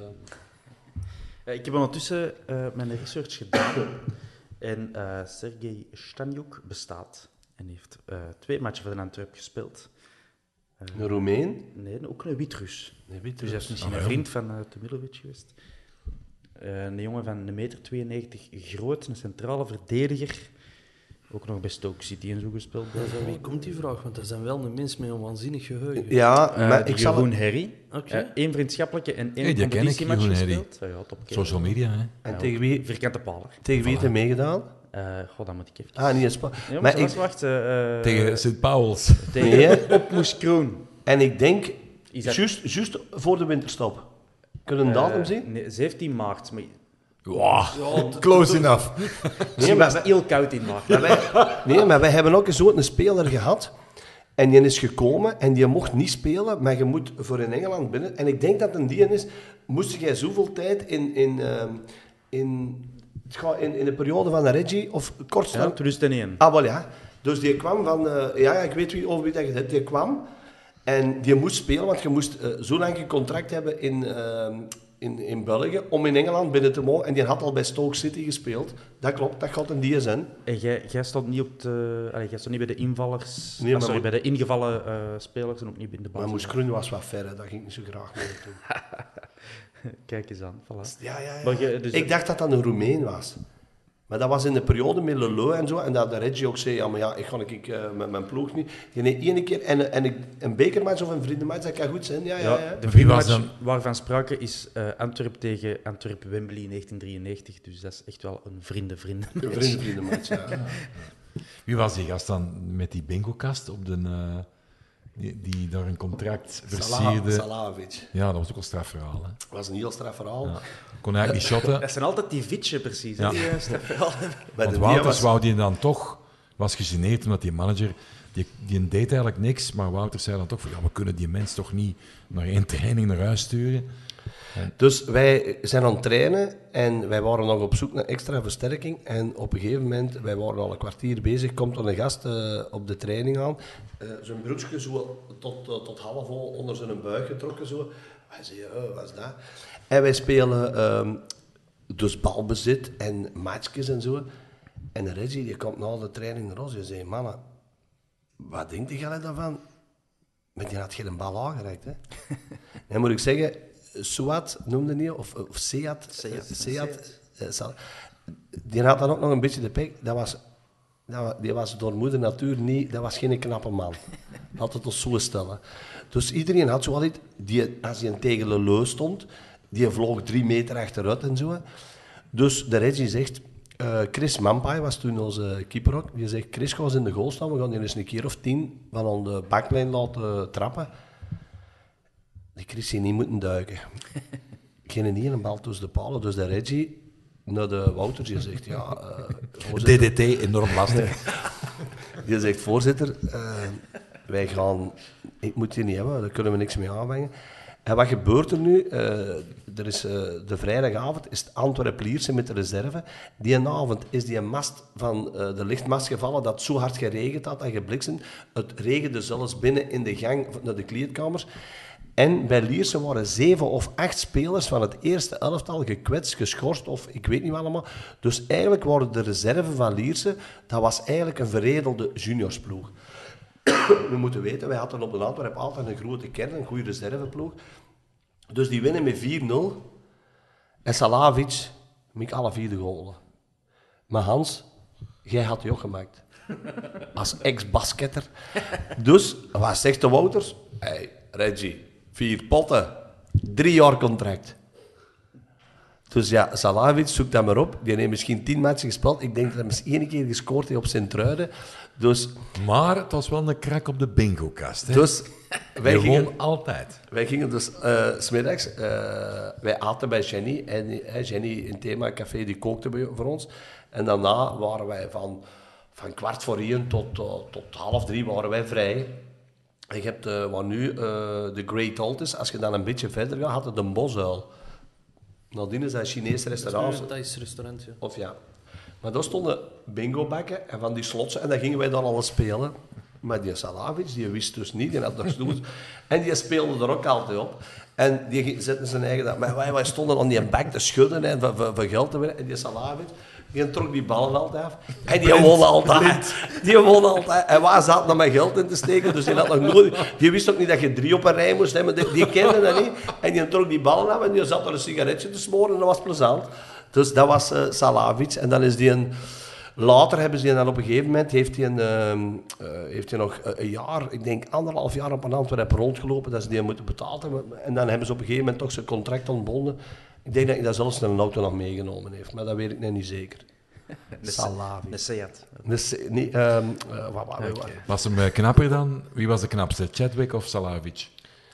Ik heb ondertussen mijn research gedaan. En Sergej Staniuk bestaat en heeft 2 matchen voor de Antwerp gespeeld. een Roemeen. Nee, ook een Wit-Rus. Een Wit-Rus. Dus hij is misschien een vriend van Tomilovic geweest. Een jongen van 1,92 meter groot, een centrale verdediger. Ook nog bij Stoke City en zo gespeeld. Van wie komt die vraag? Want er zijn wel een mens met een waanzinnig geheugen. Ja, maar ik zal Jeroen Herry. Oké. 1 vriendschappelijke en 1 die ken ik, competitiematch Jeroen Herry. gespeeld. Ja, top kerel. Social media, hè? En tegen wie Vierkante paler. heeft hij meegedaan? God, dat moet ik even... Ah, niet in Spa. Ja, Maar ik, wacht. Tegen St. Pauls. Tegen Nee. Opmoes Kroon. en ik denk, Is dat- juist voor de winterstop. Kunnen we een datum zien? Nee, 17 maart. Maar... Wow, close enough. Misschien was het heel koud in maart. Maar wij hebben ook zo'n speler gehad. En die is gekomen en die mocht niet spelen, maar je moet voor in Engeland binnen. En ik denk dat een die is, moest jij zoveel tijd in de periode van de Reggie, of kort Ja, lang. 2001. Ah, wel ja. Dus die kwam van... ik weet over wie dat je het hebt. Die kwam en die moest spelen, want je moest zo lang een contract hebben in België om in Engeland binnen te mogen. En die had al bij Stoke City gespeeld. Dat klopt, dat gaat een DSN. En jij stond niet op de... jij stond niet bij de invallers... Nee, maar- bij de ingevallen spelers en ook niet in de Maar basis. Moes Kroen was wat verre, dat ging ik niet zo graag mee doen. Kijk eens aan, voilà. Ja. Maar dus- Ik dacht dat dat een Roemeen was. Maar dat was in de periode met Leleu en zo. En dat de Reggie ook zei, ik ga met mijn ploeg niet. Die heeft 1 keer een bekermatch of een vriendenmatch, dat kan goed zijn. Ja. De Wie was vriendenmatch dan- waarvan sprake is Antwerp tegen Antwerp Wembley in 1993. Dus dat is echt wel een vrienden. Een vriendenmatch, ja. Wie was die gast dan met die bingo-kast op de... die daar een contract versierde? Salahovic. Ja, dat was ook al een strafverhaal. Hè? Dat was een heel straf verhaal. Ja. Kon eigenlijk niet shotten. Dat zijn altijd die vitsen, precies. Ja. Hè, die, Bij Want de Wouters wou die dan toch... Was gegeneerd omdat die manager... Die deed eigenlijk niks, maar Wouters zei dan toch van... Ja, we kunnen die mens toch niet naar 1 training naar huis sturen. Dus wij zijn aan het trainen en wij waren nog op zoek naar extra versterking. En op een gegeven moment, wij waren al een kwartier bezig, komt er een gast op de training aan. Zijn broekje zo tot half onder zijn buik getrokken. Zo. Wij zeiden, wat is dat? En wij spelen dus balbezit en matchjes en zo. En de Reggie die komt na de training naar ons en zei, mannen, wat denkt jij daarvan? Maar die had geen bal aangereikt. Hè? En moet ik zeggen... Suat noemde die, of Seat. Die had dan ook nog een beetje de pek. Die was door moeder natuur niet... Dat was geen knappe man. Had het ons zo stellen. Dus iedereen had zo iets... Als hij tegen Leleu stond, die vloog 3 meter achteruit en zo. Dus de Reggie zegt... Chris Mampai was toen onze keeper ook. Die zegt, Chris, ga eens in de goal staan. We gaan hier eens een keer of 10 van aan de baklijn laten trappen. Die Chris heeft niet moeten duiken. Geen een bal tussen de palen. Dus de Reggie naar de Wouters, die zegt, voorzitter, DDT, enorm lastig. die zegt, voorzitter, wij gaan... Ik moet die niet hebben, daar kunnen we niks mee aanvangen. En wat gebeurt er nu? Er is, de vrijdagavond is het Antwerp-Lierse met de reserve. Die avond is die mast van de lichtmast gevallen dat zo hard geregend had en gebliksemd. Het regende zelfs binnen in de gang naar de kleedkamers. En bij Lierse waren 7 of 8 spelers van het eerste elftal gekwetst, geschorst of ik weet niet wat allemaal. Dus eigenlijk waren de reserve van Lierse, dat was eigenlijk een veredelde juniorsploeg. We moeten weten, wij hadden op de Antwerp altijd een grote kern, een goede reserveploeg. Dus die winnen met 4-0. En Salavic maakt alle 4 de golen. Maar Hans, jij had die ook gemaakt. Als ex-basketter. Dus, wat zegt de Wouters? Hey, Reggie, 4 potten. 3 jaar contract. Dus ja, Salavic, zoek dat maar op. Die heeft misschien 10 matchen gespeeld. Ik denk dat hij misschien 1 keer gescoord heeft op Sint-Truiden. Dus, Maar het was wel een krak op de bingo-kast. Hè? dus wij gingen altijd. Wij gingen dus 's middags, wij aten bij Jenny. En Jenny in Thema Café, die kookte voor ons. En daarna waren wij van 2:45 tot 2:30 waren wij vrij. En je hebt wat nu de Great Altis. Als je dan een beetje verder gaat, had het een bosuil. Nadien is dat Chinese restaurant. Dat is restaurant, ja. Of ja. Maar daar stonden bingo-bakken en van die slotsen. En dan gingen wij dan alles spelen. Maar die Salavic, die wist dus niet. Die had nog stoel. En die speelde er ook altijd op. En die zette zijn eigen... Maar wij stonden aan die bak te schudden en voor geld te winnen. En die Salavic, die trok die ballen altijd af. En die won altijd. Die won altijd. En waar zat nog mijn geld in te steken? Dus die had nog nooit... Die wist ook niet dat je 3 op een rij moest hebben. Die kende dat niet. En die trok die ballen af en die zat er een sigaretje te smoren. En dat was plezant. Dus dat was Salavic. En dan is die een... Later hebben ze dan op een gegeven moment, heeft hij nog een jaar, ik denk 1,5 jaar op een Antwerp rondgelopen, dat ze die moeten betaald hebben. En dan hebben ze op een gegeven moment toch zijn contract ontbonden. Ik denk dat hij dat zelfs in een auto nog meegenomen heeft, maar dat weet ik net niet zeker. Salavic. Een Seat. Was hem knapper dan? Wie was de knapste? Chadwick of Salavic?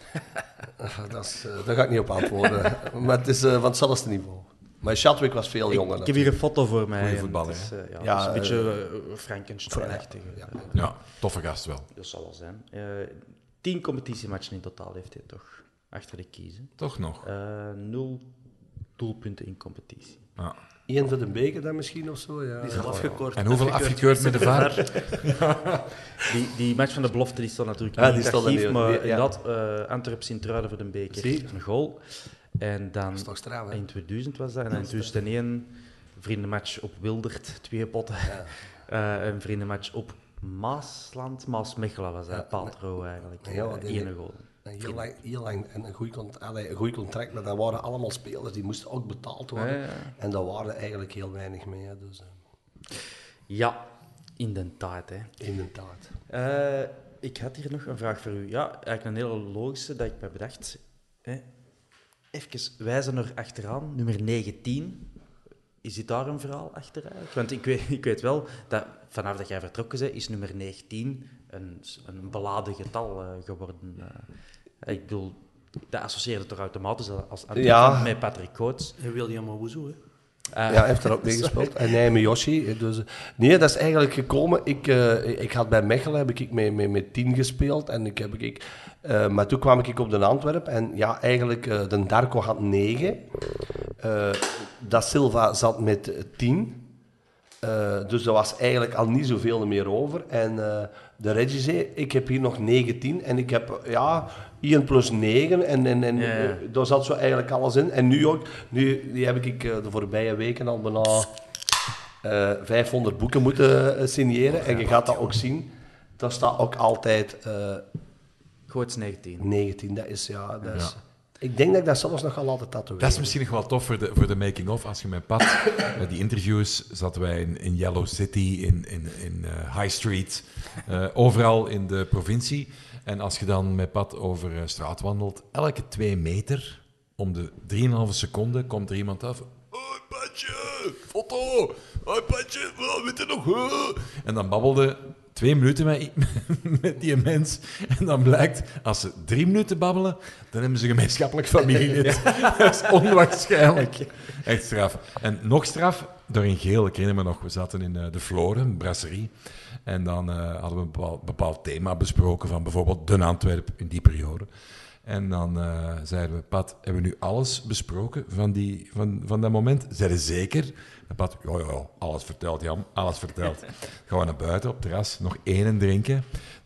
Daar ga ik niet op antwoorden, maar het is van hetzelfde niveau. Maar Chadwick was veel jonger. Ik heb hier een foto voor mij. Goeie voetballer, Het is, Ja, het is een beetje Frankenstein-achtig. Ja, toffe gast wel. Dat zal wel zijn. 10 competitiematchen in totaal heeft hij toch achter de kiezen. Toch nog. 0 doelpunten in competitie. Ja. 1 voor de beker dan misschien of zo. Ja. Die is al afgekeurd. En hoeveel afgekeurd met de VAR? Die match van de belofte die stond natuurlijk Ja, niet die stond er archief, niet, maar ja. inderdaad, Antwerp Sint-Truiden voor de beker. Zie. Een goal. En dan is toch straf, hè? in 2000 was dat. En in 2001 vriendenmatch op Wildert, 2 potten. Een vriendenmatch op Maasmechelen was dat, Paaltro eigenlijk. Ja, 1 goal. Heel lang en een goed contract, maar dat waren allemaal spelers die moesten ook betaald worden. Ja. En daar waren eigenlijk heel weinig mee. Hè, dus, Ja, inderdaad. Hè. inderdaad. Ik had hier nog een vraag voor u. Ja, eigenlijk een hele logische dat ik me bedacht. Hè. Even wijzen er achteraan, nummer 19. Is dit daar een verhaal achter eigenlijk? Want ik weet wel dat vanaf dat jij vertrokken bent, is nummer 19 een beladen getal geworden. Ik bedoel, dat associeerde toch automatisch als Ja. met Patrick Coates. En William Owuzu, hè. Ja, hij heeft er ook mee gespeeld. En Naime Yoshi. Dus, nee, dat is eigenlijk gekomen. Ik had bij Mechelen heb ik met 10 gespeeld. En maar toen kwam ik op de Antwerp. En ja, eigenlijk, de Darko had 9. Da Silva zat met 10. Dus er was eigenlijk al niet zoveel meer over. En de Reggie zei, ik heb hier nog 19. En ik heb, 1 plus 9. En Ja. daar zat zo eigenlijk alles in. En nu ook. Die heb ik de voorbije weken al bijna 500 boeken moeten signeren. En je gaat dat ook zien. Daar staat ook altijd Coates 19. 19. Dat is, dat is... Ik denk dat ik dat zelfs nog ga laten tatoeëren. Dat is misschien nog wel tof voor de making-of. Als je met Pat, die interviews, zaten wij in Yellow City, in High Street, overal in de provincie. En als je dan met Pat over straat wandelt, elke 2 meter, om de 3,5 seconden, komt er iemand af. Hoi Patje, foto! Hoi Patje, weet je nog? En dan babbelde 2 minuten met die mens. En dan blijkt, als ze 3 minuten babbelen, dan hebben ze gemeenschappelijk familielid. Dat is onwaarschijnlijk. Echt straf. En nog straf, door in geel, ik herinner me nog, we zaten in de Floren, een brasserie. En dan hadden we een bepaald thema besproken van bijvoorbeeld de Antwerp in die periode. En dan zeiden we, Pat, hebben we nu alles besproken van dat moment? Zeiden zeker? En Pat, ja, alles verteld, Jan, alles verteld. Gaan we naar buiten op het terras, nog 1 drinken.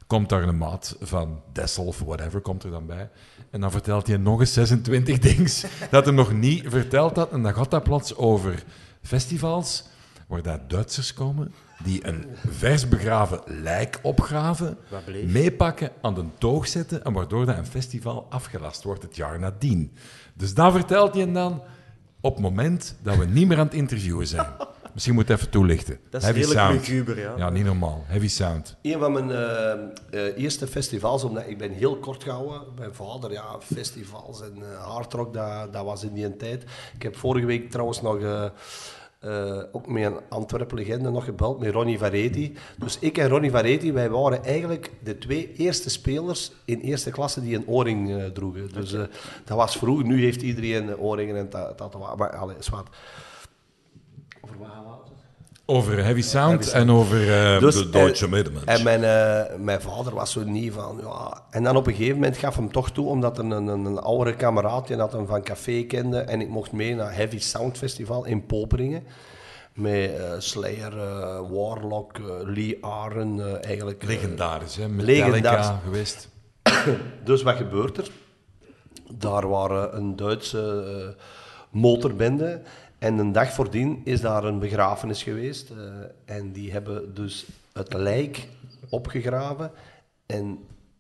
komt daar een maat van Dessel of whatever, komt er dan bij. En dan vertelt hij nog eens 26 dingen dat hij nog niet verteld had. En dan gaat dat plots over festivals waar daar Duitsers komen die een vers begraven lijk opgraven, meepakken, aan de toog zetten en waardoor dat een festival afgelast wordt het jaar nadien. Dus dat vertelt hij dan op het moment dat we niet meer aan het interviewen zijn. Misschien moet ik even toelichten. Dat is Heavy redelijk Sound. luguber, ja. Ja, niet normaal. Heavy Sound. Een van mijn eerste festivals, omdat ik ben heel kort gehouden. Mijn vader, ja, festivals en hardrock, dat was in die tijd. Ik heb vorige week trouwens nog ook met een Antwerpen-legende nog gebeld, met Ronnie Vareti. Dus ik en Ronnie Vareti, wij waren eigenlijk de 2 eerste spelers in eerste klasse die een oorring droegen. Dus dat was vroeger. Nu heeft iedereen oorringen en tatoeages. Maar allee, is wat. Over wat gaan we het? Over Heavy Sound en over de Deutsche Middenmensch. En mijn vader was zo niet van... Ja. En dan op een gegeven moment gaf hem toch toe, omdat een oudere kameraad die had hem van café kende. En ik mocht mee naar Heavy Sound Festival in Poperingen. Met Slayer, Warlock, Lee Aaron, eigenlijk... Legendarisch, hè? Metallica geweest. Dus wat gebeurt er? Daar waren een Duitse motorbende... En een dag voordien is daar een begrafenis geweest. En die hebben dus het lijk opgegraven en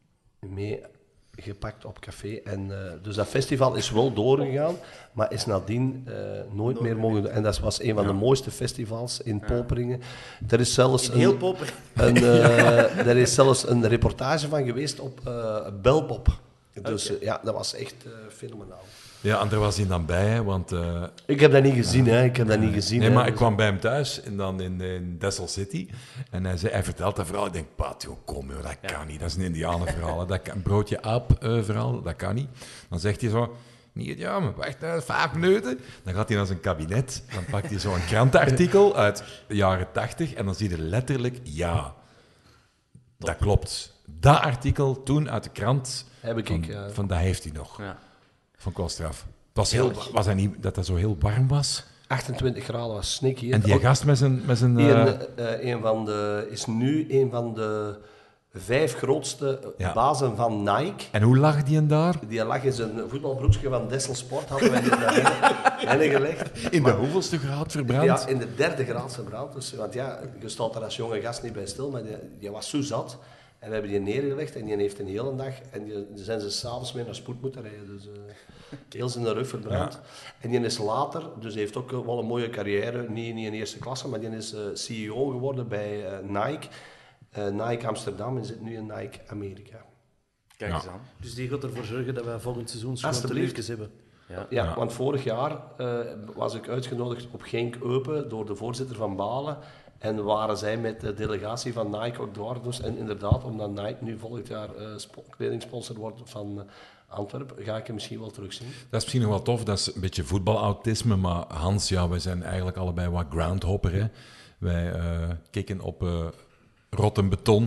meegepakt op café. En, dus dat festival is wel doorgegaan, maar is nadien nooit meer mogen doen. En dat was een van de mooiste festivals in Poperingen. Er is zelfs Heel Poperingen. Er is zelfs een reportage van geweest op Belpop. Dus ja, dat was echt fenomenaal. Ja, en daar was hij dan bij, hè, want... Ik heb dat niet gezien, hè. Nee, maar ik kwam bij hem thuis, en dan in Dessel City. En hij vertelt dat verhaal. Ik denk, Pat, joh, kom, joh, dat kan niet. Dat is een indianenverhaal. Een broodje aap verhaal, dat kan niet. Dan zegt hij zo... Niet, ja, maar wacht, 5 minuten. Dan gaat hij naar zijn kabinet. Dan pakt hij zo'n krantenartikel uit de jaren 80. En dan zie je letterlijk, ja, dat klopt. Dat artikel toen uit de krant, heb ik van dat heeft hij nog. Ja. Vond ik wel straf. Was hij niet dat zo heel warm was? 28 graden was snik hier. En die gast met zijn... is nu een van de 5 grootste bazen van Nike. En hoe lag die daar? Die lag in zijn voetbalbroekje van Dessel Sport, hadden wij dit naar binnen gelegd. In de hoeveelste graad verbrand? Ja, in de 3e graad verbrand. Dus, want ja, je staat er als jonge gast niet bij stil, maar die was zo zat. En we hebben die neergelegd en die heeft een hele dag... En die zijn ze s'avonds mee naar spoed moeten rijden. Dus heel zijn rug verbrand. Ja. En die is later, dus hij heeft ook wel een mooie carrière, niet in eerste klasse, maar die is CEO geworden bij Nike. Nike Amsterdam en zit nu in Nike Amerika. Kijk eens aan. Dus die gaat ervoor zorgen dat wij volgend seizoen schoon tenuutjes hebben. Ja, want vorig jaar was ik uitgenodigd op Genk Eupen door de voorzitter van Balen. En waren zij met de delegatie van Nike ook door. Dus, en inderdaad, omdat Nike nu volgend jaar kledingsponsor wordt van Antwerpen, ga ik hem misschien wel terugzien. Dat is misschien nog wel tof, dat is een beetje voetbalautisme. Maar Hans, ja, wij zijn eigenlijk allebei wat groundhopper. Hè. Wij keken op rotten beton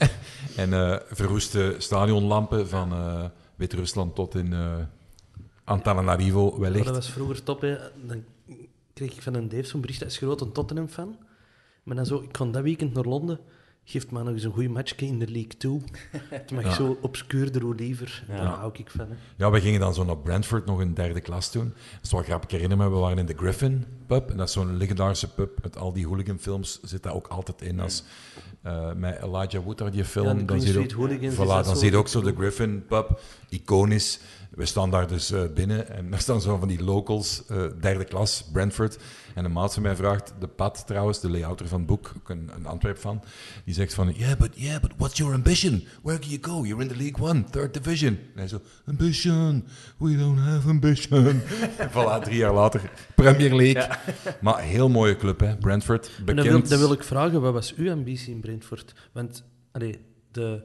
en verroeste stadionlampen van Wit-Rusland tot in Antananarivo wellicht. Dat was vroeger top, hè. Dan kreeg ik van een Dave zo'n bericht, hij is groot een Tottenham-fan. Maar dan zo, ik ga dat weekend naar Londen, geeft me nog eens een goede matchje in de League 2. Het mag zo obscuurder, hoe liever. Daar hou ik van. Hè. Ja, we gingen dan zo naar Brentford, nog in 3e klas toen. Dat is wel grappig, ik herinner me, we waren in de Griffin pub. En dat is zo'n legendarische pub, met al die hooliganfilms zit dat ook altijd in. Als, met Elijah Wood, die film. Dan zie je ook zo de Griffin pub, iconisch. We staan daar dus binnen en daar staan zo van die locals, 3e klas, Brentford. En een maat van mij vraagt, de Pat trouwens, de layouter van het boek, ook een Antwerp fan, die zegt van, yeah, but what's your ambition? Where can you go? You're in the League One, 3rd Division. En hij zo, ambition, we don't have ambition. En voilà, 3 jaar later, Premier League. Ja. Maar heel mooie club, hè, Brentford, bekend. Dan wil ik vragen, wat was uw ambitie in Brentford? Want, de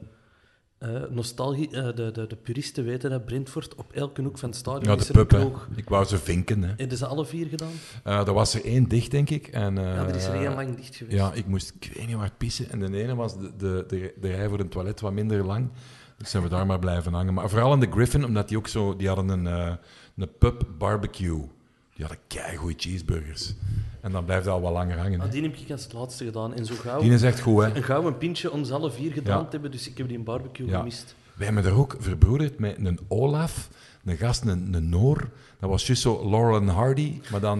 puristen weten dat Brentford op elke hoek van het stadion is de pub, hè. Ik wou ze vinken. Hè. Hebben ze alle 4 gedaan? Er was er 1 dicht, denk ik. En, er is er 1 lang dicht geweest. Ja, ik weet niet waar pissen. En de ene was de rij voor een toilet wat minder lang. Dus zijn we daar maar blijven hangen. Maar vooral in de Griffin, omdat die ook zo... Die hadden een pub barbecue. Die hadden keigoeie cheeseburgers. En dan blijft dat al wat langer hangen. Hè. Die heb ik als het laatste gedaan. En zo gauw, Die is echt goed, hè. een gouden pintje om ze alle 4 gedaan Ja. te hebben, dus ik heb die een barbecue Ja. gemist. Wij hebben er ook verbroederd met een Olaf, een gast, een Noor. Dat was juist zo Laurel en Hardy, maar dan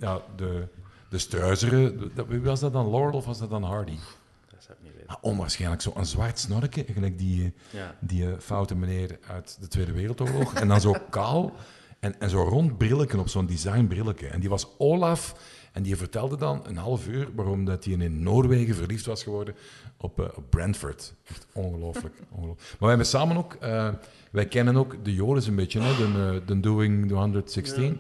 de struizeren. Wie was dat dan, Laurel of was dat dan Hardy? Dat zou ik niet weten. Ah, onwaarschijnlijk zo'n zwart snorken, gelijk die foute meneer uit de Tweede Wereldoorlog. En dan zo kaal en zo rond brilletje op zo'n designbrilletje. En die was Olaf en die vertelde dan een half uur waarom dat hij in Noorwegen verliefd was geworden op Brentford. Echt ongelooflijk. Maar wij hebben samen ook, wij kennen ook de Joris een beetje, hè, de Doing the 116.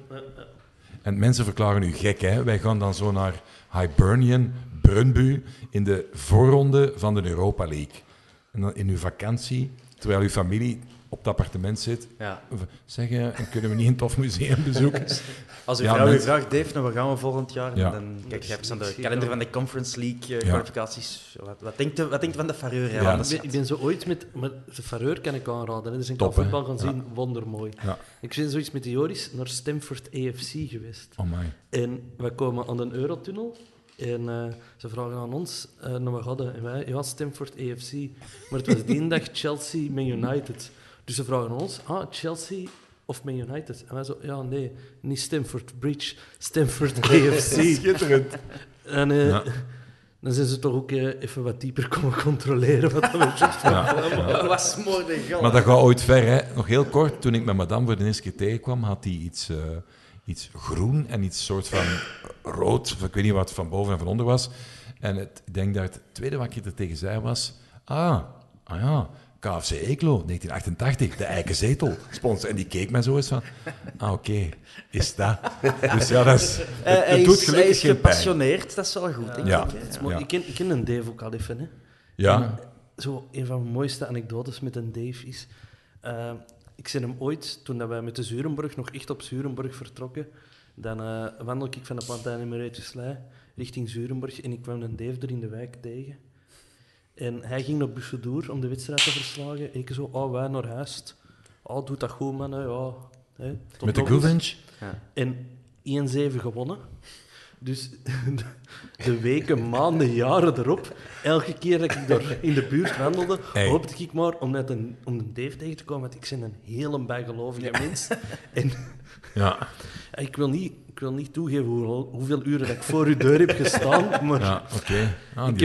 En mensen verklaren u gek, hè. Wij gaan dan zo naar Hibernian, Brøndby, in de voorronde van de Europa League. En dan in uw vakantie, terwijl uw familie op het appartement zit, zeggen, kunnen we niet een tof museum bezoeken? Als uw Ja, vrouw u mensen- vraagt, Dave, nou, waar gaan we volgend jaar? Ja. Dan kijk je even naar de kalender van de Conference League kwalificaties. Wat denkt u van de Fareur? Ja. Ik ben zo ooit maar de Fareur kan ik aanraden. Hè. Dus ik Top, kan voetbal hè? gaan zien, wondermooi. Ja. Ik ben zoiets met de Joris naar Stamford AFC geweest. Oh my. En wij komen aan de Eurotunnel en ze vragen aan ons naar wat hadden. En wij, ja, Stamford AFC. Maar het was die dag Chelsea Man United. Dus ze vragen aan ons, Chelsea of Man United? En wij zo, ja, nee, niet Stamford Bridge, Stamford AFC. Schitterend. En dan zijn ze toch ook even wat dieper komen controleren wat dat we juist Dat was smoordig. Maar dat gaat ooit ver, hè. Nog heel kort, toen ik met madame voor de eerste keer tegenkwam, had hij iets groen en iets soort van rood, of ik weet niet wat het van boven en van onder was. En ik denk dat het tweede wat ik er tegen zei was, ja, KFC Eeklo, 1988, de eiken zetel, sponsor. En die keek mij zo eens van, oké, is dat? Dus ja, dat is, het doet Hij gelukkig is geen pijn. gepassioneerd, dat is wel goed, denk Ja. ik. Hè. Het is mooi. Ja. Ik ken een Dave ook al even. Hè. Ja, Zo, een van mijn mooiste anekdotes met een Dave is... ik zie hem ooit, toen dat wij met de Zurenborg nog echt op Zurenborg vertrokken, dan wandel ik van de Plantijn in Meretuslei richting Zurenborg en ik kwam een Dave er in de wijk tegen. En hij ging naar Bussedoer om de wedstrijd te verslagen. En ik zo, wij naar huis. Doet dat goed, man. Hè. Ja, hè. Tot met de nog eens. Goovenge. En 1-7 gewonnen. Dus de weken, maanden, jaren erop, elke keer dat ik daar in de buurt wandelde, hoopte ik maar om een Dave tegen te komen, want ik ben een hele bijgelovige mens. En Ja. ik wil niet toegeven hoeveel uren dat ik voor uw deur heb gestaan, maar Ja, oké.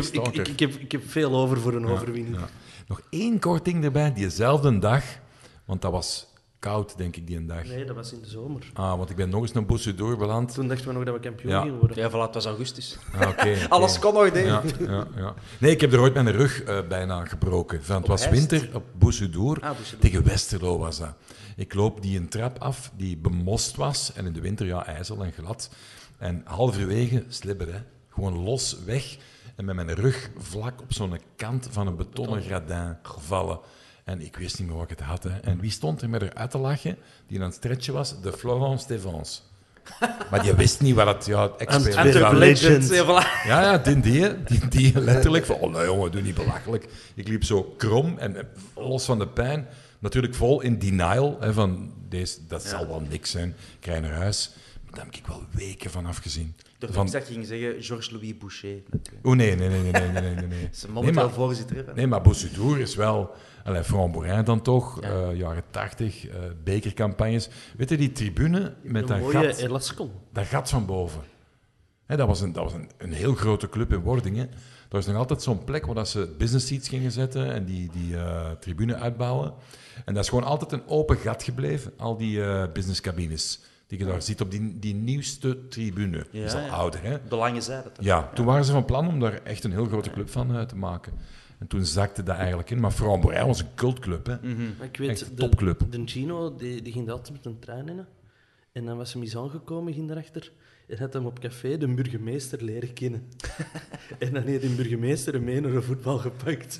ik heb veel over voor een overwinning. Ja. Nog één kort ding erbij, diezelfde dag, want dat was koud, denk ik, die dag. Nee, dat was in de zomer. Want ik ben nog eens naar Bussedoer beland. Toen dachten we nog dat we kampioen Ja. gingen worden. Ja, voilà, het was augustus. Oké. Alles kon nog, Dave. Ja. Nee, ik heb er ooit mijn rug bijna gebroken. Het was Heist? winter op Bussedoer. Bussedoer. Tegen Westerlo was dat. Ik loop die een trap af die bemost was. En in de winter, ijzel en glad. En halverwege, slibber, hè. Gewoon los weg. En met mijn rug vlak op zo'n kant van een betonnen gradin gevallen. En ik wist niet meer wat ik het had. Hè. En wie stond er met haar uit te lachen? Die aan het stretchen was? De Florence Stevens. Maar die wist niet wat het expert Antwerp was. Legend. Ja, voilà. Die letterlijk van, oh nee jongen, doe niet belachelijk. Ik liep zo krom en los van de pijn. Natuurlijk vol in denial, hè, van dat zal wel niks zijn. Ik rij naar huis. Maar daar heb ik wel weken van afgezien. Toch Van, ik dat je ging zeggen Georges-Louis Boucher. Natuurlijk. nee. Dat is een momenteel voorzitter. Hè, van- Nee, maar Bussedoer is wel... Franc-Bourrin dan toch, jaren 80, bekercampagnes. Weet je, die tribune met Een dat mooie gat, Elascon. dat gat van boven. Hè, dat was een heel grote club in Wordingen. Er is nog altijd zo'n plek waar dat ze business seats gingen zetten en die tribune uitbouwen. En dat is gewoon altijd een open gat gebleven, al die businesscabines. Die je daar ziet op die nieuwste tribune. Die is al ouder, hè? De lange zijde. toch? Ja, toen waren ze van plan om daar echt een heel grote club van te maken. En toen zakte dat eigenlijk in. Maar Franc-Bourrin was een cultclub, hè. Maar ik weet, Echt een topclub. De Gino, die ging altijd met een trein in. En dan was hij eens aangekomen, ging daarachter. En had hem op café de burgemeester leren kennen. En dan heeft de burgemeester hem mee naar de voetbal gepakt.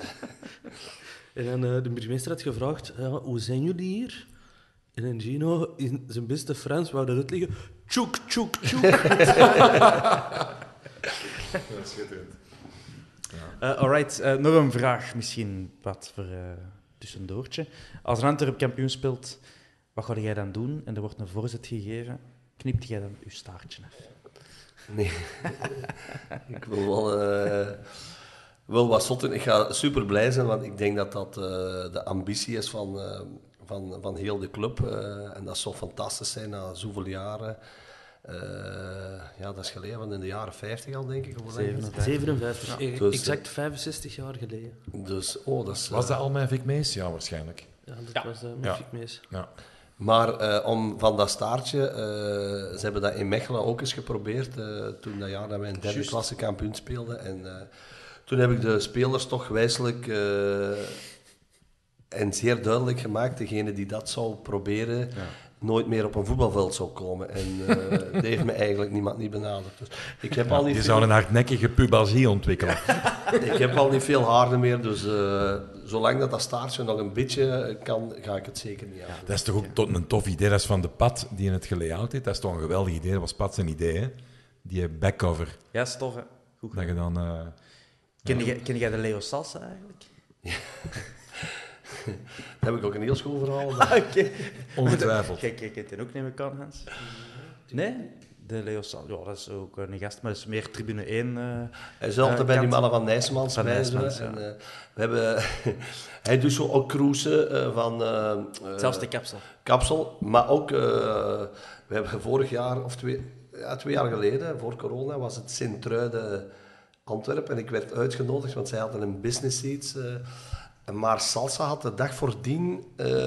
En dan de burgemeester had gevraagd, hoe zijn jullie hier? En dan Gino, in zijn beste Frans, wou dat uitleggen. Tjoek, tjoek, tjoek. Schitterend. Alright, nog een vraag misschien wat voor tussendoortje. Als een Antwerp kampioen speelt, wat ga jij dan doen? En er wordt een voorzet gegeven. Knipt jij dan uw staartje af? Nee. Ik wil wel wat zotten. Ik ga super blij zijn, want ik denk dat dat de ambitie is van heel de club. En dat zou fantastisch zijn na zoveel jaren. Dat is geleden, want in de jaren 50 al, denk ik. 57. Dus, Exact 65 jaar geleden. Dus, dat is... Was dat al mijn Vic Mees? Ja, waarschijnlijk. Ja, dat was met Vic Mees. Ja. Maar om van dat staartje, ze hebben dat in Mechelen ook eens geprobeerd, toen dat jaar dat wij in derde klasse kampioen speelden. En toen heb ik de spelers toch wijselijk en zeer duidelijk gemaakt, degene die dat zou proberen, nooit meer op een voetbalveld zou komen. En dat heeft me eigenlijk niemand niet benaderd. Dus ik heb al niet Je veel... zou een hardnekkige pubalgie ontwikkelen. Ik heb al niet veel haarden meer, dus zolang dat staartje nog een beetje kan, ga ik het zeker niet aan. Dat is toch ook een tof idee. Dat is van de Pat die in het gelayout heeft. Dat is toch een geweldig idee. Dat was Pat zijn idee, hè? Die backcover. Ja, stof, hè. Goed. Dat je dan... Ken jij de Leo Salsa eigenlijk? Daar heb ik ook een heel schoon verhaal. Oké. Ongetwijfeld. Kijk, kent hij ook niet meer, Hans? Nee? De Leo Salsa, ja, dat is ook een gast, maar dat is meer tribune 1. Hij is altijd bij die mannen van Nijsmans Van bij. Nijsmans, En, we hebben, hij doet zo ook cruisen van... Zelfs de kapsel. Kapsel, maar ook... we hebben vorig jaar, of 2 jaar geleden, voor corona, was het Sint-Truiden Antwerpen. En ik werd uitgenodigd, want zij hadden een business seats. Maar Salsa had de dag voordien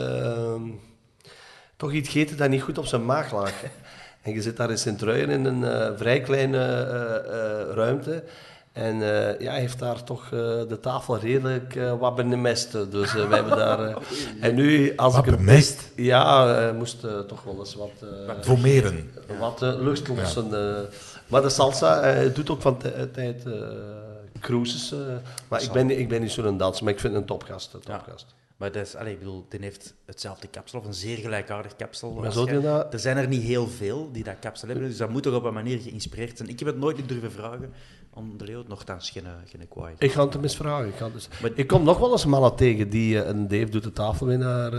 toch iets gegeten dat niet goed op zijn maag lag. En je zit daar in Sint-Truiden in een vrij kleine ruimte. En hij heeft daar toch de tafel redelijk wat bemest. Dus wij hebben daar... en nu, als Wat ik het bemest? Ja, moest toch wel eens wat... Vomeren. Wat lucht lossen. Maar de Salsa doet ook van tijd cruises. Maar ik ben niet zo'n danser, maar ik vind een topgast. Maar dat is, ik bedoel, die heeft hetzelfde kapsel, of een zeer gelijkaardig kapsel. Maar zo die dat... Er zijn er niet heel veel die dat kapsel hebben, dus dat moet toch op een manier geïnspireerd zijn. Ik heb het nooit niet durven vragen, om de Leo nogthans geen kwaai. Ik ga het hem eens vragen. Ik kom nog wel eens mannen tegen die... een Dave doet de tafelwinnaar.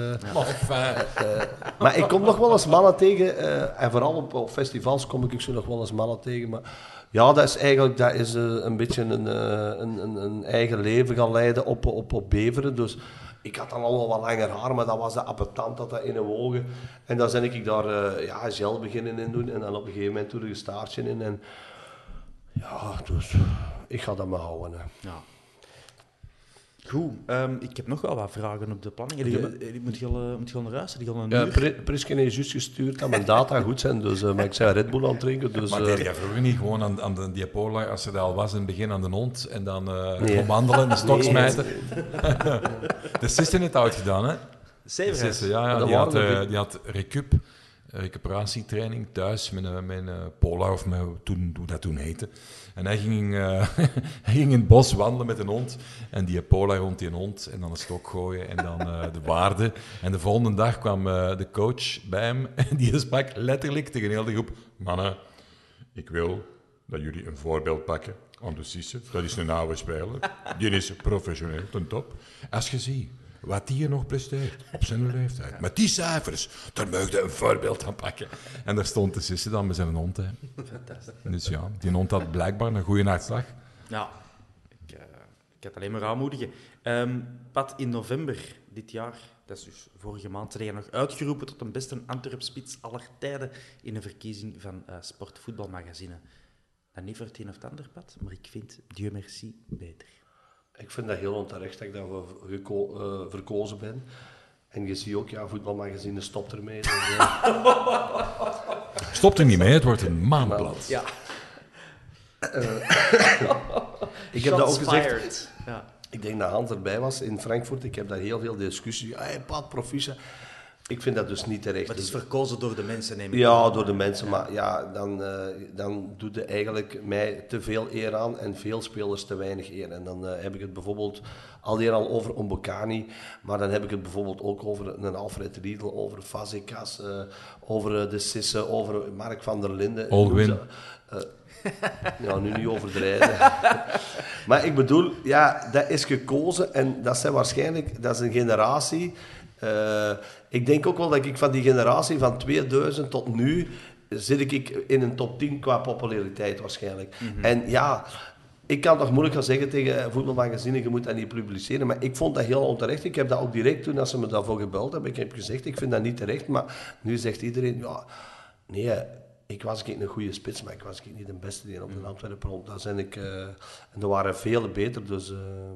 Maar ik kom nog wel eens mannen tegen, en vooral op festivals kom ik zo nog wel eens mannen tegen, maar... Ja, dat is een beetje een eigen leven gaan leiden op Beveren. Dus ik had dan al wel wat langer haar, maar dat was de appetant dat in de ogen. En dan ben ik daar gel beginnen in doen. En dan op een gegeven moment doe ik een staartje in. En ja, dus ik ga dat maar houden. Hè. Ja. Goed, ik heb nog wel wat vragen op de planning. Moet je al naar huis? Prisken is juist gestuurd dat mijn data goed zijn, dus, maar ik zei Red Bull aan het drinken. Dus, Maar deed jij vroeger niet gewoon aan de Diapola, als er al was in het begin aan de hond, en dan gewoon wandelen, een stok smijten? De Sisse heeft het oud gedaan, hè? Zeven. Ja, die had recuperatietraining thuis met een Pola, of hoe dat toen heette. En hij ging in het bos wandelen met een hond. En die Pola rond die hond. En dan een stok gooien. En dan de waarde. En de volgende dag kwam de coach bij hem. En die sprak letterlijk tegen heel de groep. Mannen, ik wil dat jullie een voorbeeld pakken aan de Sisse. Dat is een oude speler. Die is professioneel, ten top. Als je ziet wat die hier nog presteert op zijn leeftijd. Met die cijfers, daar mag je een voorbeeld aan pakken. En daar stond de Sisse dan met zijn hond. Hè. Fantastisch. Dus ja, die hond had blijkbaar een goede uitslag. Ja, ik had alleen maar aanmoedigen. Pat, in november dit jaar, dat is dus vorige maand, zijn jij nog uitgeroepen tot een beste Antwerp-spits aller tijden in een verkiezing van Sportvoetbalmagazine. En niet voor het een of het ander, Pat, maar ik vind Dieu merci beter. Ik vind dat heel onterecht dat ik daarvoor verkozen ben. En je ziet ook, voetbalmagazine stopt ermee. Dus, Stopt er niet mee, het wordt een maandblad. Ja. Ik heb dat ook gezegd. Ja. Ik denk dat Hans erbij was in Frankfurt. Ik heb daar heel veel discussie. Pat, proficiat. Ik vind dat dus niet terecht. Maar het is verkozen door de mensen, neem ik Ja, aan. door de mensen. Maar ja, dan doet je eigenlijk mij te veel eer aan en veel spelers te weinig eer. En dan heb ik het bijvoorbeeld al over Ombokani, maar dan heb ik het bijvoorbeeld ook over een Alfred Riedel, over Fazekas, over de Sisse, over Mark van der Linden. Olwin. Ja, nu niet overdrijven. Maar ik bedoel, dat is gekozen en dat is een generatie. Ik denk ook wel dat ik van die generatie van 2000 tot nu zit ik in een top 10 qua populariteit waarschijnlijk. En ja, ik kan toch moeilijk gaan zeggen tegen voetbalmagazine, je moet dat niet publiceren, maar ik vond dat heel onterecht. Ik heb dat ook direct, toen ze me daarvoor gebeld hebben, ik heb gezegd, ik vind dat niet terecht, maar nu zegt iedereen, ja, nee, ik was een goede spits, maar ik was niet de beste die op de Antwerpen rond. Daar zijn ik, en er waren vele beter, dus...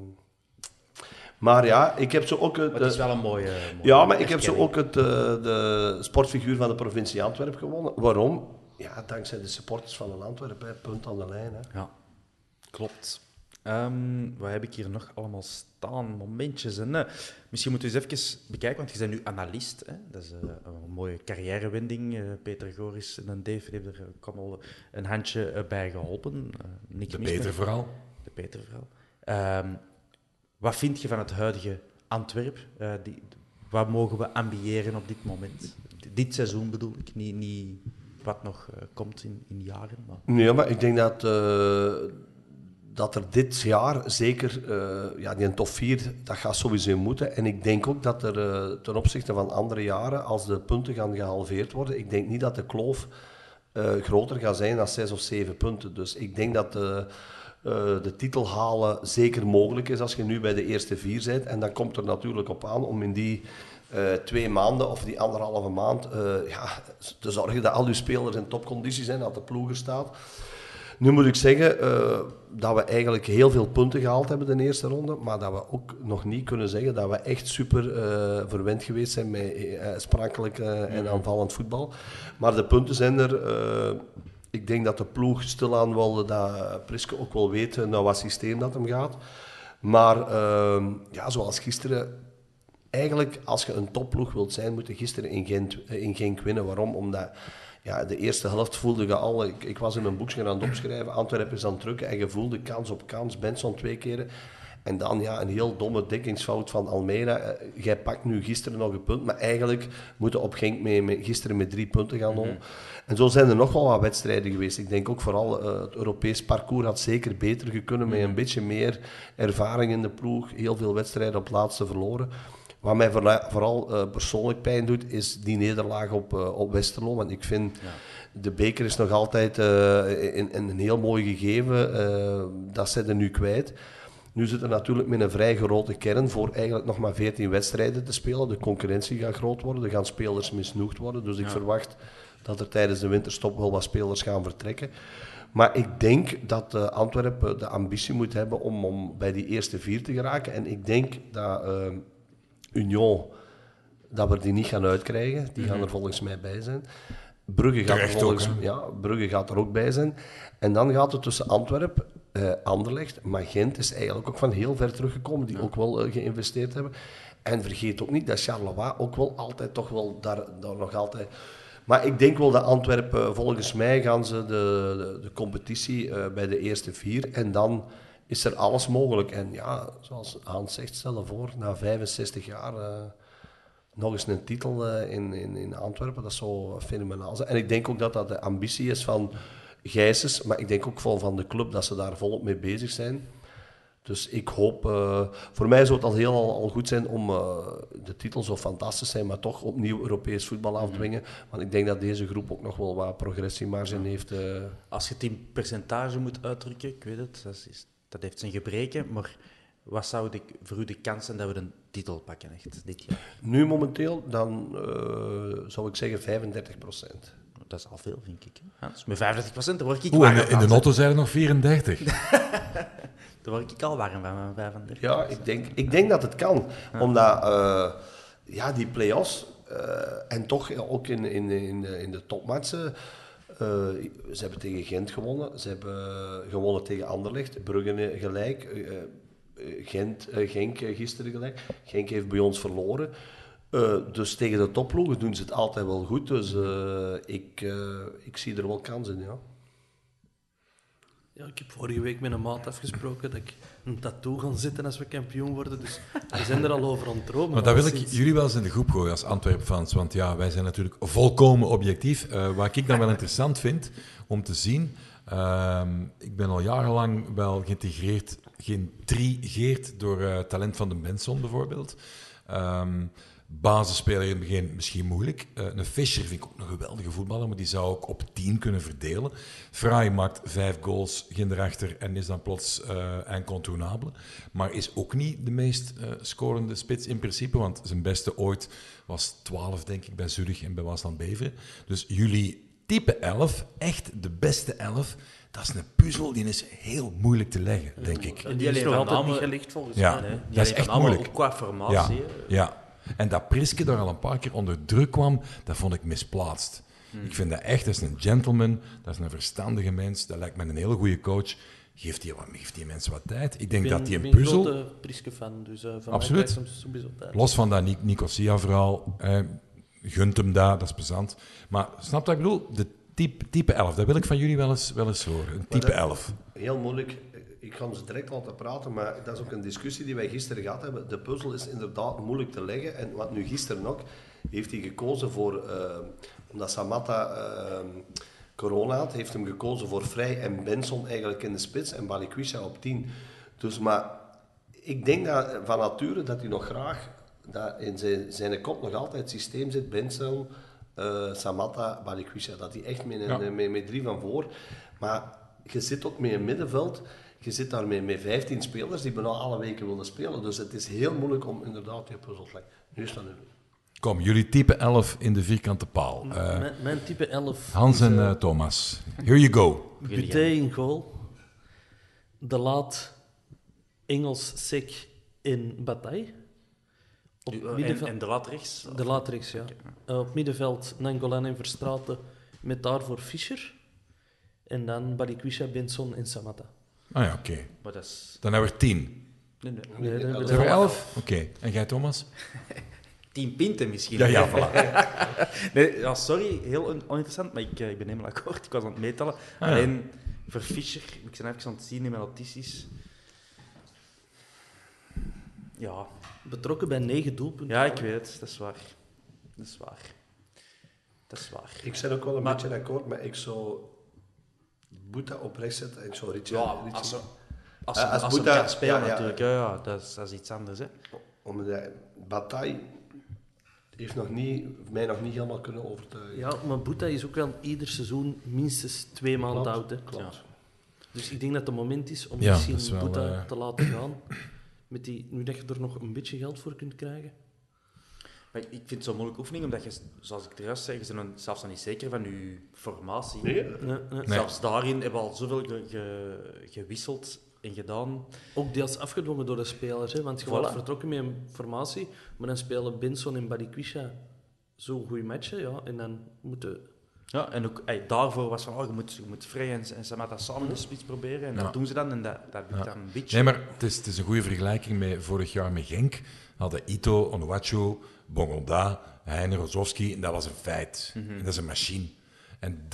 Maar ja, ik heb zo ook... Het is wel een mooie ja, maar ik heb zo ook de sportfiguur van de provincie Antwerpen gewonnen. Waarom? Ja, dankzij de supporters van Antwerpen, punt aan de lijn. Hè. Ja, klopt. Wat heb ik hier nog allemaal staan? Momentjes. En, misschien moeten we eens even bekijken, want je bent nu analist. Hè? Dat is een mooie carrièrewending. Peter Goris en Dave hebben er al een handje bij geholpen. De Peter vooral. De Peter vooral. Wat vind je van het huidige Antwerp? Wat mogen we ambiëren op dit moment? Dit seizoen bedoel ik, niet wat nog komt in jaren. Maar... Nee, maar ik denk dat er dit jaar zeker, die top 4, dat gaat sowieso moeten. En ik denk ook dat er ten opzichte van andere jaren, als de punten gaan gehalveerd worden, ik denk niet dat de kloof groter gaat zijn dan 6 of 7 punten. Dus ik denk dat de titel halen zeker mogelijk is als je nu bij de eerste 4 bent. En dan komt er natuurlijk op aan om in die 2 maanden of die 1,5 maand te zorgen dat al je spelers in topconditie zijn, dat de ploeg er staat. Nu moet ik zeggen dat we eigenlijk heel veel punten gehaald hebben de eerste ronde, maar dat we ook nog niet kunnen zeggen dat we echt super verwend geweest zijn met sprankelijk en aanvallend voetbal. Maar de punten zijn er. Ik denk dat de ploeg stilaan wel, dat Priske ook wel weet naar wat systeem dat hem gaat. Maar zoals gisteren, eigenlijk als je een topploeg wilt zijn, moet je gisteren in Genk winnen. Waarom? Omdat de eerste helft voelde je al, ik was in een boekje aan het opschrijven, Antwerpen is aan het drukken en je voelde kans op kans, Benson 2 keren. En dan een heel domme dekkingsfout van Almeida. Jij pakt nu gisteren nog een punt, maar eigenlijk moeten op Genk gisteren met 3 punten gaan halen. En zo zijn er nog wel wat wedstrijden geweest. Ik denk ook vooral het Europees parcours had zeker beter gekund met een beetje meer ervaring in de ploeg. Heel veel wedstrijden op laatste verloren. Wat mij vooral persoonlijk pijn doet, is die nederlaag op Westerlo. Want ik vind, de beker is nog altijd een heel mooi gegeven. Dat zijn er nu kwijt. Nu zit er natuurlijk met een vrij grote kern voor eigenlijk nog maar 14 wedstrijden te spelen. De concurrentie gaat groot worden, er gaan spelers misnoegd worden. Dus ik verwacht dat er tijdens de winterstop wel wat spelers gaan vertrekken. Maar ik denk dat Antwerpen de ambitie moet hebben om bij die eerste 4 te geraken. En ik denk dat Union, dat we die niet gaan uitkrijgen. Die gaan er volgens mij bij zijn. Brugge gaat er ook bij zijn. En dan gaat het tussen Antwerpen, Anderlecht, maar Gent is eigenlijk ook van heel ver teruggekomen, die ook wel geïnvesteerd hebben. En vergeet ook niet dat Charleroi ook wel altijd toch wel daar nog altijd... Maar ik denk wel dat Antwerpen, volgens mij gaan ze de competitie bij de eerste 4 en dan is er alles mogelijk. En ja, zoals Hans zegt, stel je voor, na 65 jaar nog eens een titel in Antwerpen, dat zou fenomenaal zijn. En ik denk ook dat dat de ambitie is van Gijsens, maar ik denk ook van de club dat ze daar volop mee bezig zijn. Dus ik hoop, voor mij zou het al goed zijn om de titel zo fantastisch zijn, maar toch opnieuw Europees voetbal afdwingen. Want ik denk dat deze groep ook nog wel wat progressiemarge heeft. Als je het in percentage moet uitdrukken, ik weet het, dat heeft zijn gebreken, maar wat zou voor u de kans zijn dat we een titel pakken echt dit jaar? Nu momenteel, dan zou ik zeggen 35%. Dat is al veel, vind ik. Dus met 35% word ik warm. In de Notto zijn er nog 34. Daar word ik al warm van, mijn 35%. Ja, ik denk dat het kan. Ja. Omdat die play-offs en toch ook in de topmatchen, ze hebben tegen Gent gewonnen, ze hebben gewonnen tegen Anderlecht, Brugge gelijk, Genk gisteren gelijk. Genk heeft bij ons verloren. Dus tegen de topploegen doen ze het altijd wel goed. Dus ik zie er wel kans in, ja. Ja, ik heb vorige week met een maat afgesproken dat ik een tattoo ga zetten als we kampioen worden. Dus we zijn er al over aan het dromen. Maar dat wil ik jullie wel eens in de groep gooien als Antwerp-fans. Want ja, wij zijn natuurlijk volkomen objectief. Wat ik dan wel interessant vind om te zien... ik ben al jarenlang wel geïntrigeerd door talent van de Benson bijvoorbeeld. basisspeler in het begin misschien moeilijk. Een Fischer vind ik ook een geweldige voetballer, maar die zou ook op 10 kunnen verdelen. Fraai maakt 5 goals, ging erachter en is dan plots incontournabel. Maar is ook niet de meest scorende spits in principe, want zijn beste ooit was 12, denk ik, bij Zurich en bij Waasland Beveren. Dus jullie type 11, echt de beste 11, dat is een puzzel, die is heel moeilijk te leggen, denk ik. En die is nog altijd niet gelegd volgens mij. Hè? Dat is echt moeilijk. Ook qua formatie. Ja. En dat Priske daar al een paar keer onder druk kwam, dat vond ik misplaatst. Ik vind dat echt, dat is een gentleman, dat is een verstandige mens, dat lijkt me een hele goede coach. Geeft die mensen wat tijd. Ik denk dat die een puzzel... Ik ben een grote Priske-fan, dus van absoluut. mij krijgt sowieso tijd. Los van dat Nicosia-verhaal, gunt hem dat is plezant. Maar snap wat ik bedoel? De type 11, dat wil ik van jullie wel eens horen. Een type 11. Heel moeilijk. Ik ga ze direct laten praten, maar dat is ook een discussie die wij gisteren gehad hebben. De puzzel is inderdaad moeilijk te leggen. En wat nu gisteren ook, heeft hij gekozen voor... omdat Samatta corona had, heeft hem gekozen voor Vrij en Benson eigenlijk in de spits en Balikwisha op 10. Dus, maar ik denk dat van nature dat hij nog graag... dat in zijn kop nog altijd het systeem zit, Benson, Samatta, Balikwisha. Dat hij echt met 3 van voor... Maar je zit ook met een middenveld... Je zit daar met 15 spelers die bijna alle weken willen spelen. Dus het is heel moeilijk om inderdaad die puzzel te leggen. Nu is dat nu. Kom, jullie type 11 in de vierkante paal. Mijn type 11 Hans en Thomas. Here you go. Buté in goal. De Laat, Engels, Sek in Bataille. En de Laat rechts? De Laat rechts, ja. Op middenveld Nangolan en Verstraeten met daarvoor Fischer. En dan Balikwisha, Benson en Samatta. Ah ja, oké. Maar dat is... Dan hebben we 10. Nee, Zijn we 11? Oké. En jij, Thomas? 10 pinten misschien. Ja, voilà. Nee, ja, sorry, heel oninteressant, maar ik ben helemaal akkoord. Ik was aan het meetellen. Ah, alleen voor Fischer, ik ben even aan het zien in mijn notities. Ja. Betrokken bij 9 doelpunten. Ja, ik weet het. Dat is waar. Ik ben ook wel een beetje akkoord, maar ik zou Boeta op rechts zetten en ik zou Richie... Als hij Boeta kan spelen natuurlijk. Ja. Ja, dat is iets anders. Hè. Omdat Bataille heeft mij nog niet helemaal kunnen overtuigen. Ja, maar Boeta is ook wel ieder seizoen minstens 2 maanden oud. Hè. Klopt. Ja. Dus ik denk dat het moment is om Ja, misschien dat is wel, Boeta te laten gaan. Nu dat je er nog een beetje geld voor kunt krijgen. Maar ik vind het zo'n moeilijke oefening, omdat je, zoals ik eruit zeg, je bent zelfs nog niet zeker van je formatie. Nee. Zelfs daarin hebben we al zoveel gewisseld en gedaan. Ook deels afgedwongen door de spelers. Hè? Want je wordt vertrokken met een formatie, maar dan spelen Benson en Balikwisha zo'n goede matchen. Ja, en dan moeten... Ja, en ook daarvoor was van, je moet Vrij en Samatta samen in de spits proberen. En dat doen ze dan, en dat lukt dan een beetje. Nee, maar het is een goede vergelijking met vorig jaar met Genk. Hadden Ito, Onuachu, Bongonda, Heine, Rozovski, en dat was een feit. En dat is een machine. En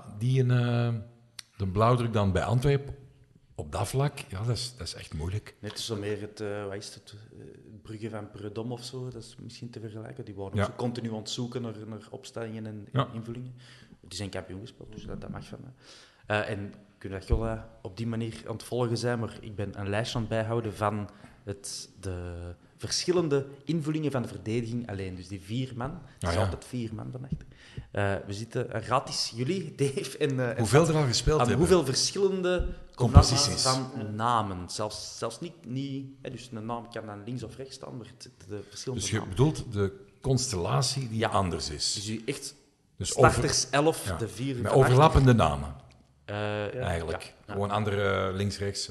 de blauwdruk dan bij Antwerpen, op dat vlak, ja, dat is echt moeilijk. Net zo meer het Brugge van Predom of zo, dat is misschien te vergelijken. Die waren ook zo continu aan het zoeken naar opstellingen en invullingen. Die zijn kampioen gespeeld, dus dat mag van mij. En kunnen dat wel op die manier aan het volgen zijn, maar ik ben een lijstje aan het bijhouden van de verschillende invullingen van de verdediging alleen. Dus die 4 man, er is altijd 4 man van achter. We zitten gratis, jullie, Dave en... Hoeveel er al gespeeld hebben? Hoeveel verschillende composities van namen. Zelfs niet dus een naam kan dan links of rechts staan, maar de verschillende Dus je namen. bedoelt de constellatie die anders is. Dus u echt Dus starters 11, de 4 met overlappende namen, eigenlijk. Ja. Gewoon andere links-rechts.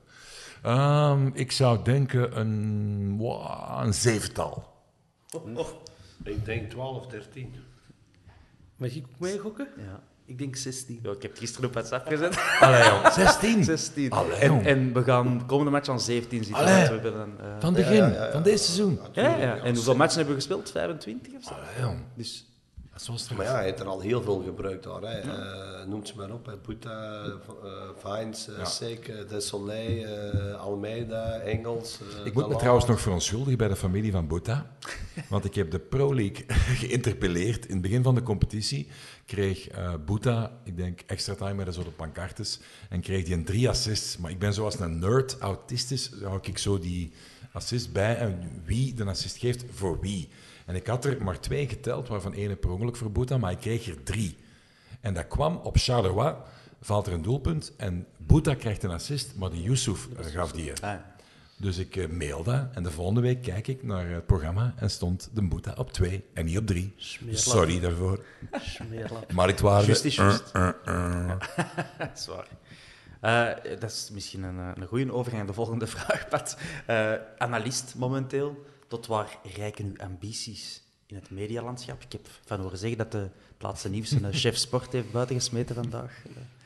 Ik zou denken een 7-tal. Ik denk 12, 13. Mag ik ook meegokken? Ja. Ik denk 16. Ja, ik heb het gisteren op WhatsApp gezet. Allee, jong. 16? 16. Allee, jong. En we gaan de komende match aan 17 zitten. Allee. We hebben dan, Van begin, van dit seizoen. ja. En hoeveel matchen hebben we gespeeld? 25 of zo? Allee, jong. Dus Dat is wel straf. Maar ja, hij heeft er al heel veel gebruikt daar. Hè. Noemt ze maar op. Hè. Boeta, Vines, Sek, De Soleil, Almeida, Engels. Ik moet me trouwens nog verontschuldigen bij de familie van Boeta. Want ik heb de Pro League geïnterpelleerd. In het begin van de competitie kreeg Boeta, ik denk extra time met een soort pancartes. En kreeg hij 3 assists. Maar ik ben zoals een nerd, autistisch, hou ik zo die assist bij. En wie de assist geeft, voor wie. En ik had er maar 2 geteld, waarvan 1 per ongeluk voor Bouta, maar ik kreeg er 3. En dat kwam op Charleroi, valt er een doelpunt en Bouta krijgt een assist, maar de Yusuf gaf die. Dus ik mail dat en de volgende week kijk ik naar het programma en stond de Bouta op 2 en niet op 3. Sorry daarvoor. Marktwaarde. Juist. Zwaar. Dat is misschien een goede overgang naar de volgende vraag, Pat. Analist momenteel, tot waar reiken uw ambities in het medialandschap? Ik heb van horen zeggen dat het laatste nieuws een chef sport heeft buitengesmeten vandaag.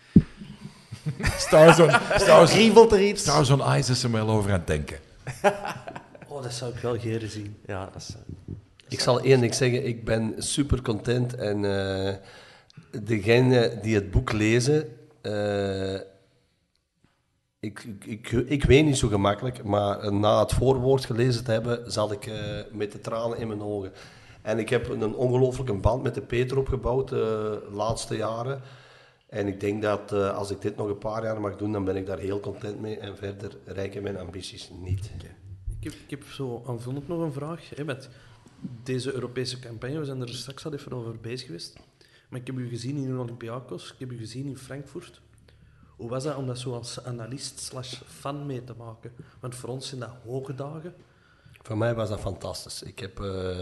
Kriebelt er iets? Stars on Ice is er wel over aan het denken. Dat zou ik wel geren zien. Ja, dat is... Ik zal één ding zeggen, ik ben super content en degenen die het boek lezen, ik weet niet zo gemakkelijk, maar na het voorwoord gelezen te hebben, zat ik met de tranen in mijn ogen. En ik heb een ongelooflijke band met de Peter opgebouwd de laatste jaren. En ik denk dat als ik dit nog een paar jaar mag doen, dan ben ik daar heel content mee. En verder reiken mijn ambities niet. Okay. Ik heb zo aanvullend nog een vraag. Met deze Europese campagne, we zijn er straks al even over bezig geweest. Maar ik heb u gezien in Olympiakos, ik heb u gezien in Frankfurt. Hoe was dat om dat zo als analist/fan mee te maken? Want voor ons zijn dat hoge dagen. Voor mij was dat fantastisch. Ik heb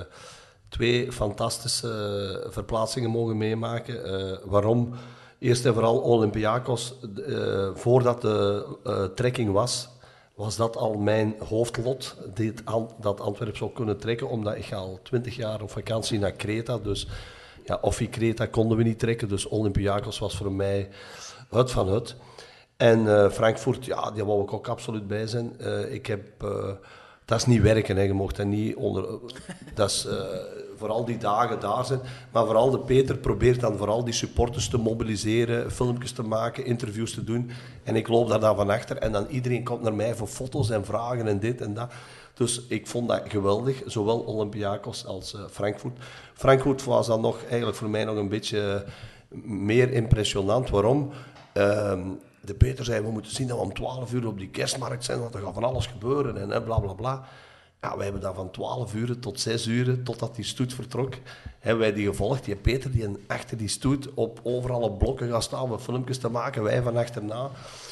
2 fantastische verplaatsingen mogen meemaken. Waarom? Eerst en vooral Olympiakos. Voordat de trekking was dat al mijn hoofdlot, dat Antwerpen zou kunnen trekken, omdat ik ga al 20 jaar op vakantie naar Kreta. Dus ja, Offi Kreta konden we niet trekken, dus Olympiakos was voor mij het van het. En Frankfurt, ja, die wou ik ook absoluut bij zijn. Dat is niet werken, hè. Je mocht dat niet onder... Dat is vooral die dagen daar zijn. Maar vooral de Peter probeert dan vooral die supporters te mobiliseren, filmpjes te maken, interviews te doen. En ik loop daar dan van achter en dan iedereen komt naar mij voor foto's en vragen en dit en dat. Dus ik vond dat geweldig, zowel Olympiakos als Frankfurt. Frankfurt was dan nog eigenlijk voor mij nog een beetje meer impressionant. Waarom? De Peter zei, we moeten zien dat we om 12 uur op die kerstmarkt zijn, want er gaat van alles gebeuren en bla bla bla. Ja, wij hebben dan van 12 uur tot 6 uur, totdat die stoet vertrok, hebben wij die gevolgd. Die Peter die achter die stoet overal op blokken gaat staan om filmpjes te maken, wij van achterna.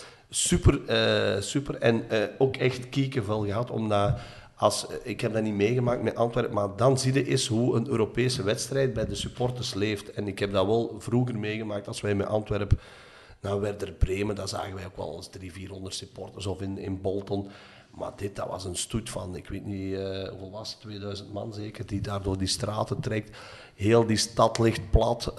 Super. En ook echt kiekenvel gehad, omdat... Ik heb dat niet meegemaakt met Antwerpen, maar dan zie je eens hoe een Europese wedstrijd bij de supporters leeft. En ik heb dat wel vroeger meegemaakt als wij met Antwerpen naar Werder Bremen, daar zagen wij ook wel eens 300-400 supporters, of in Bolton. Maar dat was een stoet van, ik weet niet, hoeveel was het, 2000 man zeker, die daar door die straten trekt. Heel die stad ligt plat,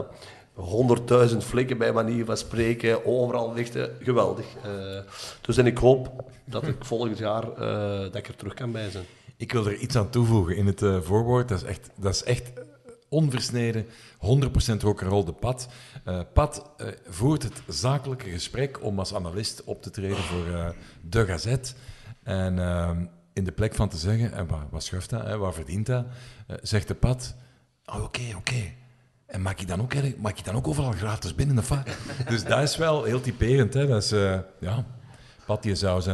100.000 flikken bij manier van spreken, overal lichten, geweldig. Dus en ik hoop dat ik volgend jaar dat ik er terug kan bij zijn. Ik wil er iets aan toevoegen in het voorwoord, dat is echt onversneden, 100% rock'n'roll de Pat. Pat voert het zakelijke gesprek om als analist op te treden voor de Gazette. En in de plek van te zeggen, en wat schuift dat, hè, wat verdient dat, zegt de Pat, oké. En maak ik dan ook overal gratis binnen of wat? Dus dat is wel heel typerend. Hè? Dat is, Pat die zou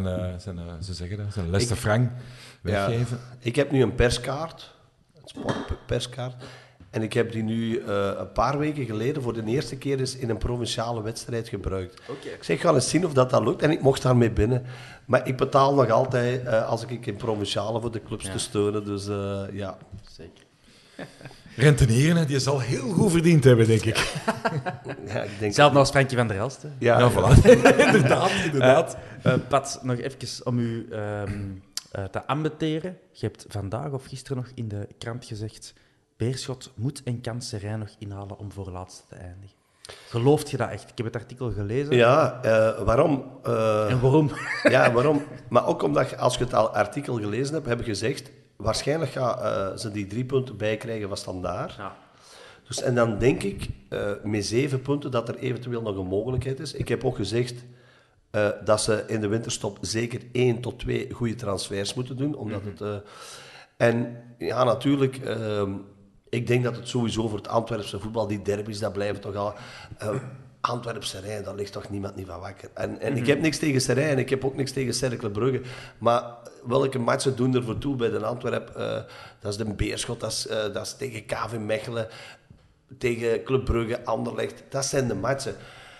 zijn Lester Frank weggeven. Ja, ik heb nu een perskaart, een sportperskaart. En ik heb die nu een paar weken geleden voor de eerste keer eens in een provinciale wedstrijd gebruikt. Okay. Ik zeg, ik ga eens zien of dat lukt. En ik mocht daarmee binnen. Maar ik betaal nog altijd als ik in provinciale voor de clubs te steunen. Dus ja. Zeker. Rentenieren, die zal heel goed verdiend hebben, denk ik. Ja, ik denk zelfs als Frankje van der Elst. Ja, voilà. inderdaad. Pat, nog even om u te ambeteren. Je hebt vandaag of gisteren nog in de krant gezegd... Beerschot moet en kan Serijn nog inhalen om voor laatste te eindigen. Gelooft je dat echt? Ik heb het artikel gelezen. Ja, waarom? En waarom? Ja, waarom? Maar ook omdat als je het artikel gelezen hebt, heb je gezegd... Waarschijnlijk gaan ze die 3 punten bijkrijgen van Standaard. Ja. Dus, en dan denk ik, met 7 punten, dat er eventueel nog een mogelijkheid is. Ik heb ook gezegd dat ze in de winterstop zeker 1 tot 2 goede transfers moeten doen. Omdat het... En ja, natuurlijk... ik denk dat het sowieso voor het Antwerpse voetbal, die derbies, dat blijven toch al... Antwerp-Serijn, daar ligt toch niemand niet van wakker. En ik heb niks tegen Serijn en ik heb ook niks tegen Cercle Brugge. Maar welke matchen doen er voor toe bij de Antwerp? Dat is de Beerschot, dat is tegen KV Mechelen, tegen Club Brugge, Anderlecht. Dat zijn de matchen.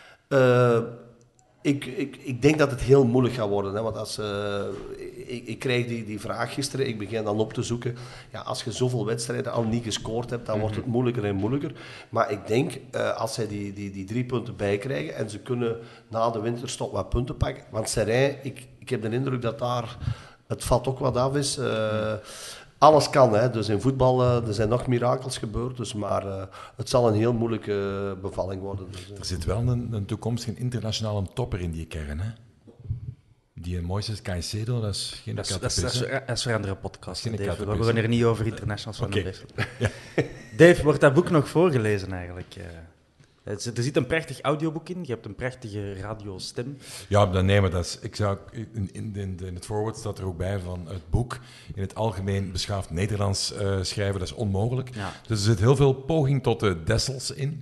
Ik denk dat het heel moeilijk gaat worden. Hè, want ik krijg die vraag gisteren, ik begin dan op te zoeken. Ja, als je zoveel wedstrijden al niet gescoord hebt, dan wordt het moeilijker en moeilijker. Maar ik denk, als zij die 3 punten bijkrijgen en ze kunnen na de winterstop wat punten pakken. Want Serijn, ik heb de indruk dat daar het vat ook wat af is. Alles kan, hè. Dus in voetbal er zijn nog mirakels gebeurd, dus, maar het zal een heel moeilijke bevalling worden. Dus, Er zit wel een toekomstige internationale topper in die kern, hè? Die Moises Caicedo, dat is geen kattenpis. Dat is voor andere podcast. Geen Dave. kattenpis, We gaan er niet over internationals van Oké. de ja. Dave, wordt dat boek nog voorgelezen eigenlijk? Er zit een prachtig audioboek in, je hebt een prachtige radiostem. Ja, maar dat is, in het voorwoord staat er ook bij van het boek in het algemeen beschaafd Nederlands schrijven, dat is onmogelijk. Ja. Dus er zit heel veel poging tot de dessels in,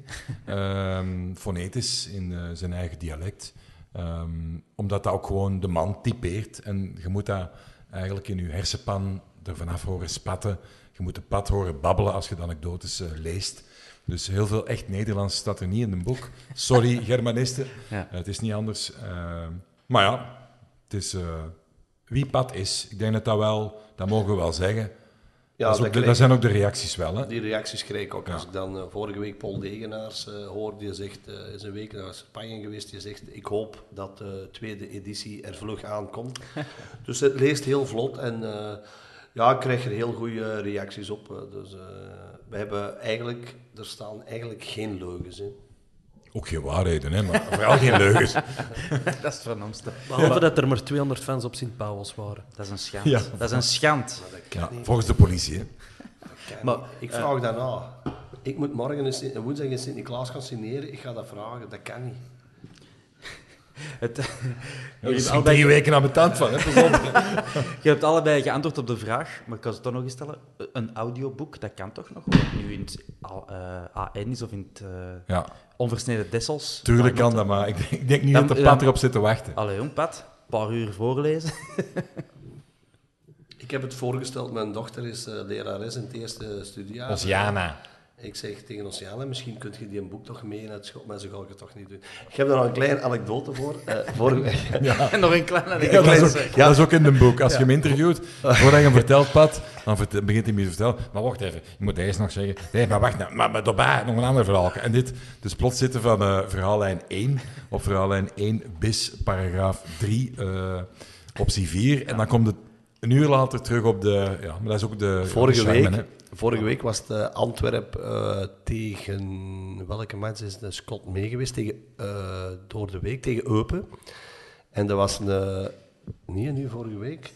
fonetisch in zijn eigen dialect. Omdat dat ook gewoon de man typeert en je moet dat eigenlijk in je hersenpan er vanaf horen spatten. Je moet de pad horen babbelen als je de anekdotes leest. Dus heel veel echt Nederlands staat er niet in een boek. Sorry, Germanisten. Ja. Het is niet anders. Maar ja, het is wie Pat is. Ik denk dat mogen we wel zeggen. Ja, dat zijn ook de reacties wel. Hè? Die reacties krijg ik ook. Als ik dan vorige week Paul Degenaars hoorde, die zegt, is een week naar Spanje geweest, die zegt, ik hoop dat de tweede editie er vlug aankomt. Dus het leest heel vlot en ik krijg er heel goede reacties op. Dus we hebben er staan eigenlijk geen leugens in. Ook geen waarheden, hè, maar vooral geen leugens. Dat is het voornaamste. Behalve dat er maar 200 fans op Sint-Pauwels waren. Dat is een schand. Ja. Dat is een schand. Ja, volgens de politie. Hè. Maar ik vraag daarna. Ik moet morgen een woensdag in Sint-Niklaas gaan signeren. Ik ga dat vragen. Dat kan niet. Je is al 3 weken aan mijn tand van. Hè, Je hebt allebei geantwoord op de vraag, maar ik kan ze toch nog eens stellen. Een audioboek, dat kan toch nog? Of het nu in het AN is of in het onversneden Dessels. Tuurlijk kan dat, maar ik denk niet dat de Pat erop zit te wachten. Allee jong, Pat, een paar uur voorlezen. Ik heb het voorgesteld. Mijn dochter is lerares in het eerste studiejaar. Oceana. Ik zeg tegen Oceana, misschien kun je die een boek toch mee naar het school, maar zo ga ik het toch niet doen. Ik heb er nog een kleine anekdote voor. Ja. En nog een kleine anekdote. Dat is ook in het boek. Als je hem interviewt, voordat je hem vertelt, Pat, dan begint hij me te vertellen. Maar wacht even, je moet eerst nog zeggen. Nee, maar wacht, maar daarbij nog een ander verhaal. En dit, dus plots zitten van verhaallijn 1 op verhaallijn 1 bis paragraaf 3, optie 4. Ja. En dan komt het een uur later terug op de... Ja, maar dat is ook de... Vorige week was het Antwerp tegen... Welke match is de Scott mee geweest? Door de week tegen Eupen. En dat was een... Nee, nu vorige week.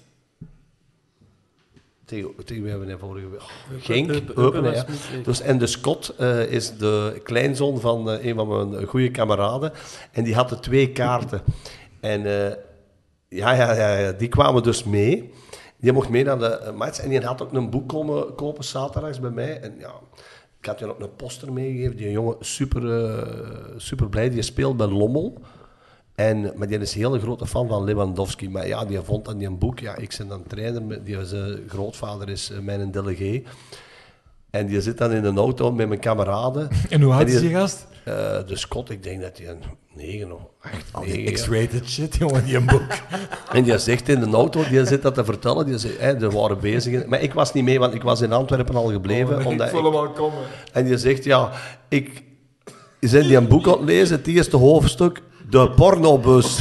Tegen wie hebben we vorige week? Genk, Eupen, ja. Dus, en de Scott is de kleinzoon van een van mijn goede kameraden. En die had de 2 kaarten. En die kwamen dus mee. Die mocht mee naar de match en die had ook een boek komen kopen zaterdags bij mij. En ja, ik had je ook een poster meegegeven. Die jongen, super blij. Die speelt bij Lommel. Maar die is een hele grote fan van Lewandowski. Maar ja, die vond aan die boek... Ja, ik ben dan trainer. Zijn grootvader is mijn delegé. En die zit dan in een auto met mijn kameraden. En hoe oud is die gast? De Scott, ik denk dat hij een 9 of 8, 9. X-rated shit, jongen, die een boek. En die zegt in de auto, die zit dat te vertellen, die zegt, ze waren bezig. Maar ik was niet mee, want ik was in Antwerpen al gebleven. Ik voel hem al komen. En die zegt, ik ben die een boek aan het lezen, het eerste hoofdstuk, de pornobus.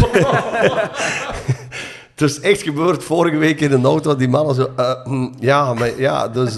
Het is echt gebeurd vorige week in een auto, die mannen zo, dus...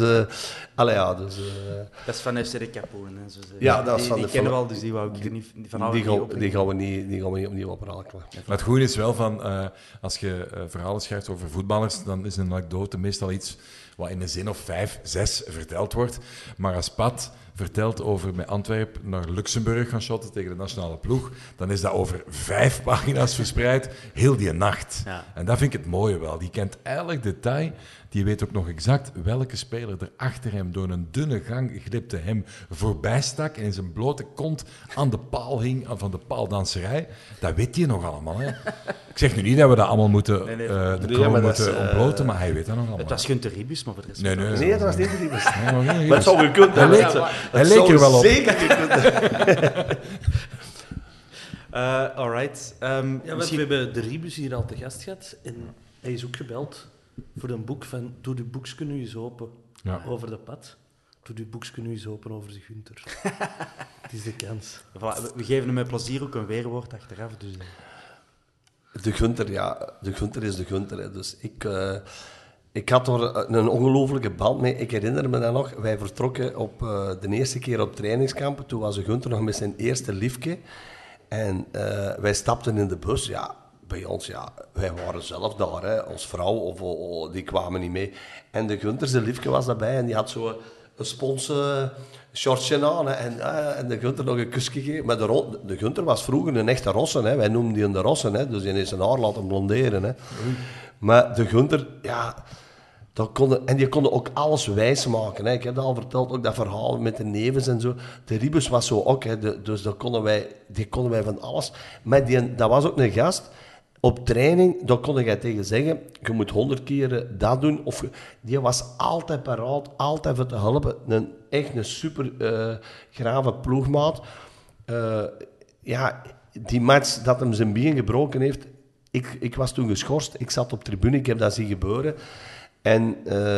dat is van FC de Kapoen. Ja, dat is van die kennen we al, dus die wou ik er niet van die gaan we niet oprakelen. Maar het goede is wel van, als je verhalen schrijft over voetballers, dan is een anekdote meestal iets wat in een zin of 5, 6 verteld wordt. Maar als Pat vertelt over met Antwerpen naar Luxemburg gaan shotten tegen de nationale ploeg, dan is dat over 5 pagina's verspreid, heel die nacht. Ja. En dat vind ik het mooie wel. Die kent elk detail. Die weet ook nog exact welke speler er achter hem door een dunne gang glipte hem voorbij stak en in zijn blote kont aan de paal hing van de paaldanserij. Dat weet hij nog allemaal. Hè. Ik zeg nu niet dat we dat allemaal moeten de kroon moeten ontbloten, maar hij weet dat nog allemaal. Het was Gunther Ribus, maar voor de rest... Nee, het was niet Ribus. Maar het zou gekund hebben. Hij leek er wel op. Zeker gekund. Alright. We hebben de Ribus hier al te gast gehad en hij is ook gebeld voor een boek van doe de boekje nu eens open over de Pat. Doe de boekje nu eens open over de Gunther. Het is de kans. Voilà, we geven hem met plezier ook een weerwoord achteraf. Dus. De Gunther, de Gunther is de Gunther. Hè. Dus ik had er een ongelooflijke band mee. Ik herinner me dat nog. Wij vertrokken op de eerste keer op trainingskamp. Toen was de Gunther nog met zijn eerste liefje. En wij stapten in de bus. Ja, bij ons, wij waren zelf daar. Hè. Ons vrouw, die kwamen niet mee. En de Gunther, zijn liefje, was daarbij. En die had zo een sponsen shortje aan. Hè. En de Gunther nog een kusje gegeven. Maar de Gunther was vroeger een echte rossen. Hè. Wij noemden die de rossen. Hè. Dus die heeft zijn haar laten blonderen. Hè. Maar de Gunther, die konden ook alles wijs maken. Hè. Ik heb dat al verteld, ook dat verhaal met de nevens en zo. De Ribus was zo ook, hè. Dus die konden wij van alles. Maar dat was ook een gast. Op training, daar kon je tegen zeggen, je moet 100 keer dat doen. Die was altijd paraat, altijd voor te helpen. Echt een super grave ploegmaat. Die match dat hem zijn been gebroken heeft, ik was toen geschorst. Ik zat op tribune, ik heb dat zien gebeuren. En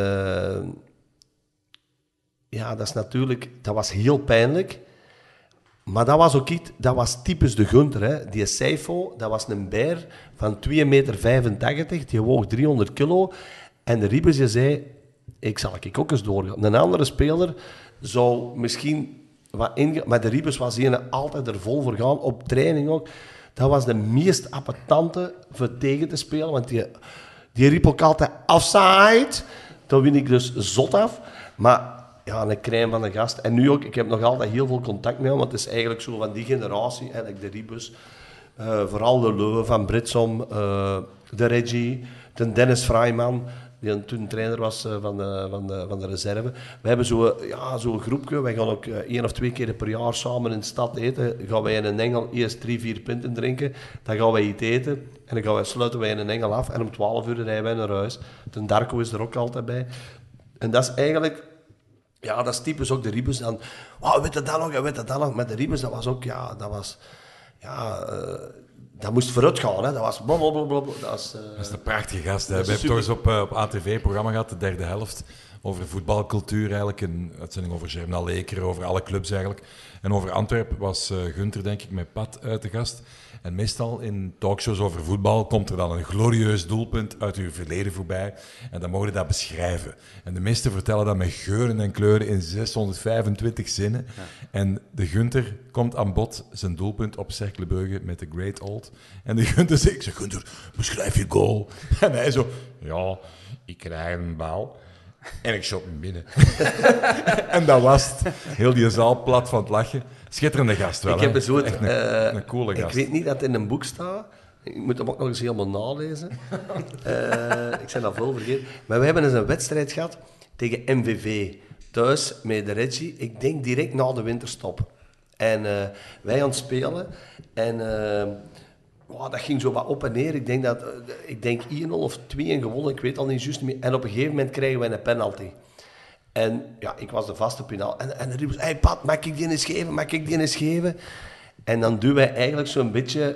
dat was heel pijnlijk. Maar dat was ook iets, dat was typisch de Gunther. Hè. Die Seifo, dat was een beer van 2,85 meter, die woog 300 kilo. En de Ribus, je zei, ik zal ook eens doorgaan. Een andere speler zou misschien wat maar de Ribus was hier altijd er vol voor gaan, op training ook. Dat was de meest appetante voor tegen te spelen, want die riep ook altijd offside. Daar win ik dus zot af. Maar een crème van de gast. En nu ook, ik heb nog altijd heel veel contact met hem, want het is eigenlijk zo van die generatie, eigenlijk de Ribus. Vooral de Leu van Britsom, de Reggie, de Dennis Vrijman, die toen trainer was van de reserve. We hebben zo'n groepje, wij gaan ook 1 of 2 keer per jaar samen in de stad eten. Dan gaan wij in een engel eerst 3-4 pinten drinken, dan gaan wij iets eten en dan sluiten wij in een engel af en om 12 uur rijden wij naar huis. De Darko is er ook altijd bij. En dat is eigenlijk... Ja, dat is typisch ook de Ribus. Dan, weet je dat nog? Met de Ribus, dat was ook, dat moest vooruit gaan. Hè. Dat was blablabla. Dat is een prachtige gast. We hebben toch eens op ATV een programma gehad, de derde helft, over voetbalcultuur eigenlijk. Een uitzending over Germinal Leker, over alle clubs eigenlijk. En over Antwerpen was Gunther, denk ik, met Pat uit de gast. En meestal in talkshows over voetbal komt er dan een glorieus doelpunt uit uw verleden voorbij. En dan mogen we dat beschrijven. En de meesten vertellen dat met geuren en kleuren in 625 zinnen. Ja. En de Gunther komt aan bod, zijn doelpunt op Cercle Brugge met de Great Old. En de Gunther zegt, ik zeg, Gunther, beschrijf je goal. En hij zo, ik krijg een bal. En ik shot hem binnen. En dat was het. Heel die zaal plat van het lachen. Schitterende gast wel. Ik heb bezocht, echt een coole gast. Ik weet niet dat het in een boek staat. Ik moet hem ook nog eens helemaal nalezen. Ik ben dat veel vergeten. Maar we hebben eens een wedstrijd gehad tegen MVV. Thuis met de Reggie. Ik denk direct na de winterstop. En wij aan het spelen. En... dat ging zo wat op en neer. Ik denk 1-0 of 2-1 gewonnen. Ik weet al niet juist meer. En op een gegeven moment krijgen wij een penalty. En ik was de vaste penal. En dan riep ze, hey Pat, mag ik die eens geven? En dan doen wij eigenlijk zo'n beetje...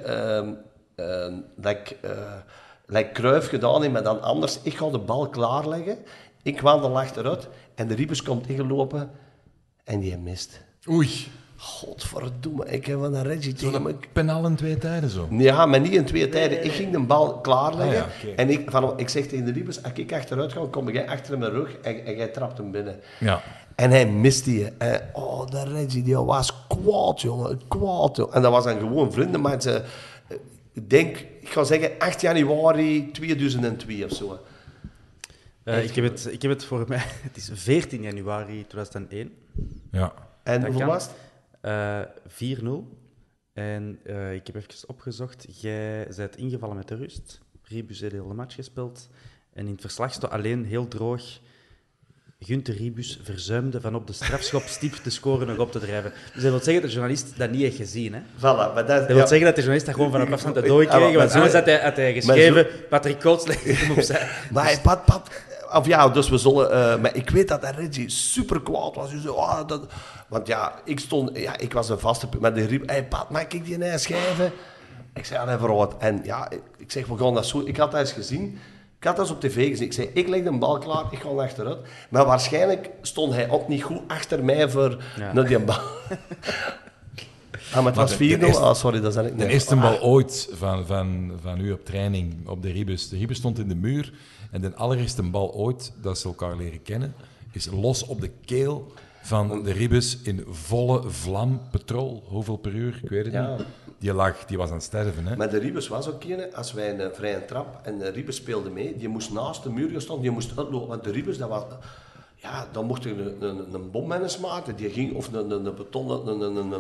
like Cruyff gedaan heeft, maar dan anders. Ik ga de bal klaarleggen. Ik wandel achteruit. En de Ribus komt ingelopen. En die mist. Oei. Godverdomme, ik heb van een Reggie tegen me... Penal in 2 tijden zo? Ja, maar niet in 2 tijden. Ik ging de bal klaarleggen. En ik zeg tegen de Ribus, als ik achteruit ga, kom jij achter mijn rug en jij trapt hem binnen. Ja. En hij mist die. De Reggie, die was kwaad, jongen. En dat was dan gewoon vrienden, maar ik ga zeggen 8 januari 2002 of zo. Ik heb het voor mij... Het is 14 januari 2001. Ja. En hoeveel was het? 4-0. En ik heb even opgezocht. Jij bent ingevallen met de rust. Ribus heeft de hele match gespeeld. En in het verslag staat alleen heel droog... Gunther Ribus verzuimde van op de strafschopstip te scoren nog op te drijven. Dus dat wil zeggen dat de journalist dat niet heeft gezien. Hè? Voilà, maar dat wil zeggen dat de journalist dat gewoon van op afstand had doorgekregen. Want anders had hij geschreven, Patrick Coates legt hem opzij. Maar Pat... Of ja, dus we zullen... maar ik weet dat Reggie super kwaad was. Dus, want ja, ik was een vaste... Maar de riep, hey Pat, mag ik die schijven? Ik zei, even wat. En ja, ik zeg, we gaan dat zo... Ik had dat eens gezien. Ik had dat eens op tv gezien. Ik zei, ik leg de bal klaar, ik ga achteruit. Maar waarschijnlijk stond hij ook niet goed achter mij voor naar die bal. Maar het was 4-0. Sorry, dat is eigenlijk... De eerste bal ooit van u op training op de Ribus. De Ribus stond in de muur. En de allereerste bal ooit dat ze elkaar leren kennen, is los op de keel van de Ribus in volle vlam, petrol, hoeveel per uur, ik weet het niet. Die was aan het sterven. Hè? Maar de Ribus was ook een, als wij een vrije trap en de Ribus speelde mee, die moest naast de muur gaan staan, die moest uitlopen, want de Ribus, dat was... Ja, dan mocht je een bommennis maken, die ging, of een beton,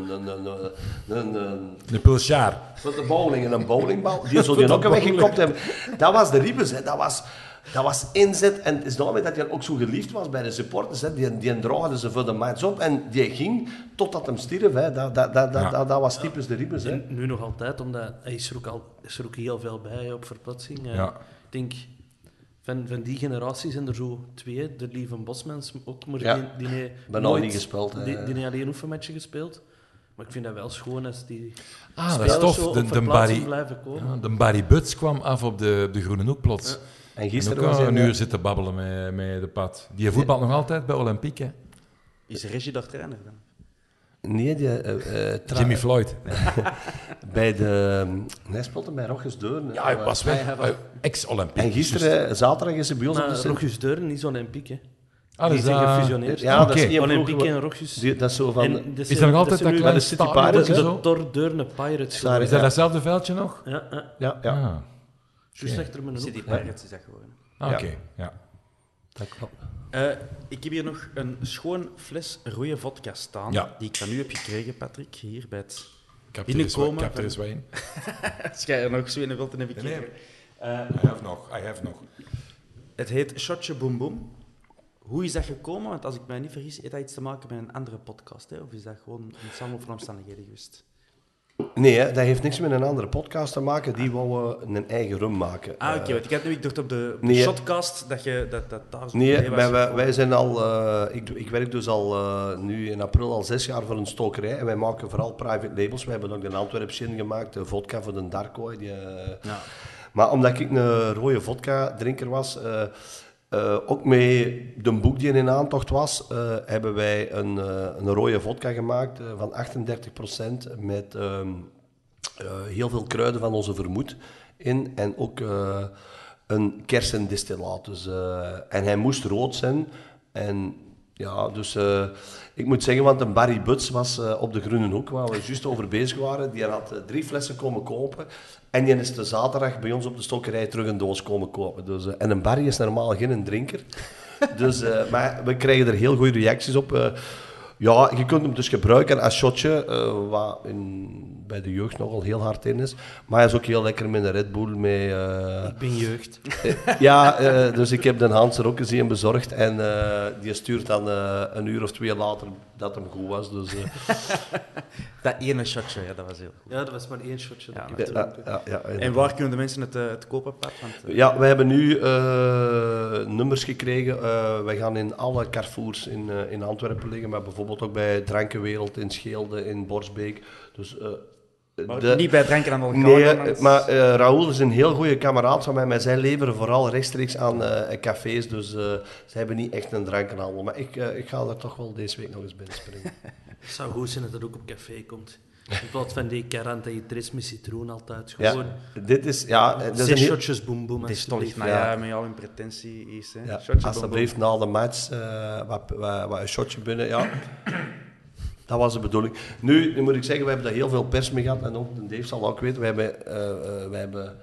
een pulsar. Voor de bowling, een bowlingbal, die zou je ook weggekopt hebben. Dat was de Ribus, hè. Dat was inzet en het is daarmee dat hij ook zo geliefd was bij de supporters. Hè. Die droogden ze voor de match op en die ging totdat hem stierf. Hè. Dat was typisch de Ribus. Hè. Nu nog altijd, omdat hij is er ook heel veel bij op verplaatsing. Ja. Ik denk, van die generatie zijn er zo 2. De Lieve Bosmans ook, maar die heeft nooit niet gespeeld. Die heeft alleen oefenmatchen gespeeld. Maar ik vind dat wel schoon als die dat is tof. blijven komen. Ja, de Barry Butts kwam af op de Groene Hoek plots. Ja. En gisteren was hij een uur zitten babbelen met de Pat. Die voetbalt nog altijd bij Olympique. Hè? Is Reggie daar trainer dan? Nee, Jimmy Floyd. Bij de... Hij speelde bij Rochus Deurne. Ja, hij was weg. Ex-Olympique. En gisteren, zaterdag, is hij bij ons op de... Rochus Deurne is Olympique, hè? Die zijn gefusioneerd. Ja, dat is Olympique en Rochus. Dat is zo van... Is er nog altijd dat kleine City Pirates? De Tor Deurne Pirates. Is dat datzelfde veldje nog? Ja. Juist achter mijn City Pirates is dat geworden. Oké, ja. Dat klopt. Ik heb hier nog een schoon fles rode vodka staan, die ik van u heb gekregen, Patrick, hier bij het binnenkomen. Ik heb er eens wat in. Als jij er nog zo in wilt, dan heb ik hier. I have nog. Het heet Shotje Boom Boom. Hoe is dat gekomen? Want als ik mij niet vergis, heeft dat iets te maken met een andere podcast, hè? Of is dat gewoon een samen van omstandigheden geweest? Nee, hè, dat heeft niks met een andere podcast te maken. Die wouden een eigen rum maken. Oké, want ik dacht op de Shotcast dat daar zo nee, wij zijn al... Ik werk dus al nu in april al 6 jaar voor een stokerij. En wij maken vooral private labels. We hebben ook de Antwerpsche gemaakt, de vodka voor de Darkooi. Maar omdat ik een rode vodka-drinker was... ook met de boek die in aantocht was, hebben wij een rode vodka gemaakt van 38% met heel veel kruiden van onze vermoed in en ook een kersendistillaat. Dus, en hij moest rood zijn. En ja, dus ik moet zeggen, want een Barry Butts was op de Groene Hoek, waar we juist over bezig waren. Die had 3 flessen komen kopen. En die is de zaterdag bij ons op de stokkerij terug een doos komen kopen. Dus, en een Barry is normaal geen drinker. Dus, maar we krijgen er heel goede reacties op. Ja, je kunt hem dus gebruiken als shotje, wat bij de jeugd nogal heel hard in is. Maar hij is ook heel lekker met een Red Bull. Ik ben jeugd. Dus ik heb de Hans er ook eens een bezorgd. En die stuurt dan een uur of 2 later dat hem goed was. Dus, dat ene shotje, ja, dat was heel goed. Ja, dat was maar 1 shotje. En waar kunnen de mensen het kopen, Pat? Ja, we hebben nu nummers gekregen. Wij gaan in alle Carrefours in Antwerpen liggen, maar bijvoorbeeld ook bij Drankenwereld in Scheelde, in Borsbeek. Dus, niet bij Dranken aan elkaar. Nee, maar Raoul is een heel goede kameraad van mij, maar zij leveren vooral rechtstreeks aan cafés, dus ze hebben niet echt een drankenhandel. Maar ik ga er toch wel deze week nog eens binnen springen. Het zou goed zijn dat het ook op café komt. In plaats van die Carante Itris met citroen altijd. Gewoon. Ja, dit is... Ja, 6 shotjes boom boom. Dit is toch met jou in pretentie is. Hè? Ja, alsjeblieft, na de match wat een shotje binnen. Ja. Dat was de bedoeling. Nu moet ik zeggen, we hebben daar heel veel pers mee gehad. En ook Dave zal ook weten, we hebben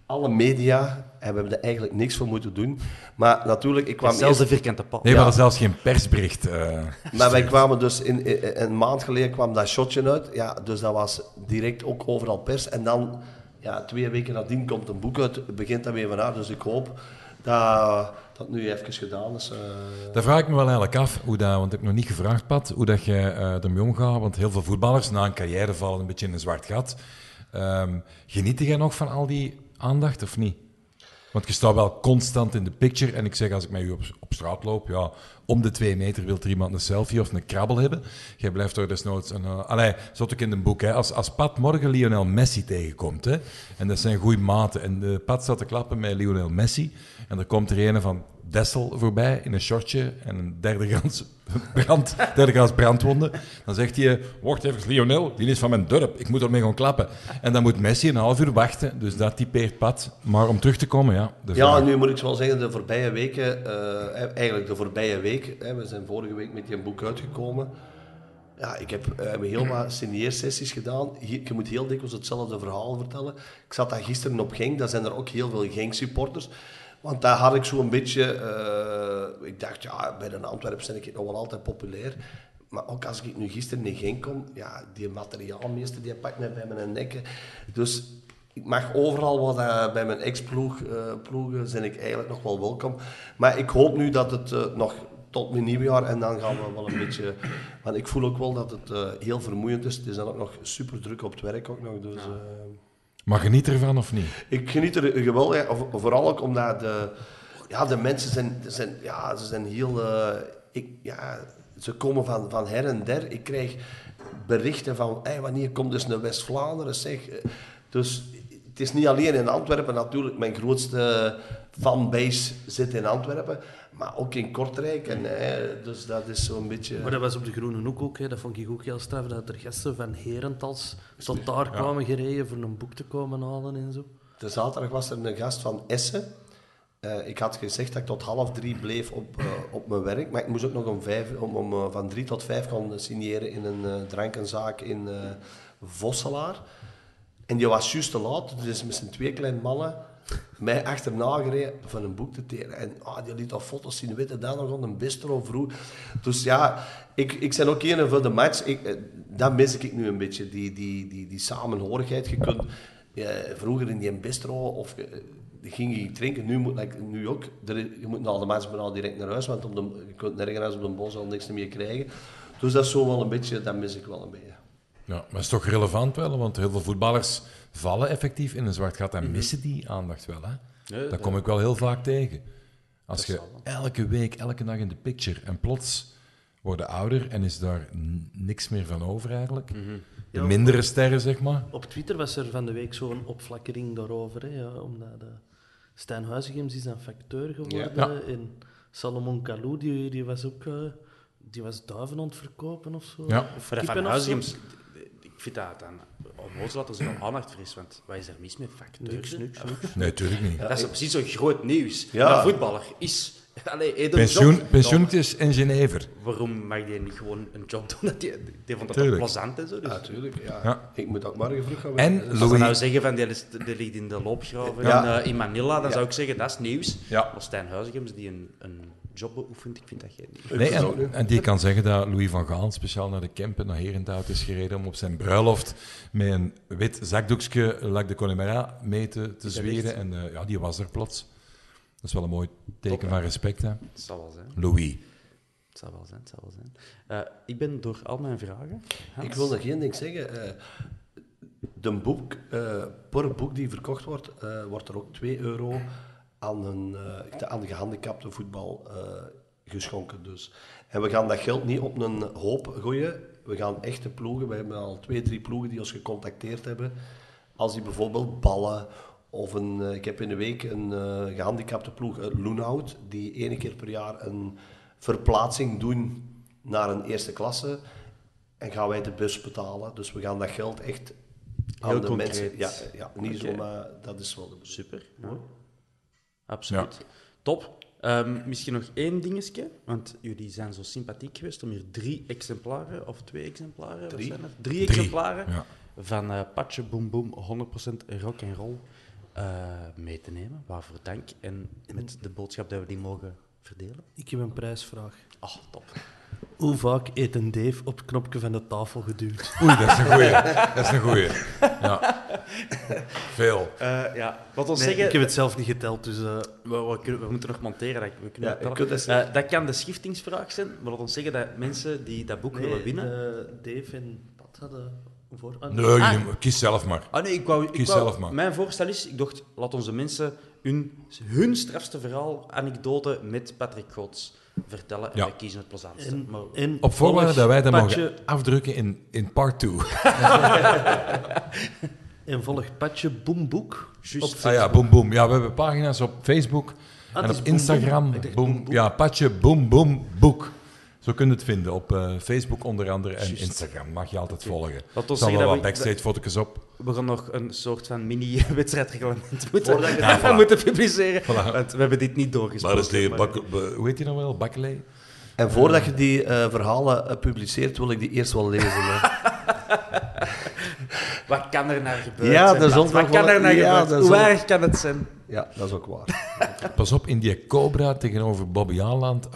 alle media hebben er eigenlijk niks voor moeten doen. Maar natuurlijk, ik kwam zelfs de vierkante paal. Nee, we hadden zelfs geen persbericht. Maar wij kwamen dus een maand geleden kwam dat shotje uit. Ja, dus dat was direct ook overal pers. En dan, 2 weken nadien komt een boek uit, begint dat weer van haar. Dus ik hoop dat nu even gedaan is. Dat vraag ik me wel eigenlijk af, want ik heb nog niet gevraagd, Pat, hoe dat jij ermee omgaat. Want heel veel voetballers na een carrière vallen een beetje in een zwart gat. Geniet jij nog van al die aandacht of niet? Want je staat wel constant in de picture. En ik zeg, als ik met u op straat loop, om de 2 meter wil er iemand een selfie of een krabbel hebben. Jij blijft er desnoods zat ook in een boek. Hè. Als Pat morgen Lionel Messi tegenkomt, hè, en dat zijn goede maten, en Pat staat te klappen met Lionel Messi, en er komt er een van Dessel voorbij in een shortje en een derde grads brandwonden. Dan zegt hij, wacht even, Lionel, die is van mijn dorp, ik moet ermee gaan klappen. En dan moet Messi een half uur wachten, dus dat typeert Pat. Maar om terug te komen, nu moet ik wel zeggen, de voorbije weken, eigenlijk de voorbije week, we zijn vorige week met die boek uitgekomen. Ja, ik heb heel wat signeersessies gedaan. Je moet heel dikwijls hetzelfde verhaal vertellen. Ik zat daar gisteren op Genk, daar zijn er ook heel veel Genk-supporters. Want daar had ik zo'n beetje... ik dacht, bij de Antwerpen ben ik nog wel altijd populair. Maar ook als ik nu gisteren in Genk kom, die materiaalmeester die pakt mij bij mijn nekken. Dus ik mag overal wat bij mijn ex-ploegen zijn ik eigenlijk nog wel welkom. Maar ik hoop nu dat het nog tot mijn nieuwjaar en dan gaan we wel een beetje... Want ik voel ook wel dat het heel vermoeiend is. Het is dan ook nog super druk op het werk ook nog, dus... Maar geniet ervan of niet? Ik geniet er geweldig, vooral ook omdat de mensen zijn heel... ze komen van her en der. Ik krijg berichten van, wanneer komt dus naar West-Vlaanderen, zeg. Dus het is niet alleen in Antwerpen natuurlijk. Mijn grootste fanbase zit in Antwerpen, maar ook in Kortrijk. En, dus dat is zo'n beetje... Maar dat was op de Groene Hoek ook. Hè. Dat vond ik ook heel straf. Dat er gasten van Herentals tot daar kwamen gereden voor een boek te komen halen en zo. De zaterdag was er een gast van Essen. Ik had gezegd dat ik tot 2:30 bleef op mijn werk. Maar ik moest ook nog om van 3 tot 5 gaan signeren in een drankenzaak in Vosselaar. En die was juist te laat. Dus met zijn 2 kleine mannen mij achterna gereden van een boek te teren. En die liet al foto's zien, weet je, dan nog aan een bistro vroeg. Dus ik ben ook een voor de match. Dat mis ik nu een beetje, die samenhorigheid. Je kunt vroeger in die bistro of ging je drinken, nu ook. Je moet na de match bijna direct naar huis, want je kunt nergens op de bos al niks meer krijgen. Dus dat is zo wel een beetje, dat mis ik wel een beetje. Ja, maar het is toch relevant wel, want heel veel voetballers vallen effectief in een zwart gat en missen die aandacht wel. Hè? Ja, dat kom ik wel heel vaak tegen. Als je elke week, elke dag in de picture en plots worden ouder en is daar niks meer van over eigenlijk. De mindere sterren, zeg maar. Op Twitter was er van de week zo'n opflakkering daarover, hè, omdat Stijn Huizigems is dan facteur geworden. Ja. En Salomon Kalou, die was ook... die was duiven aan het verkopen of zo. Ja. Of van Huizigems... Ik vind dat dan onnozel dat er zo'n aandacht voor is, want wat is er mis met facteurs? Niks. Nee, natuurlijk niet. Dat is precies zo'n groot nieuws. Ja. Een voetballer is... Pensioentjes in Geneve. Waarom mag die niet gewoon een job doen? Die vond dat toch plezant en zo. Dus. Ja, tuurlijk. Ja. Ik moet ook morgen vroeg gaan werken. En als we nou zeggen van die ligt in de loopgraven in Manila, dan zou ik zeggen dat is nieuws. Ja. Maar Stijn Huizigems die een job beoefent, ik vind dat geen nieuws. Nee, en die kan zeggen dat Louis van Gaal speciaal naar de Kempen, naar Herenthout is gereden om op zijn bruiloft met een wit zakdoekje Lac de Connemara mee te zweren. En die was er plots. Dat is wel een mooi teken van respect, hè? Het zal wel zijn. Louis. Het zal wel zijn. Ik ben door al mijn vragen... Hans? Ik wil nog één ding zeggen. Per boek die verkocht wordt, wordt er ook €2 aan de gehandicapte voetbal geschonken. Dus. En we gaan dat geld niet op een hoop gooien. We gaan echte ploegen. We hebben al 2-3 ploegen die ons gecontacteerd hebben. Als die bijvoorbeeld ballen... Of ik heb in de week een gehandicapte ploeg uit Loenhout, die 1 keer per jaar een verplaatsing doen naar een eerste klasse. En gaan wij de bus betalen. Dus we gaan dat geld echt aan heel de concreet. Mensen... Ja, niet zo, maar dat is wel de bedoeling. Super, mooi. Absoluut. Ja. Top. Misschien nog 1 dingetje, want jullie zijn zo sympathiek geweest om hier 3 exemplaren, of 2 exemplaren, 3 exemplaren van Patje Boom Boom 100% rock and roll mee te nemen. Waarvoor dank. En met de boodschap dat we die mogen verdelen. Ik heb een prijsvraag. Oh, top. Hoe vaak eet een Dave op het knopje van de tafel geduwd? Oei, dat is een goeie. Ja. Veel. Wat ons Nee, zeggen... ik heb het zelf niet geteld, dus... We moeten nog monteren. We kunnen Ja, tellen. Dat kan de schiftingsvraag zijn, maar laat ons zeggen dat mensen die dat boek willen winnen... Dave en Pat hadden voor... Nee, kies zelf maar. Nee, ik wou, zelf maar. Mijn voorstel is, ik dacht, laat onze mensen hun strafste verhaal, anekdote met Patrick Goots vertellen. En wij kiezen het plezantste. Op voorwaarde dat wij dat Patje... mogen afdrukken in part 2. En volg Patje Boomboek. Boom Boom. Ja, we hebben pagina's op Facebook en op Instagram. Boom. Ja, Patje Boom Boom Boek. Zo kun je het vinden op Facebook onder andere en Instagram. Mag je altijd volgen. Er staan wel wat backstage-foto's op. We gaan nog een soort van mini-wedstrijdreglement moeten publiceren. Voilà. Want we hebben dit niet doorgesproken. Hoe heet die nou wel? Bakkelei? En voordat je die verhalen publiceert, wil ik die eerst wel lezen. Wat kan er naar gebeuren? Ja, dat is ook Wat kan er naar gebeuren? Hoe erg kan het zijn? Ja, dat is ook waar. Pas op, in die Cobra tegenover Bobby Aanland,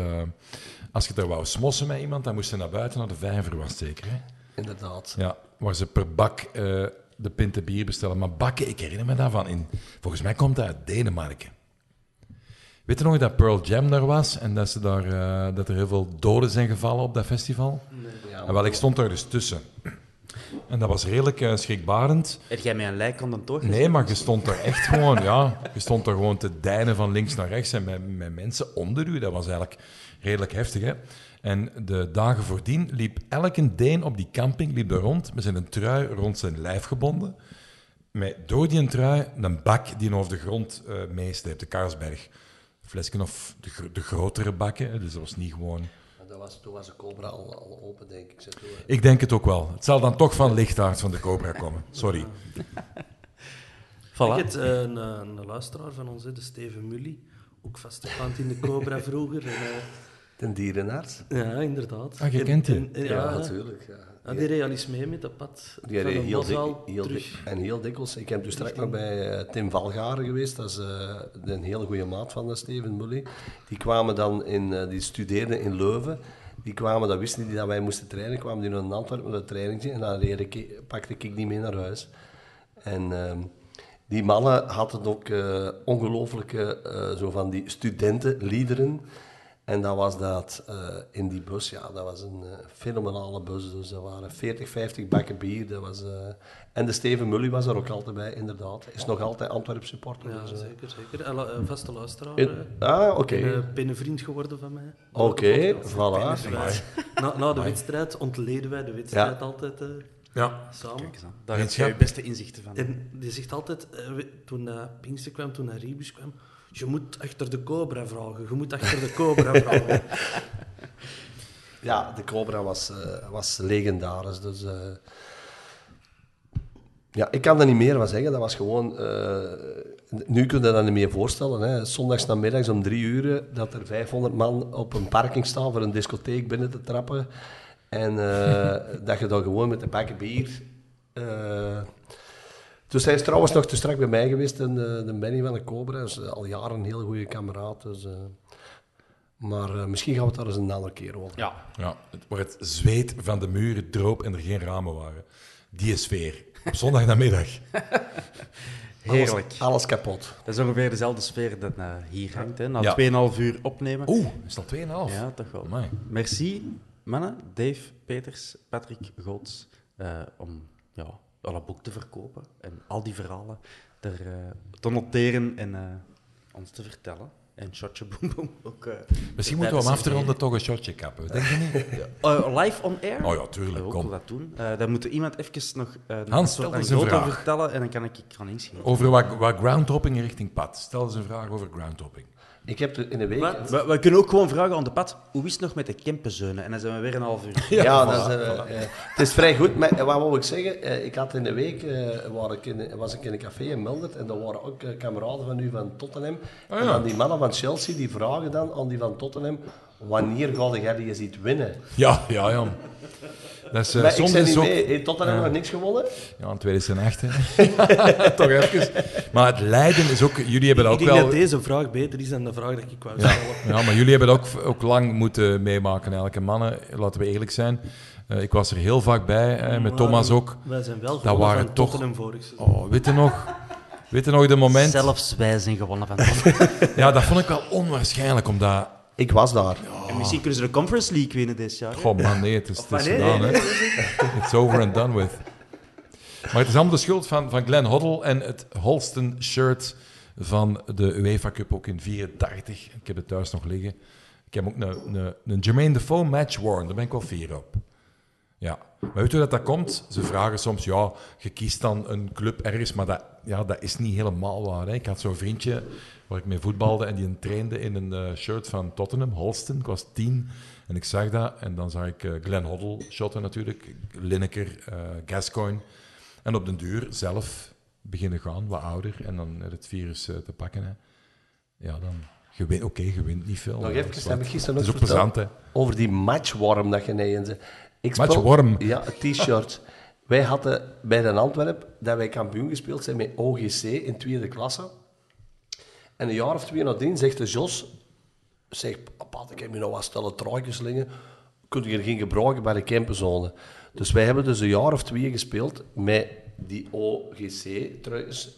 als je daar wou smossen met iemand, dan moest je naar buiten naar de vijver, was zeker, hè? Inderdaad. Ja, waar ze per bak de pinten bier bestellen. Maar bakken, ik herinner me daarvan. Volgens mij komt dat uit Denemarken. Weet je nog dat Pearl Jam daar was en dat er heel veel doden zijn gevallen op dat festival? Nee. Ja, en wel, ik stond daar dus tussen. En dat was redelijk schrikbarend. Heb jij met een lijk aan de toog? Nee, maar je stond daar echt gewoon, je stond daar gewoon te deinen van links naar rechts en met mensen onder u. Dat was eigenlijk redelijk heftig, hè. En de dagen voordien liep elke Deen op die camping daar rond met zijn trui rond zijn lijf gebonden. Met door die trui een bak die over de grond meesleept, de Carlsberg. Flesken of de grotere bakken, dus dat was niet gewoon... Toen was de Cobra al open, denk ik. Ik denk het ook wel. Het zal dan toch van Lichtaard van de Cobra komen. Sorry. Voilà. Ik heb een luisteraar van ons, de Steven Mully, ook vastgepaand in de Cobra vroeger. Ten dierenarts? Ja, inderdaad. Ah, je kent die? Ja, natuurlijk. Ja. Die reed al eens mee met dat pad. Die reed heel dikwijls. Ik heb dus straks nog bij Tim Valgaren geweest. Dat is een hele goede maat van Steven Mully. Die kwamen dan die studeerden in Leuven. Die kwamen, dat wisten die dat wij moesten trainen, kwamen die naar Antwerpen met een trainingje. En dan pakte ik die mee naar huis. En die mannen hadden ook ongelooflijke, zo van die studentenliederen. En dat was dat in die bus, ja, dat was een fenomenale bus. Dus dat waren 40, 50 bakken bier. Dat was, en de Steven Mully was er ook altijd bij, inderdaad. Is nog altijd Antwerp supporter. Ja, dus, zeker. Vaste luisteraar. Oké. Binnenvriend geworden van mij. Oké, voilà. Na de wedstrijd ontleden wij de wedstrijd altijd samen. Daar heb je beste inzichten van. En die zegt altijd, toen Pinkster kwam, toen Rebus kwam... Je moet achter de Cobra vragen. Ja, de Cobra was legendarisch. Dus, ik kan er niet meer van zeggen. Dat was gewoon... nu kun je dat niet meer voorstellen. Hè. Zondags namiddags om 3 uur dat er 500 man op een parking staan voor een discotheek binnen te trappen. En dat je dan gewoon met een bakje bier... Dus hij is trouwens nog te strak bij mij geweest, de Benny van de Cobra. Is al jaren een hele goede kameraad. Dus, maar misschien gaan we het daar eens een andere keer over. Ja, waar het zweet van de muren droop en er geen ramen waren. Die sfeer. Op zondagnamiddag. Heerlijk. Alles kapot. Dat is ongeveer dezelfde sfeer dat hier hangt. Hè. Na 2,5 uur opnemen. Is dat 2,5? Ja, toch wel. Amai. Merci, mannen. Dave, Peters, Patrick Goots. Om... al een boek te verkopen en al die verhalen te noteren en ons te vertellen. En Shotje Boom Boom ook. Misschien moeten we om af te ronden toch een shotje kappen, denk je niet? Live on air? Oh ja, tuurlijk. Ook wil dat doen. Dan moet iemand even nog Hans, stel eens een vraag. vertellen en dan kan ik gaan inschrijven. Over wat groundhopping richting pad. Stel eens een vraag over groundhopping. Ik heb in een week... We kunnen ook gewoon vragen aan de pad, hoe is het nog met de Kempenzeunen? En dan zijn we weer een half uur. Het is vrij goed. Maar wat wil ik zeggen? Ik had in de week, was ik in een café in Mildert en daar waren ook kameraden van u van Tottenham. En dan die mannen van Chelsea, die vragen dan aan die van Tottenham, wanneer ga jij die eens iets winnen? Ja. Dat is, Maar ik soms zei is niet ook... mee. Heeft Tottenham nog niks gewonnen? Ja, in 2008, hè. Toch even. Maar het lijden is ook... Jullie hebben dat ook Ik denk wel... dat deze vraag beter is dan de vraag dat ik wou stellen. Ja, maar jullie hebben het ook lang moeten meemaken eigenlijk. En mannen, laten we eerlijk zijn. Ik was er heel vaak bij, met Thomas ook. Wij zijn wel Dat gewonnen waren van toch... Tottenham vorig seizoen. Oh, weet je nog de moment... Zelfs wij zijn gewonnen van Tottenham. Ja, dat vond ik wel onwaarschijnlijk, omdat... Ik was daar. En misschien kunnen ze de Conference League winnen dit jaar. Hè? Goh, man, nee, het is nee, gedaan, nee, hè. It's over and done with. Maar het is allemaal de schuld van Glenn Hoddle en het Holsten shirt van de UEFA Cup ook in 84. Ik heb het thuis nog liggen. Ik heb ook een Jermaine Defoe match worn. Daar ben ik wel fier op. Ja. Maar weet je hoe dat komt? Ze vragen soms, ja, je kiest dan een club ergens, maar dat is niet helemaal waar. Hè. Ik had zo'n vriendje waar ik mee voetbalde en die trainde in een shirt van Tottenham, Holsten. Ik was 10 en ik zag dat. En dan zag ik Glenn Hoddle shotten natuurlijk, Lineker, Gascoigne. En op den duur zelf beginnen gaan, wat ouder, en dan het virus te pakken. Hè. Ja, dan... Je wint niet veel. Nog even, heb ik gisteren het nog is ook verteld plezant, hè. over die matchworm dat je in zei. Matchworm? Ja, t-shirt. Wij hadden bij de Antwerp dat wij kampioen gespeeld zijn met OGC in 2e klasse. En een jaar of 2 nadien zegt de Jos, Pat, ik heb hier nog wat stelle truikjes liggen, kun je er geen gebruiken bij de campenzone. Dus wij hebben dus een jaar of 2 gespeeld met die OGC-truikjes.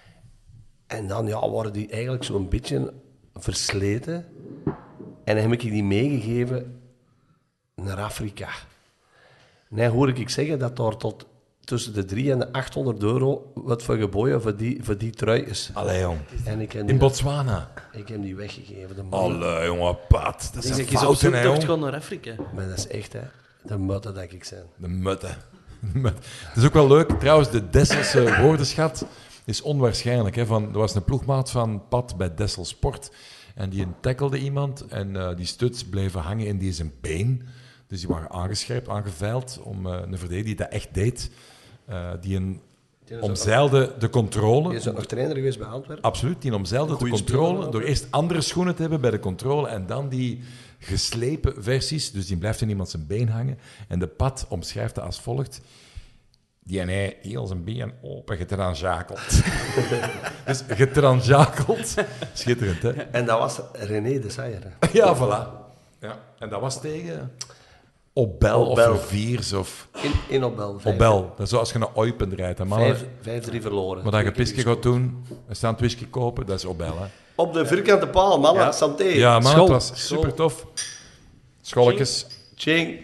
En dan waren die eigenlijk zo'n beetje versleten. En dan heb ik die meegegeven naar Afrika. En dan hoor ik zeggen dat daar tot tussen de 300 en de 800 euro wat voor geboeien voor die trui is. Allee, jong. En ik heb In Botswana. Ik heb die weggegeven. De Allee, jongen, Pat. Dat Ik is denk dat je op fouten, hè, zoektocht jong. gaat naar Afrika. Maar dat is echt, hè. De mutten dat ik zijn. De mutten. Het is ook wel leuk. Trouwens, de Desselse woordenschat is onwaarschijnlijk. Hè. Er was een ploegmaat van Pat bij Dessel Sport. En die tackelde iemand. En die stuts bleven hangen in die zijn been. Dus die waren aangescherpt, aangeveild om een verdediger die dat echt deed. Die omzeilde de controle. Je is ook nog trainer geweest bij Antwerpen? Absoluut, die omzeilde de controle door eerst andere schoenen te hebben bij de controle en dan die geslepen versies. Dus die blijft in iemand zijn been hangen. En de Pat omschrijft dat als volgt. Die en hij heel zijn been open getranjakeld. Dus getranjakeld. Schitterend, hè? En dat was René de Sayer. Ja, voilà. Ja. En dat was tegen... Opbel of Reviers of... In Opbel. Opbel. Dat is zoals je naar Eupen rijdt. 5-3 verloren. Maar dat je pisje gaat doen, een stand whisky kopen, dat is Opbel, hè. Op de vierkante paal, mannen. Ja. Santé. Ja, man, het was super tof. Scholletjes. Ching.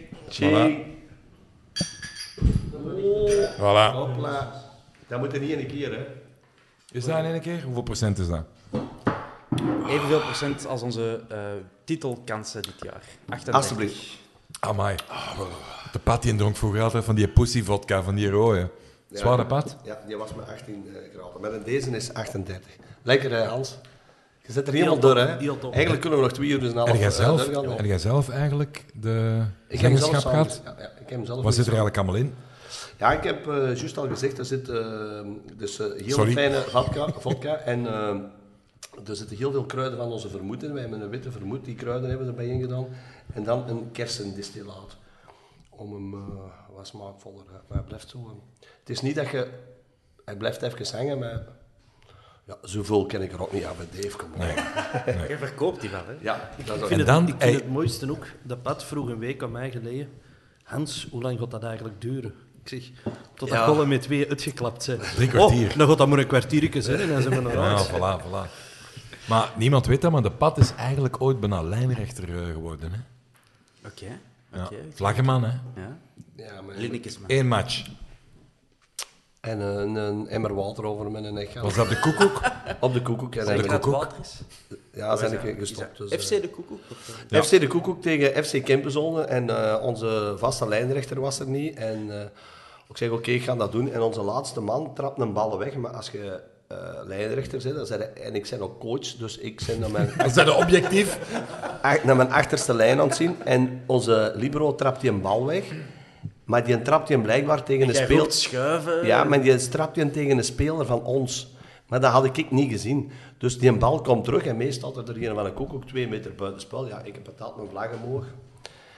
Voilà. Hopla. Dat moet er niet in een keer, hè. Is dat in één keer? Hoeveel procent is dat? Evenveel procent als onze titelkansen dit jaar. 38. Alsjeblieft. Amai. De Pat die dronk vroeger altijd van die pussy vodka, van die rode. Zware Pat? Ja, die was met 18 graden. Maar deze is 38. Lekker, hè, Hans? Je zit er helemaal door, hè? Eigenlijk kunnen we nog 2 uur dus en een half doorgaan. Heb jij zelf eigenlijk de ik heb hem zeggenschap zelf gehad? Ja, ik heb hem zelf. Wat zit er eigenlijk allemaal in? Ja, ik heb juist al gezegd, er zit heel fijne vodka en er zitten heel veel kruiden van onze vermoed in. Wij hebben een witte vermoed, die kruiden hebben we erbij ingedaan. En dan een kersendistillaat. Om hem wat smaakvoller. Maar hij blijft zo. Het is niet dat je... Hij blijft even hangen, maar... Ja, zoveel ken ik er ook niet aan bij Dave. Kom op. Nee. Je verkoopt die wel, hè? Ja, dat is ook... Ik vind het mooiste ook. De Pat vroeg een week aan mij geleden. Hans, hoe lang gaat dat eigenlijk duren? Ik zeg, tot dat gollen met 2 uitgeklapt zijn. 3 kwartier. Dan gaat dat maar een kwartiertje zijn en dan zijn we naar huis. Ja, voilà. Maar niemand weet dat, maar de Pat is eigenlijk ooit bijna lijnrechter geworden. Hè? Oké. Vlaggenman, hè? Ja, maar... 1 match. En een emmer water over met een nek. Was dat de Koekoek? Op de Koekoek. Zeg dat het water is? Ja, zijn ik gestopt. Dus, FC de Koekoek? FC de Koekoek tegen FC Kempenzone. En onze vaste lijnrechter was er niet. En ik zeg, oké, ik ga dat doen. En onze laatste man trapt een bal weg. Maar als je lijnrechter bent, en ik ben ook coach, dus ik ben naar mijn... Is dat objectief? Naar mijn achterste lijn aan het zien. En onze libero trapt die een bal weg. Maar die trapt hij blijkbaar tegen een speler... schuiven... Ja, maar die trapt hij tegen een speler van ons. Maar dat had ik niet gezien. Dus die bal komt terug en meestal staat er een van een Koekoek 2 meter buiten spel. Ja, ik heb betaald mijn vlag omhoog.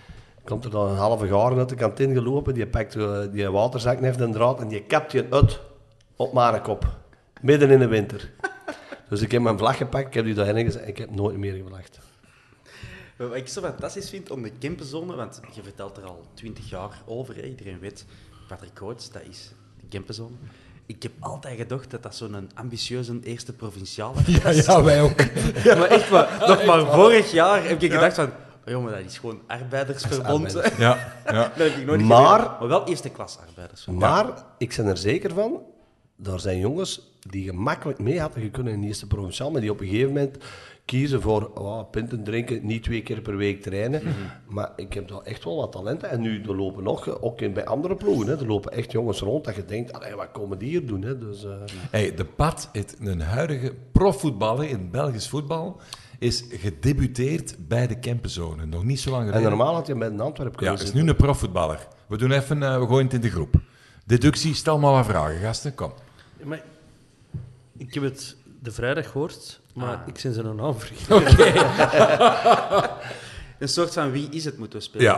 Komt er dan een halve garen uit de kantine gelopen, die pakt die waterzak heeft een draad en die kapt je uit op mijn kop. Midden in de winter. Dus ik heb mijn vlag gepakt, ik heb die daarheen gezet en ik heb nooit meer gevlagd. Wat ik zo fantastisch vind om de Kempenzone, want je vertelt er al 20 jaar over, hè? Iedereen weet, Patrick Coates, dat is de Kempenzone. Ik heb altijd gedacht dat dat zo'n ambitieuze eerste provinciale was. Ja, wij ook. Maar echt, nog maar vorig jaar heb ik gedacht van... Oh, jongen, dat is gewoon arbeidersverbond. Ja. Dat heb ik nooit gedaan. Maar wel eerste klas arbeidersverbond. Maar ik ben er zeker van, daar zijn jongens die gemakkelijk mee hadden gekund in de eerste provinciaal, maar die op een gegeven moment kiezen voor pinten drinken, niet 2 keer per week trainen. Maar ik heb daar echt wel wat talenten. En nu, er lopen nog, ook bij andere ploegen, hè, er lopen echt jongens rond dat je denkt, wat komen die hier doen? Hè? Dus, De Pat, een huidige profvoetballer in Belgisch voetbal, is gedebuteerd bij de Kempenzone. Nog niet zo lang geleden. En normaal had je met een Antwerpen kunnen is nu een profvoetballer. We doen even, we gooien het in de groep. Deductie, stel maar wat vragen, gasten, kom. Maar ik heb het de vrijdag gehoord, maar ik ben zijn naam vergeten. Een soort van wie is het moeten we spelen.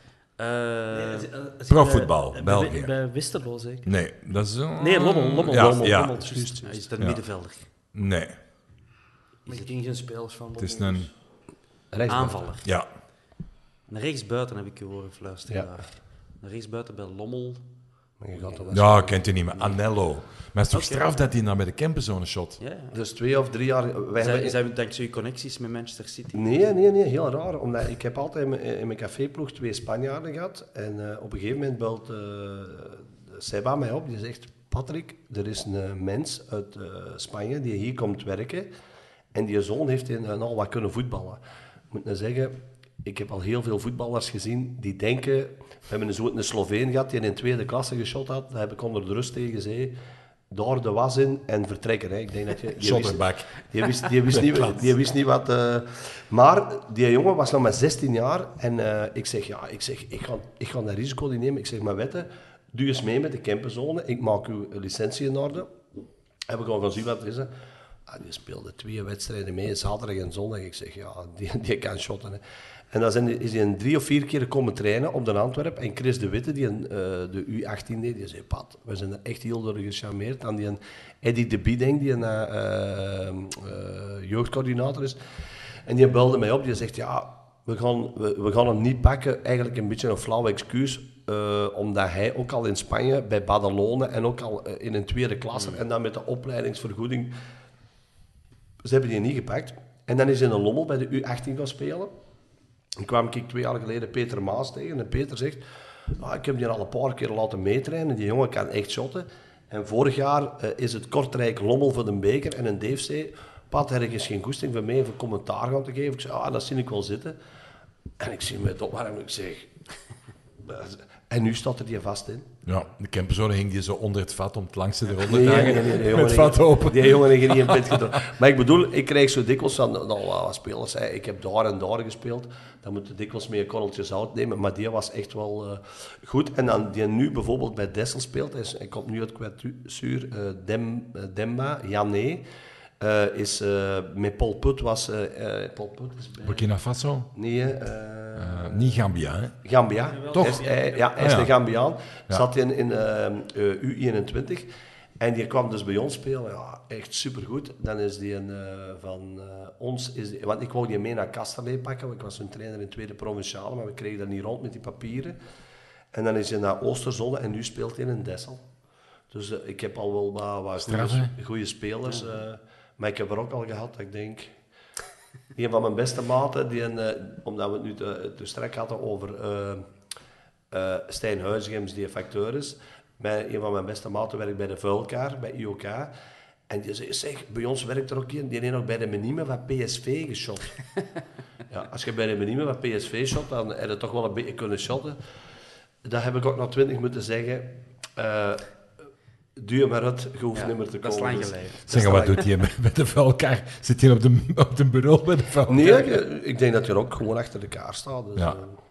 Ja. Profvoetbal, België. Bij Westerlo zeker? Nee, dat is... Nee, Lommel. Ja. Lommel, juist. Is het een middenvelder? Nee. Maar ik ken geen spelers van Lommel. Het is een... Aanvaller. Ja. Een rechtsbuiten heb ik je horen fluisteren daar. Een rechtsbuiten bij Lommel. Ja, kent u niet, maar Anello. Maar het is toch straf dat hij nou bij de Kempenzone shot? Ja. Dus 2 of 3 jaar... Zijn we dankzij je connecties met Manchester City? Nee, heel raar. Omdat ik heb altijd in mijn caféploeg 2 Spanjaarden gehad. En op een gegeven moment belt Seba mij op. Die zegt, Patrick, er is een mens uit Spanje die hier komt werken. En die zoon heeft al wat kunnen voetballen. Ik moet nou zeggen, ik heb al heel veel voetballers gezien die denken... We hebben een Sloveen gehad die in 2e klasse geschot had. Dat heb ik onder de rust tegen gezegd. Daar de was in en vertrekken. Hè. Ik denk dat je... Die wist niet wat... Maar die jongen was nog maar 16 jaar. En ik ga dat risico niet nemen. Ik zeg, maar wetten, doe eens mee met de Kempenzone. Ik maak uw licentie in orde. En we gaan zien wat het is. Hè. Die speelde 2 wedstrijden mee, zaterdag en zondag. Ik zeg, die kan shotten. Hè. En dan is hij 3 of 4 keer komen trainen op de Antwerp. En Chris de Witte, die de U18 deed, die zei, Pat, we zijn er echt heel door gecharmeerd. En die Eddie de Bieding, die een jeugdcoördinator is. En die belde mij op, die zegt, we gaan hem niet pakken. Eigenlijk een beetje een flauw excuus. Omdat hij ook al in Spanje, bij Badalone en ook al in een 2e klasse. En dan met de opleidingsvergoeding. Ze hebben die niet gepakt. En dan is hij in een Lommel bij de U18 gaan spelen. En kwam ik 2 jaar geleden Peter Maas tegen. En Peter zegt, ik heb die al een paar keer laten meetrainen. Die jongen kan echt shotten. En vorig jaar is het Kortrijk Lommel voor de beker. En een Dave zei, Pat, er is geen goesting voor mij even commentaar gaan te geven. Ik zei, dat zie ik wel zitten. En ik zie me het opwarmen. Ik zeg... En nu staat er die vast in. Ja, de Kempenzone hing die zo onder het vat om het langste eronder te hangen. Nee, met het vat open. Die jongen heeft niet in pit gedaan. Maar ik bedoel, ik krijg zo dikwijls van wat spelers. Hè. Ik heb daar en daar gespeeld. Dan moet je dikwijls mee een korreltje zout nemen. Maar die was echt wel goed. En dan die nu bijvoorbeeld bij Dessel speelt. Hij komt nu uit kwetsuur. Demba, Jané. Is met Paul Put was... Paul Put is bij... Burkina Faso? Nee, niet Gambia, hè? Gambia. Toch? Hij is een Gambiaan. Zat in U21. En die kwam dus bij ons spelen. Ja, echt supergoed. Dan is die van ons... want ik wou die mee naar Kasterlee pakken. Ik was een trainer in 2e provinciale, maar we kregen dat niet rond met die papieren. En dan is hij naar Oosterzonde en nu speelt hij in Dessel. Dus ik heb al wel wat goede spelers. Maar ik heb er ook al gehad dat ik denk... Een van mijn beste maten, omdat we het nu te strak hadden over Stijn Huizigems, die facteur is. Een van mijn beste maten werkt bij de Vuilkaar, bij IOK. En die zei, zeg, bij ons werkt er ook een, die heeft nog bij de Menime van PSV geschot. Als je bij de Menime van PSV shot, dan heb je toch wel een beetje kunnen shotten. Dat heb ik ook nog 20 moeten zeggen. Duur maar uit, je hoeft niet meer te komen. Dat is lang geleden. Zeg, wat doet hij met de vuilkaar? Zit hij op de bureau bij de vuilkaar? Nee, ik denk dat hij ook gewoon achter de kaar staat. Dus,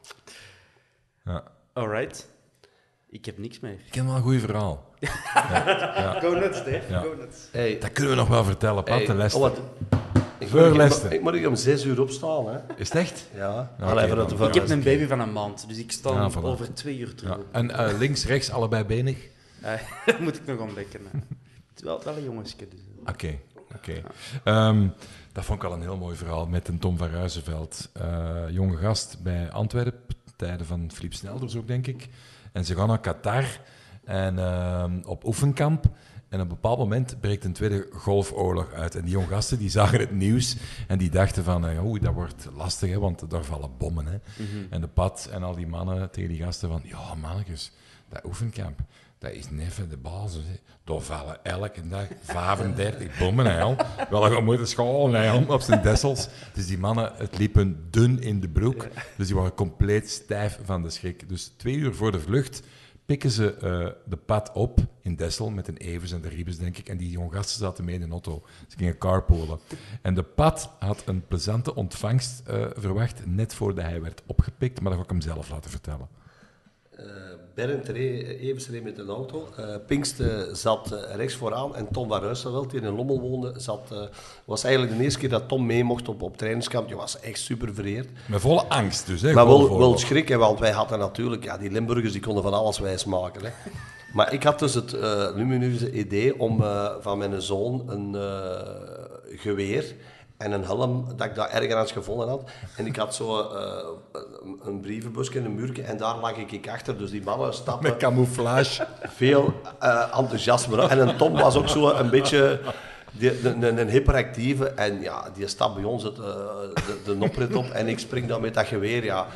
Alright. Ik heb niks meer. Ik heb wel een goed verhaal. Go nuts, Dave. Ja. Go nuts. Hey. Dat kunnen we nog wel vertellen, Pat, de les. Ik moet hier om 6 uur opstaan, hè. Is het echt? Ja. Ik heb een baby van een maand, dus ik sta over 2 uur terug. Ja. En links, rechts, allebei benig? Dat moet ik nog ontdekken. Het is wel een jongensje. Dus. Oké. Dat vond ik al een heel mooi verhaal met een Tom van Ruizenveld. Jonge gast bij Antwerpen, tijden van Philippe Snelders ook, denk ik. En ze gaan naar Qatar en op oefenkamp. En op een bepaald moment breekt een tweede golfoorlog uit. En die jonge gasten die zagen het nieuws en die dachten van, dat wordt lastig, hè, want daar vallen bommen. Hè. Mm-hmm. En de Pat en al die mannen tegen die gasten van, ja mannetjes, dat oefenkamp, dat is neffen de basis. Hè. Daar vallen elke dag 35 bommen, hè. Wel, je moet scholen, hè, op zijn dessels. Dus die mannen, het liepen dun in de broek. Dus die waren compleet stijf van de schrik. Dus 2 uur voor de vlucht pikken ze de Pat op in Dessel met een Evers en de Riebes, denk ik. En die jonge gasten zaten mee in de auto. Ze gingen carpoolen. En de Pat had een plezante ontvangst verwacht, net voordat hij werd opgepikt. Maar dat ga ik hem zelf laten vertellen. Bernd Evers reed met een auto. Pinkste zat rechts vooraan en Tom van Ruizenveld, die in een Lommel woonde, was eigenlijk de eerste keer dat Tom mee mocht op trainingskamp. Je was echt super vereerd. Met volle angst dus, hè? Maar wel schrikken, want wij hadden natuurlijk... die Limburgers die konden van alles wijs maken, hè. Maar ik had dus het lumineuze idee om van mijn zoon een geweer en een helm, dat ik daar ergens gevonden had. En ik had zo een brievenbusje en een muurtje en daar lag ik achter. Dus die mannen stappen... Met camouflage. Veel enthousiasme. En een Tom was ook zo een beetje... Een hyperactieve. En ja, die stapt bij ons de oprit op en ik spring dan met dat geweer. Ja.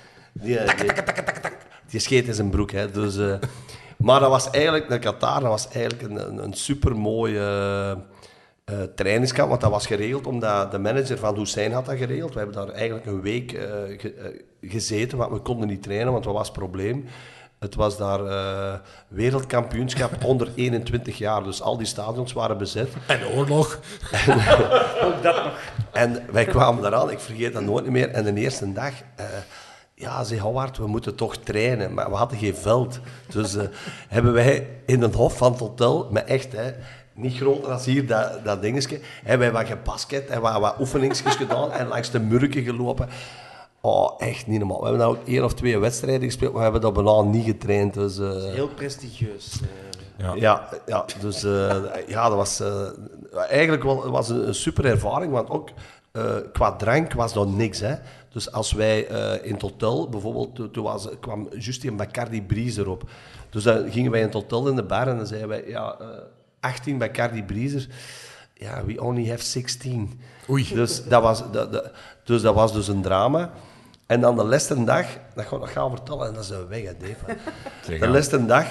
Die scheet in zijn broek. Hè. Dus, maar dat was eigenlijk... De Qatar, dat was eigenlijk een supermooie... trainingskamp, want dat was geregeld omdat de manager van Hussein had dat geregeld. We hebben daar eigenlijk een week gezeten, want we konden niet trainen, want wat was het probleem? Het was daar wereldkampioenschap onder 21 jaar, dus al die stadions waren bezet. En oorlog. Ook dat nog. En wij kwamen eraan, ik vergeet dat nooit meer, en de eerste dag... zei Howard, we moeten toch trainen, maar we hadden geen veld. Dus hebben wij in het hof van het hotel, met echt... niet groter dan hier, dat dingetje. Hebben wij wat gepasket en wat oefeningsjes gedaan en langs de murken gelopen. Oh, echt niet normaal. We hebben nou ook 1 of 2 wedstrijden gespeeld, maar we hebben dat bijna niet getraind. Dus, heel prestigieus. Ja, dus dat was... eigenlijk was een super ervaring, want ook qua drank was dat niks, hè. Dus als wij in het hotel, bijvoorbeeld, toen kwam juist die Bacardi Breeze erop. Dus dan gingen wij in het hotel in de bar en dan zeiden wij... 18 Bacardi Breezers. Ja, we only have 16. Oei. Dus dat was dus een drama. En dan de laatste dag, dat ga ik nog gaan vertellen, en dat is een weg, hè, Dave. De laatste dag,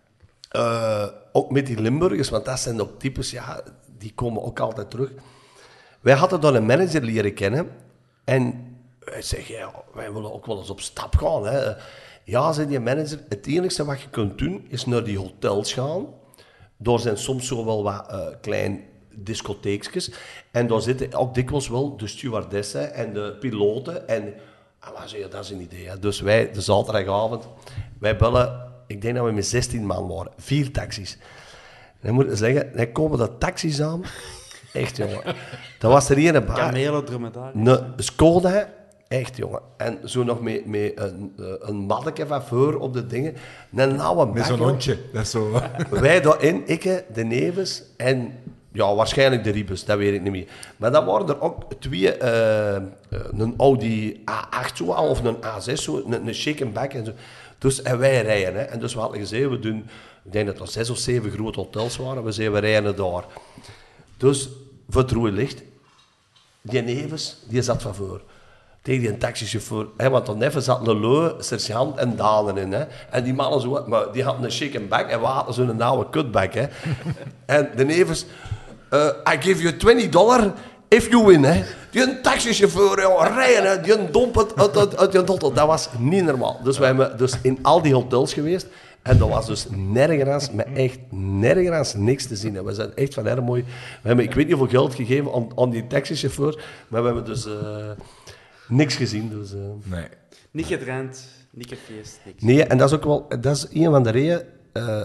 ook met die Limburgers, want dat zijn ook types, die komen ook altijd terug. Wij hadden dan een manager leren kennen. En wij zeggen, wij willen ook wel eens op stap gaan. Hè. Ja, zei die manager, het enige wat je kunt doen, is naar die hotels gaan. Daar zijn soms zo wel wat klein discotheekjes. En daar zitten ook dikwijls wel de stewardessen en de piloten. En dat is een idee. Hè. Dus wij, de zaterdagavond, wij bellen, ik denk dat we met 16 man waren. 4 taxis. En dan moet ik zeggen, dan komen de taxis aan. Echt, jongen. Dat was er een bar. Kamelen, dromedaar. Een Skoda. Echt, jongen. En zo nog met een manneke van voor op de dingen. Een oude bak, met zo'n hondje. Dat is zo. Wij daarin, ik, de nevens en waarschijnlijk de Riebes, dat weet ik niet meer. Maar dan waren er ook 2, een Audi A8 zo, of een A6, zo, een shaken back en zo. Dus, en wij rijden, hè. En dus we hadden gezegd, we doen, ik denk dat er 6 of 7 grote hotels waren, we zeiden, we rijden daar. Dus, voor het rode licht, die nevens, die zat van voor. Tegen die taxichauffeur. Hè, want dan even zat een leu, sergeant en Danen in. Hè. En die mannen zo, maar die hadden een shaken back en we hadden zo'n oude kutback. Hè. En de nevens, I give you $20 if you win. Hè. Die taxichauffeur, rijden, hè, die dompt uit je hotel. Dat was niet normaal. Dus wij hebben dus in al die hotels geweest. En dat was dus nergens, maar echt nergens niks te zien. En we zijn echt van erg mooi. We hebben, ik weet niet hoeveel geld gegeven aan die taxichauffeur, maar we hebben dus... niks gezien, dus... Nee. Niet getraind, niet gefeest, niks. Nee, en dat is ook wel... Dat is een van de redenen...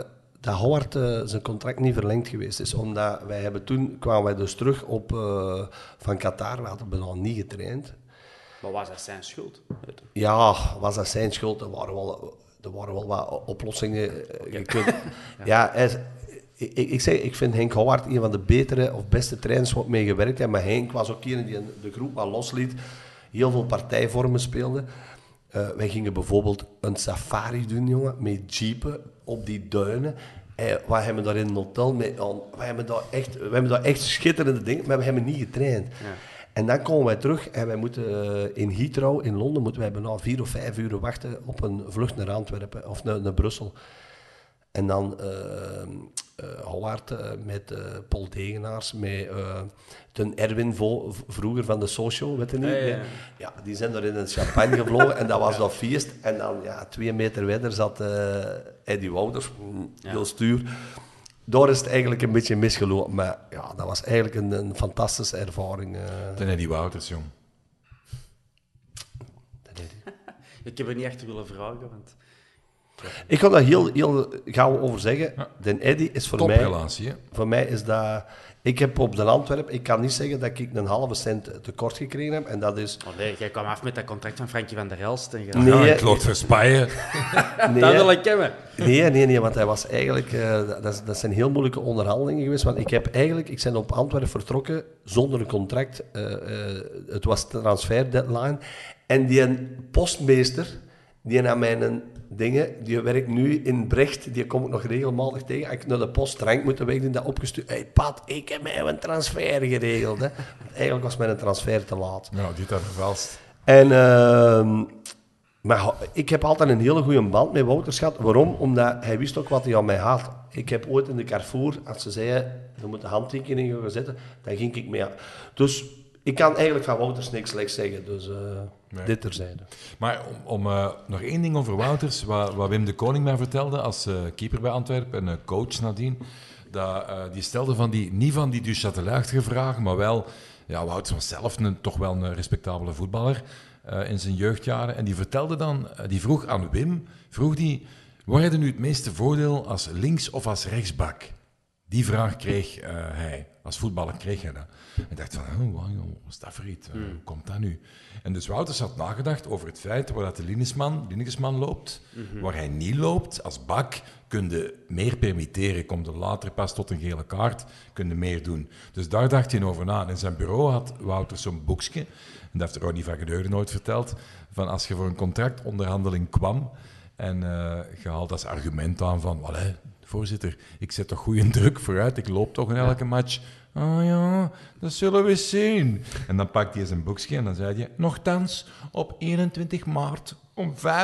dat Howard zijn contract niet verlengd geweest is. Omdat kwamen wij dus terug van Qatar. We hadden bijna niet getraind. Maar was dat zijn schuld? Ja, was dat zijn schuld? Er waren wel wat oplossingen. Ja, ik vind Henk Howard een van de betere of beste trainers waar ik mee gewerkt heb. Maar Henk was ook een die de groep wat losliet. Heel veel partijvormen speelde. Wij gingen bijvoorbeeld een safari doen, jongen, met jeepen op die duinen. We hebben daar in een hotel we hebben daar echt schitterende dingen, maar we hebben niet getraind. Ja. En dan komen wij terug en wij moeten in Heathrow in Londen moeten wij bijna 4 of 5 uur wachten op een vlucht naar Antwerpen of naar Brussel. En dan Howard met Paul Degenaars, met ten Erwin vroeger van de Socio, weet je niet? Ja, die zijn er in een champagne gevlogen en dat was dat feest. En dan 2 meter verder zat Eddie Wouters, heel stuur. Daar is het eigenlijk een beetje misgelopen, maar ja, dat was eigenlijk een fantastische ervaring. Ten Eddie Wouters, jong. Ik heb er niet echt willen vragen, want... Ik kan daar heel gauw over zeggen. Ja. De Eddy is voor mij... Toprelatie, hè? Voor mij is dat... Ik heb op de Antwerp... Ik kan niet zeggen dat ik een halve cent tekort gekregen heb. En dat is... Oh nee, jij kwam af met dat contract van Frankie van der Elst. En nee, Claude Verspaaien. Nee, dat wil ik hebben. Nee, want hij was eigenlijk... dat zijn heel moeilijke onderhandelingen geweest. Want ik ben op Antwerp vertrokken zonder een contract. Het was transfer deadline. En die postmeester... Die aan mijn dingen, die werkt nu in Brecht, die kom ik nog regelmatig tegen. Als ik naar de post drank moeten wegdoen, dat opgestuurd. Hey Pat, ik heb mij een transfer geregeld. Hè. Want eigenlijk was mijn transfer te laat. Nou, die had vervalst. En, maar ik heb altijd een hele goede band met Wouters gehad. Waarom? Omdat hij wist ook wat hij aan mij had. Ik heb ooit in de Carrefour, als ze zeiden, je moet de handtekeningen gaan zetten, dan ging ik mee. Dus ik kan eigenlijk van Wouters niks slechts zeggen. Dus... Nee. Dit terzijde. Maar om nog één ding over Wouters, wat Wim de Koning mij vertelde als keeper bij Antwerpen en coach nadien, die stelde niet van die Du Châtelet-achtige vragen, maar wel, ja, Wouters was zelf toch wel een respectabele voetballer in zijn jeugdjaren. En die vertelde dan, die vroeg aan Wim, waar had je nu het meeste voordeel als links- of als rechtsbak? Die vraag kreeg hij. Als voetballer kreeg hij dat. En dacht van, wat is dat voor iets? Hoe komt dat nu? En dus Wouters had nagedacht over het feit waar dat de Linesman loopt, waar hij niet loopt. Als bak kun je meer permitteren. Komt er later pas tot een gele kaart, kun je meer doen. Dus daar dacht hij over na. En in zijn bureau had Wouters zo'n boekje, en dat heeft Ronnie van Gedeugden nooit verteld, van als je voor een contractonderhandeling kwam en je haalt als argument aan van, voorzitter, ik zet toch goede druk vooruit, ik loop toch in elke match. Oh ja, dat zullen we zien. En dan pakte hij zijn boekje en dan zei hij, nochtans, op 21 maart om 4:05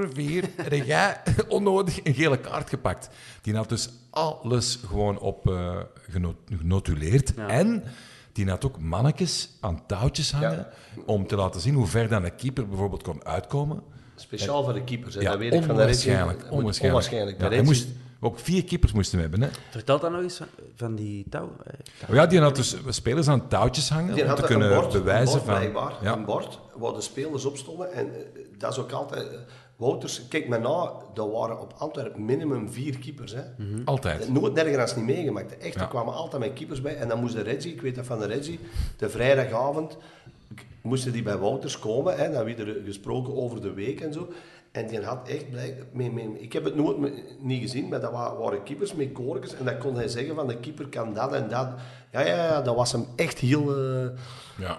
heb jij onnodig een gele kaart gepakt. Die had dus alles gewoon op genotuleerd. Ja. En die had ook mannetjes aan touwtjes hangen om te laten zien hoe ver dan een keeper bijvoorbeeld kon uitkomen. Speciaal voor de keepers, hè? Ja, dat weet ik van de Reggie. Onwaarschijnlijk. Ja, ook 4 keepers moesten we hebben. Hè. Vertel dat nog eens van die touw. Ja, die had dus spelers aan touwtjes hangen die om te kunnen bewijzen een bord waar de spelers op stonden. En dat is ook altijd... Wouters, kijk maar na, er waren op Antwerpen minimum 4 keepers. Hè. Altijd. Nooit nergens niet meegemaakt. Echt, er kwamen altijd met keepers bij. En dan moest de Reggie, ik weet dat van de Reggie, de vrijdagavond moesten die bij Wouters komen. Hè. Dan werd er gesproken over de week en zo. En die had echt ik heb het nooit niet gezien, maar dat waren keepers met koortjes. En dan kon hij zeggen van de keeper kan dat en dat. Ja, dat was hem echt heel... Ja.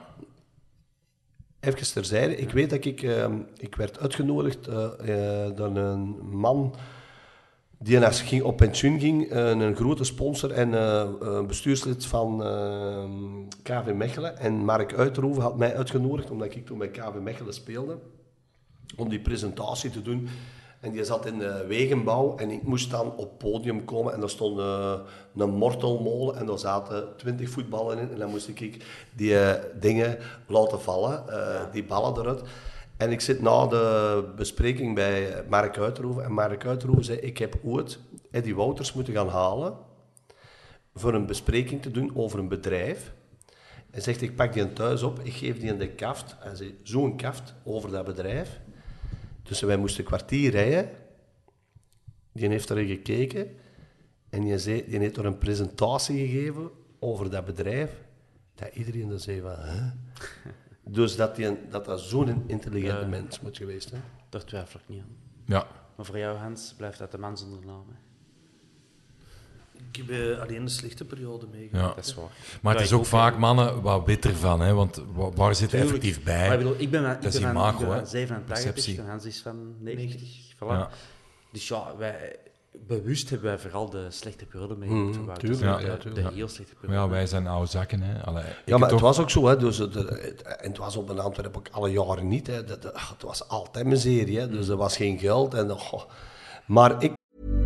Even terzijde. Ik weet dat ik werd uitgenodigd door een man die op pensioen ging. Een grote sponsor en bestuurslid van KV Mechelen. En Mark Uiterhoeven had mij uitgenodigd, omdat ik toen bij KV Mechelen speelde, om die presentatie te doen. En die zat in de wegenbouw en ik moest dan op het podium komen en daar stond een mortelmolen en daar zaten 20 voetballen in en dan moest ik die dingen laten vallen, die ballen eruit. En ik zit na de bespreking bij Mark Uiterhoeven en Mark Uiterhoeven zei, ik heb ooit Eddie Wouters moeten gaan halen voor een bespreking te doen over een bedrijf. Hij zegt, ik pak die thuis op, ik geef die in de kaft. Hij zei, zo'n kaft over dat bedrijf. Dus wij moesten een kwartier rijden. Die heeft erin gekeken. En die heeft er een presentatie gegeven over dat bedrijf, dat iedereen dan zei van... Huh? Dus dat zo'n intelligente mens moet geweest zijn. Daar twijfel ik niet aan. Ja. Maar voor jou, Hans, blijft dat de man zonder naam. Hè? Ik heb alleen een slechte periode meegemaakt. Ja, dat is waar. Maar het is ook vaak mannen wat witter van, hè, want waar zit hij effectief bij? Maar ik ben dat is imago, hè. 87 en Hans is van 90. Voilà. Ja. Dus ja, bewust hebben wij vooral de slechte periode meegemaakt. De heel slechte periode. Ja, wij zijn oude zakken. Hè. Maar het was ook zo, hè, dus het was op een Antwerpen ook alle jaren niet. Hè. Het was altijd miserie, hè, dus er was geen geld. Maar ik...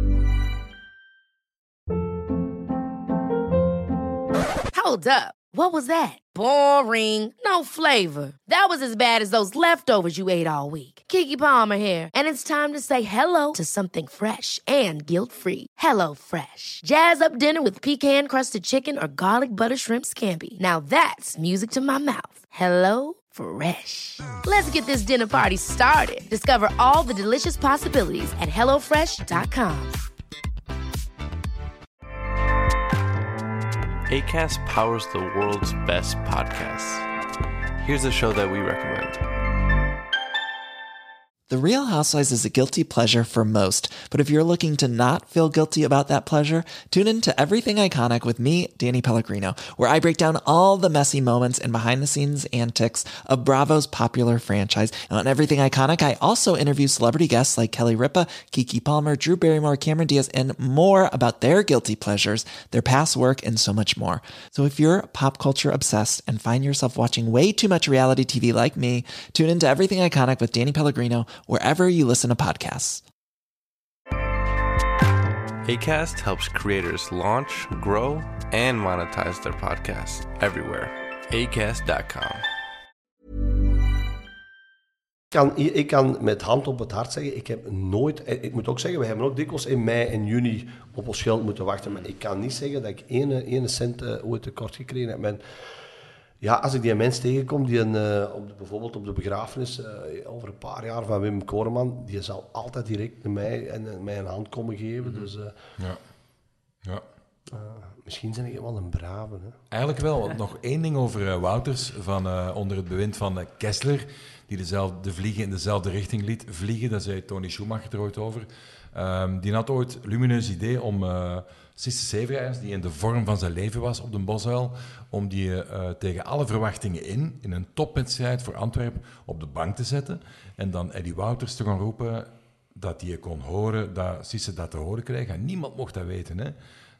Hold up. What was that? Boring. No flavor. That was as bad as those leftovers you ate all week. Keke Palmer here, and it's time to say hello to something fresh and guilt-free. Hello Fresh. Jazz up dinner with pecan-crusted chicken or garlic butter shrimp scampi. Now that's music to my mouth. Hello Fresh. Let's get this dinner party started. Discover all the delicious possibilities at hellofresh.com. Acast powers the world's best podcasts. Here's a show that we recommend. The Real Housewives is a guilty pleasure for most, but if you're looking to not feel guilty about that pleasure, tune in to Everything Iconic with me, Danny Pellegrino, where I break down all the messy moments and behind-the-scenes antics of Bravo's popular franchise. And on Everything Iconic, I also interview celebrity guests like Kelly Ripa, Keke Palmer, Drew Barrymore, Cameron Diaz, and more about their guilty pleasures, their past work, and so much more. So if you're pop culture obsessed and find yourself watching way too much reality TV like me, tune in to Everything Iconic with Danny Pellegrino, wherever you listen to podcasts. Acast helps creators launch, grow, and monetize their podcasts everywhere. Acast.com. Ik kan met hand op het hart zeggen, ik heb nooit... Ik moet ook zeggen, we hebben ook dikwijls in mei en juni op ons geld moeten wachten, maar ik kan niet zeggen dat ik ene cent ooit tekort gekregen heb. Ja, als ik die mens tegenkom, die bijvoorbeeld op de begrafenis over een paar jaar van Wim Koreman, die zal altijd direct naar mij een hand komen geven. Dus, misschien ben ik wel een brave. Hè? Eigenlijk wel, want nog één ding over Wouters, onder het bewind van Kessler, die de vliegen in dezelfde richting liet vliegen. Daar zei Tony Schumacher er ooit over. Die had ooit het lumineus idee om Sisse Severijns, die in de vorm van zijn leven was op de Bosuil, om die tegen alle verwachtingen in een topwedstrijd voor Antwerpen op de bank te zetten. En dan Eddie Wouters te gaan roepen dat hij kon horen, dat Sisse dat te horen kreeg. En niemand mocht dat weten. Hè.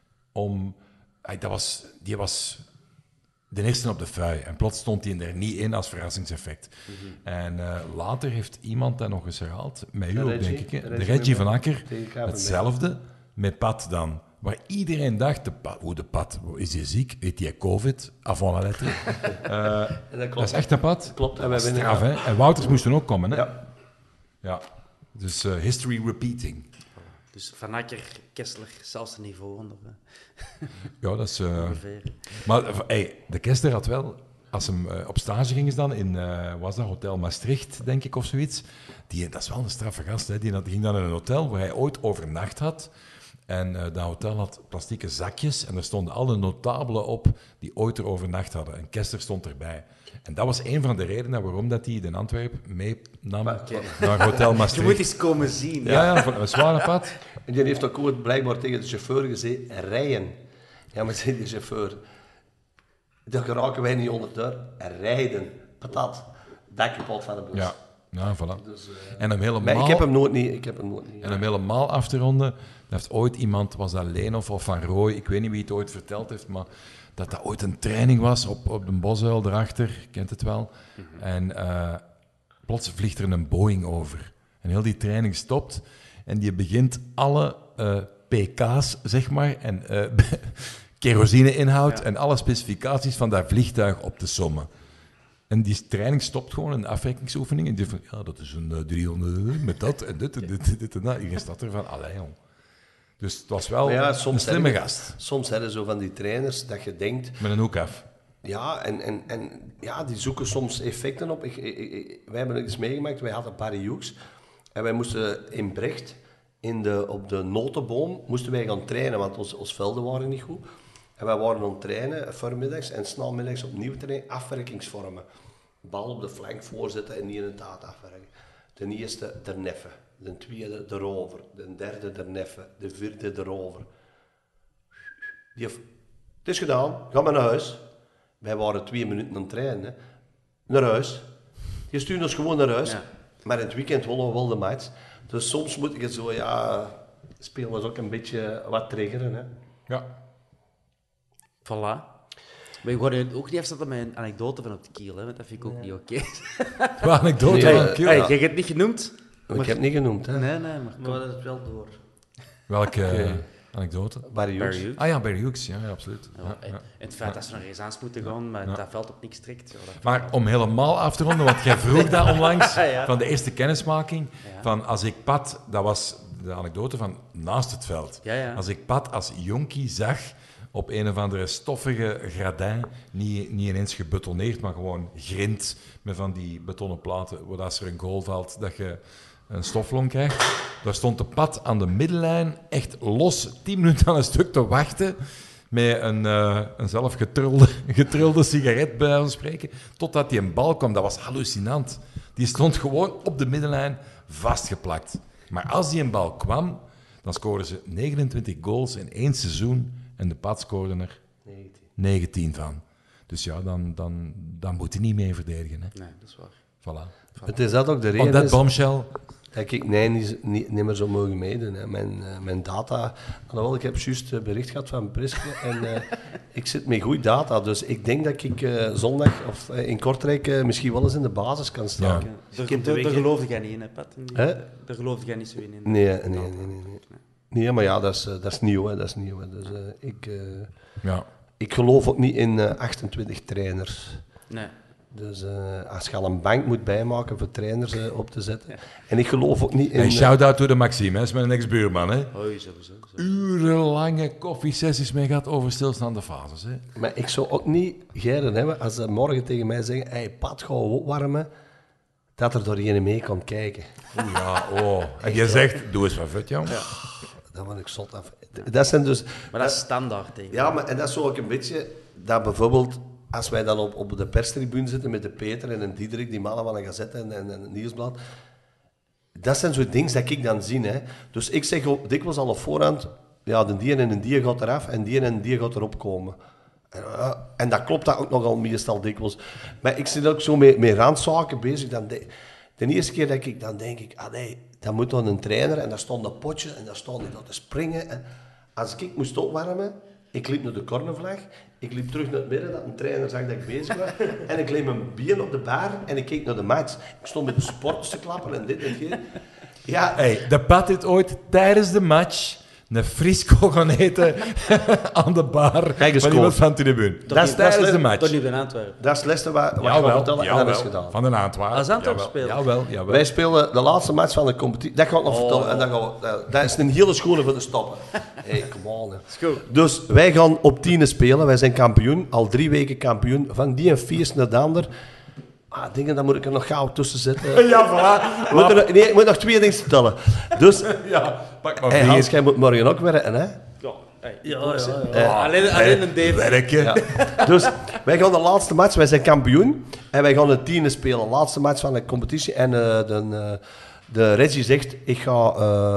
Die was de eerste op de fui. En plots stond hij er niet in als verrassingseffect. Mm-hmm. En later heeft iemand dat nog eens herhaald, met u ook, denk ik. Hè? De Reggie van Akker, hetzelfde, met Pat dan. Waar iedereen dacht, de Pat, is hij ziek? Heeft hij COVID? Avant la lettre. Dat is echt een Pat. Klopt. En wij winnen. Straf, hè? En Wouters moesten ook komen, hè? Ja. Dus history repeating. Dus Van Akker, Kessler, zelfs een niveau onder. Ja, dat is... Maar de Kessler had wel... Als hem op stage ging dan in, was dat Hotel Maastricht, denk ik, of zoiets. Dat is wel een straffe gast, hè. Die ging dan in een hotel waar hij ooit overnacht had. En dat hotel had plastieke zakjes en er stonden alle notabelen op die ooit er overnacht hadden. En Kessler stond erbij. En dat was een van de redenen waarom dat hij in Antwerpen meenam naar Hotel Maastricht. Je moet eens komen zien. Ja, van een zware pad. En die heeft ook ooit blijkbaar tegen de chauffeur gezegd, rijden. Ja, maar zei die chauffeur, daar geraken wij niet onder deur. Rijden, patat, dak kapot van de bus. Ja, voilà. Dus, en hem helemaal... Maar ik heb hem nooit niet. En hem helemaal af te ronden, dat heeft ooit iemand, was dat Leenhoff of Van Rooij, ik weet niet wie het ooit verteld heeft, maar dat ooit een training was op de Bosuil erachter, je kent het wel. Mm-hmm. En plots vliegt er een Boeing over. En heel die training stopt en die begint alle pk's, zeg maar, en kerosine-inhoud en alle specificaties van dat vliegtuig op te sommen. En die training stopt gewoon, een afwijkingsoefening. En die van, ja, dat is een 300 met dat en dit en dat. Iedereen staat er van, allee, jong. Dus het was wel een slimme gast. Soms hebben zo van die trainers dat je denkt... Met een hoek af. Ja, en die zoeken soms effecten op. Wij hebben het eens meegemaakt, wij hadden Barry Hughes. En wij moesten in Brecht op de notenboom moesten wij gaan trainen, want ons velden waren niet goed. En wij waren aan het trainen, voormiddags en snelmiddags opnieuw trainen, afwerkingsvormen. Bal op de flank voorzetten en niet in het taat afwerken. De eerste, de neffe. De tweede, de rover. De derde, de neffe. De vierde, de rover. Het is gedaan, ga maar naar huis. Wij waren 2 minuten aan het trainen. Hè. Naar huis. Je stuurt ons gewoon naar huis. Ja. Maar in het weekend willen we wel de match. Dus soms moet je zo, spelers ook een beetje wat triggeren. Hè. Ja. Voilà. Maar je gaat ook niet afzetten met een anekdote van op de kiel, hè? Want dat vind ik ook niet oké. Wat anekdote van op de kiel? Hey, jij hebt het niet genoemd? Ik heb het niet genoemd, hè? Nee, maar we hadden het wel door. Welke anekdote? Barry Hughes. Ah ja, Barry Hughes, ja, absoluut. Ja, en het feit dat ze naar eens aan moeten gaan, maar dat veld op niks trekt. Maar om helemaal af te ronden, want jij vroeg dat onlangs, van de eerste kennismaking, van als ik Pat, dat was de anekdote van naast het veld. Ja. Als ik Pat als jonkie zag op een of andere stoffige gradin, niet ineens gebetonneerd, maar gewoon grind met van die betonnen platen, waar als er een goal valt, dat je een stoflong krijgt. Daar stond de Pat aan de middenlijn, echt los, 10 minuten aan een stuk te wachten, met een zelf getrilde sigaret, bij wijze van spreken, totdat die een bal kwam. Dat was hallucinant. Die stond gewoon op de middenlijn vastgeplakt. Maar als die een bal kwam, dan scoorden ze 29 goals in 1 seizoen en de Pat scoorde er 19 van. Dus ja, dan moet hij niet meer verdedigen. Hè. Nee, dat is waar. Voilà. Het is dat ook de reden. On that bombshell. Dat ik niet meer zo mogen meedoen. Hè. Mijn data... Alhoewel, ik heb juist bericht gehad van Priske en ik zit met goede data. Dus ik denk dat ik zondag of in Kortrijk misschien wel eens in de basis kan staan. Ja. Daar geloofde jij niet in, hè, Pat? Daar geloofde jij niet zo in. Nee. Nee, maar ja, dat is nieuw. Hè. Dus ik geloof ook niet in 28 trainers. Nee. Dus als je al een bank moet bijmaken voor trainers op te zetten. En ik geloof ook niet in... Hey, shout-out to de Maxime, hè. Dat is mijn ex-buurman. Hè. Sowieso. Urenlange koffiesessies mee gehad over stilstaande fases. Hè. Maar ik zou ook niet geren hebben als ze morgen tegen mij zeggen: hey, Pat, gaan we opwarmen, dat er door iedereen mee komt kijken. En je zegt, doe eens wat vet, jong. Ja. Dan word ik zot af. Dat zijn dus... Maar dat is standaard tegen. Ja, maar en dat is ook een beetje... Dat bijvoorbeeld... Als wij dan op de perstribune zitten met de Peter en Diederik, die mannen van een gazette en het nieuwsblad, dat zijn zo'n dingen dat ik dan zie. Hè. Dus ik zeg dikwijls al op voorhand, ja, de die en die gaat eraf en die gaat erop komen. En dat klopt dat ook nogal meestal dikwijls. Maar ik zit ook zo met randzaken bezig. De eerste keer dat ik dan denk ik, dan moet dan een trainer en daar stond een potje en daar stond ik te springen. En als ik moest opwarmen, ik liep naar de cornervlag, ik liep terug naar het midden, dat een trainer zag dat ik bezig was. En ik leed mijn been op de bar en ik keek naar de match. Ik stond met de supporters te klappen en dit en dat. Ja. Hey, de Pat heeft ooit tijdens de match een frisco gaan eten aan de bar van iemand van Tribune. Dat is tijdens de match. Toch niet in Antwerpen. Dat is les wat je gaat vertellen en dat is gedaan. Van de Antwerpen. Als Antwerpen spelen. Jawel. Wij spelen de laatste match van de competitie. Dat ga ik nog vertellen. En dan gaan we, dat is een hele schone voor de stoppen. Hey, come on. Dus wij gaan op 10 spelen. Wij zijn kampioen. Al 3 weken kampioen. Van die een feest naar de ander. Dingen, dan moet ik er nog gauw tussen zetten. Ja, voilà. Ik moet nog 2 dingen vertellen. Dus, pak maar Hans, jij moet morgen ook werken, hè? Ja. Alleen een Dave. Werken. Ja. Dus wij gaan de laatste match, wij zijn kampioen. En wij gaan de 10e spelen. Laatste match van de competitie. En de Reggie zegt, ik ga...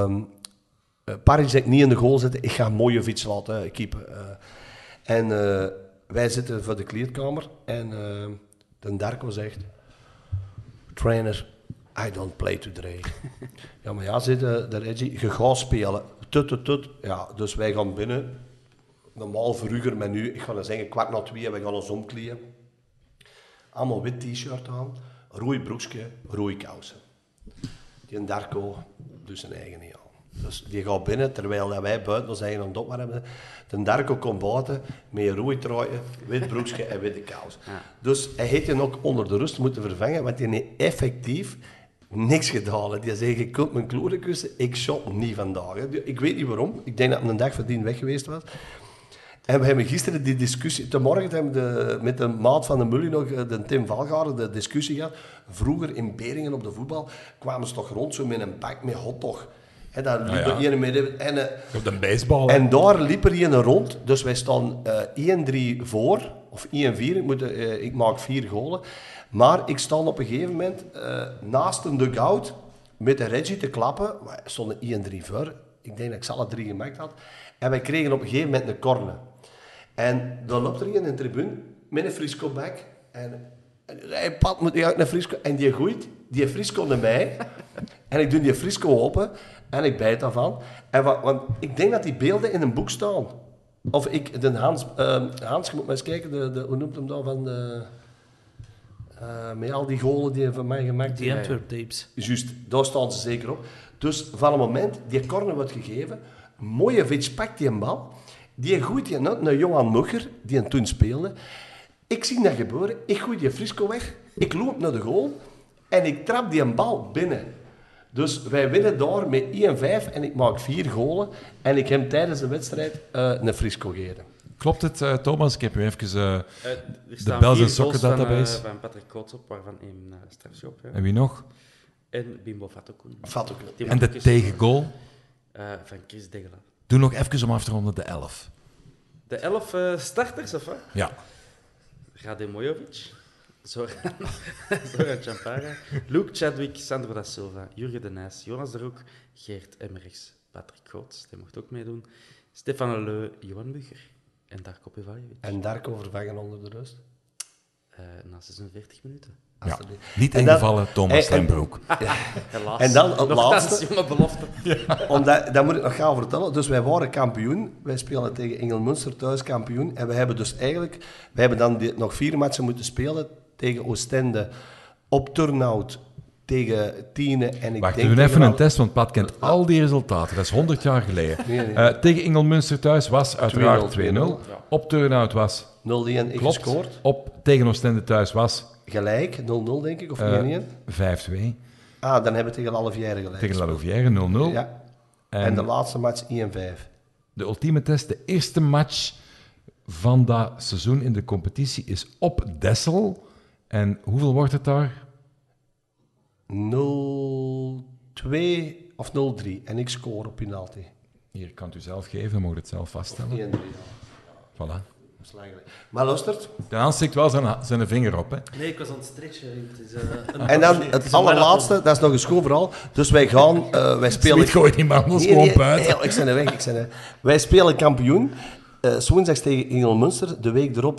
Paris zegt niet in de goal zetten, ik ga een mooie fiets laten keepen. En wij zitten voor de kleedkamer. En de Darko zegt... Trainer, I don't play today. Ja, maar ja, zit de Reggie, je gaat spelen. Ja, dus wij gaan binnen. Normaal vroeger, maar nu, ik ga dan zeggen 1:15 en wij gaan ons omkleden. Allemaal wit t-shirt aan, rooi broekje, rode kousen. Die Darko doet zijn eigen niet aan. Dus die gaat binnen, terwijl wij buiten ons eigen aan het opwarmen. De Darko komt buiten met een rode trui, wit broekje en witte kousen. Ja. Dus hij heeft je ook onder de rust moeten vervangen, want hij heeft effectief niks gedaan. Die zei, je kunt mijn kloeren kussen, ik shot niet vandaag. Ik weet niet waarom. Ik denk dat hij een dag verdien weg geweest was. En we hebben gisteren die discussie... Vanmorgen hebben we met de maat van de Mully nog, de Tim Valgaarde, de discussie gehad. Vroeger in Beringen op de voetbal kwamen ze toch rond zo met een bak met hotdog. En daar liep er een midden. Op de baseball. En daar liep er een rond. Dus wij staan 1-3 voor. Of 1-4. Ik maak 4 golen. Maar ik sta op een gegeven moment naast een dugout met de Reggie te klappen. We stonden 1-3 voor. Ik denk dat ik ze alle 3 gemaakt had. En wij kregen op een gegeven moment een corner. En dan loopt er in de tribune met een Frisco back. En hij Pat, moet je uit naar Frisco? En die gooit die Frisco naar mij. En ik doe die Frisco open. En ik bijt daarvan. Want ik denk dat die beelden in een boek staan. Of ik, de Hans, je moet maar eens kijken, hoe noemt hem dat van met al die golen die van mij gemaakt die Antwerp tapes. Juist, daar staan ze zeker op. Dus van het moment die corner wordt gegeven, Mojevic pakt die een bal, die gooit die naar Johan Mugger, die hem toen speelde. Ik zie dat gebeuren, ik gooi die Frisco weg, ik loop naar de goal en ik trap die een bal binnen. Dus wij winnen daar met 1-5 en ik maak 4 golen en ik heb tijdens de wedstrijd een Frisco gegeven. Klopt het, Thomas? Ik heb u even de Bells en Sokken database. Van Patrick Koots op, waarvan één strafschop. Ja. En wie nog? En Bimbo Fatokun. En de tegengoal? Van Chris Degela. Doe nog even om af te ronden de 11. De 11 starters, of wat? Ja. Rade Mojovic, Zoran Champara, Luke Chadwick, Sandro da Silva, Jurgen de Nijs, Jonas de Roek, Geert Emmerichs, Patrick Goots, die mocht ook meedoen, Stefan Leu, Johan Mugger en Darko Pevaljevic. En Darko vervangen onder de rust? Na 46 minuten. Ja, niet ingevallen, Thomas Stembroek. Helaas. En dan het laatste. Jonge belofte. Ja. Dat moet ik nog gaan vertellen. Dus wij waren kampioen. Wij spelen tegen Engelmunster thuis kampioen. En we hebben dus eigenlijk... We hebben dan nog 4 matchen moeten spelen tegen Oostende op Turnhout tegen Tiene. En Wacht, we doen even een test, want Pat kent al die resultaten. Dat is 100 jaar geleden. Nee. Tegen Engelmunster thuis was uiteraard 2-0. Ja. Op Turnhout was... 0-1 gescoord. Tegen Oostende thuis was... Gelijk, 0-0 denk ik, of 1-1? 5-2. Dan hebben we tegen Lallevière gelijk. Tegen Lallevière 0-0. Ja. En de laatste match 1-5. De ultieme test, de eerste match van dat seizoen in de competitie is op Dessel. En hoeveel wordt het daar? 0-2 of 0-3. En ik score op penalty. Hier, kan u zelf geven, dan mag je het zelf vaststellen. 1-3, ja. Voilà. Maar luistert. De Hans stikt wel zijn vinger op, hè? Nee, ik was aan het stretchen. En dan het allerlaatste, dat is nog een schoon verhaal. Dus wij gaan, wij spelen... Sweet gooit die man gewoon buiten. Ik ben er weg, Wij spelen kampioen. 's woensdags tegen Engelmunster. De week erop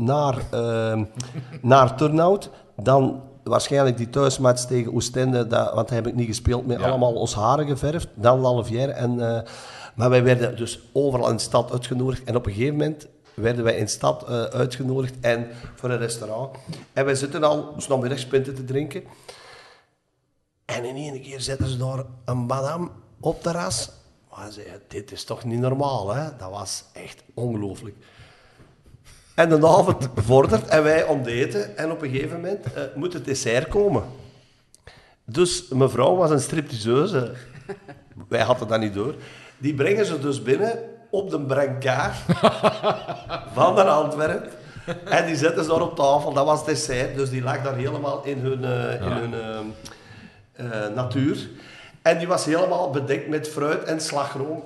naar Turnhout. Dan waarschijnlijk die thuismatch tegen Oostende. Want dat heb ik niet gespeeld. Met allemaal ons haren geverfd. Dan Lallevière. Maar wij werden dus overal in de stad uitgenodigd. En op een gegeven moment... werden wij in de stad uitgenodigd en voor een restaurant. En wij zitten al 's namiddags pinten te drinken. En in één keer zetten ze daar een madame op terras. Maar ze zeiden, dit is toch niet normaal, hè? Dat was echt ongelooflijk. En de avond vordert en wij onteten. En op een gegeven moment moet het dessert komen. Dus mevrouw was een stripteaseuse. Wij hadden dat niet door. Die brengen ze dus binnen... op de brancard van de Antwerpen. En die zetten ze daar op tafel. Dat was dessert. Dus die lag daar helemaal in hun natuur. En die was helemaal bedekt met fruit en slagroom.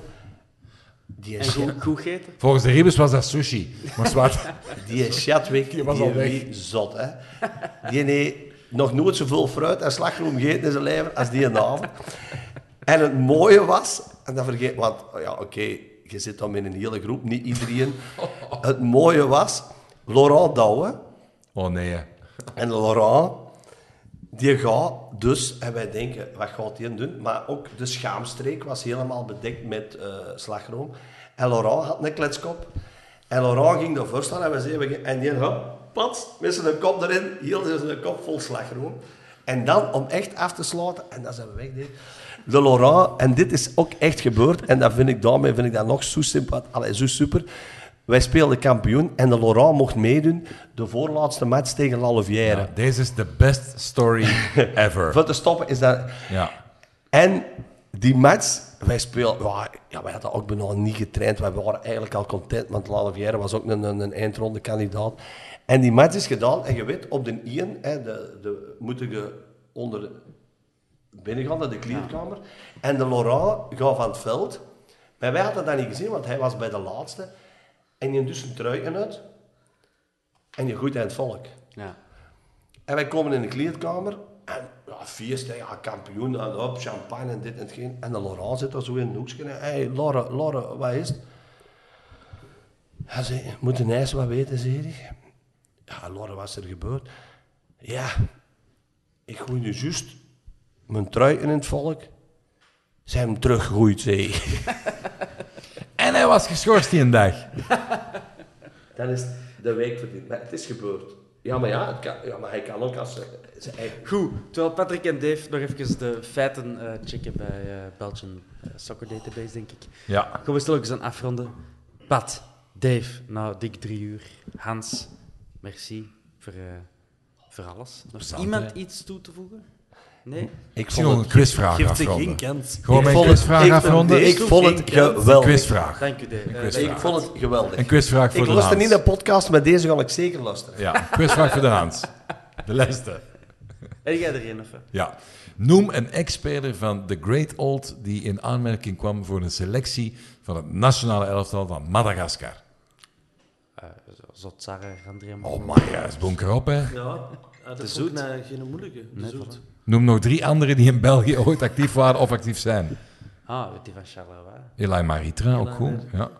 Goed gegeten? Volgens de Rebus was dat sushi. Maar zwart. Die Chadwick, die was al weg. Zot, hè. Die heeft nog nooit zoveel fruit en slagroom gegeten in zijn leven als die avond. En het mooie was... En dat vergeet... Want, je zit dan met een hele groep, niet iedereen. Het mooie was, Laurent Douwe. Oh nee. En Laurent, die gaat dus, en wij denken, wat gaat hij doen? Maar ook de schaamstreek was helemaal bedekt met slagroom. En Laurent had een kletskop. En Laurent ging daarvoor staan en wij zeiden, en die pats, met zijn kop erin, hield zijn kop vol slagroom. En dan, om echt af te sluiten, en dat zijn we weg, de Laurent, en dit is ook echt gebeurd, en daarmee vind ik dat nog zo sympathisch, zo super. Wij speelden kampioen en de Laurent mocht meedoen de voorlaatste match tegen Lallevière. Ja, deze is de best story ever. Voor te stoppen is dat... Ja. En die match, wij speelden... wij hadden ook bijna niet getraind, wij waren eigenlijk al content, want Lallevière was ook een eindronde kandidaat. En die match is gedaan, en je weet, op de 1, moeten je onder... binnengaan naar de kleedkamer. En de Laurent gaat van het veld. Maar wij hadden dat niet gezien, want hij was bij de laatste. En je doet zijn truien uit. En je gooit aan het volk. Ja. En wij komen in de kleedkamer. En feest, kampioen, en op, champagne en dit en hetgeen. En de Laurent zit daar zo in een hoekje. Hé, Laura, wat is het? Hij zei, moet een ijs wat weten, zei hij. Ja, Laura, wat is er gebeurd? Ja, ik gooi nu juist mijn trui in het volk. Ze hebben hem teruggegooid, zei hij. En hij was geschorst die een dag. Dan is de week verdiend. Maar het is gebeurd. Ja, maar ja, maar hij kan ook als... Goed, terwijl Patrick en Dave nog even de feiten checken bij Belgian Soccer Database, denk ik. Ja. Gaan we stilletjes aan afronden. Pat, Dave, nou dik 3 uur. Hans, merci voor alles. Nog iemand iets toe te voegen? Nee? Ik zie nog een quizvraag Geeft afronden. geen kans. Gewoon mijn quizvraag afronden. Ik vond het geweldig. Een quizvraag. Dank u, Dave. Ik vond het geweldig. Een quizvraag voor de Hans. Ik luister niet naar podcast, maar deze ga ik zeker luisteren. Ja, quizvraag voor de Hans. De laatste. En jij er een, of? Ja. Noem een ex-speler van The Great Old die in aanmerking kwam voor een selectie van het nationale elftal van Madagaskar. Zotzara, André. Oh my god, is bunker op, hè? Ja, dat is ook geen moeilijke. Nee, Zoet. Noem nog 3 anderen die in België ooit actief waren of actief zijn. Die van Charleroi. Elai Maritra, ook goed. Ja.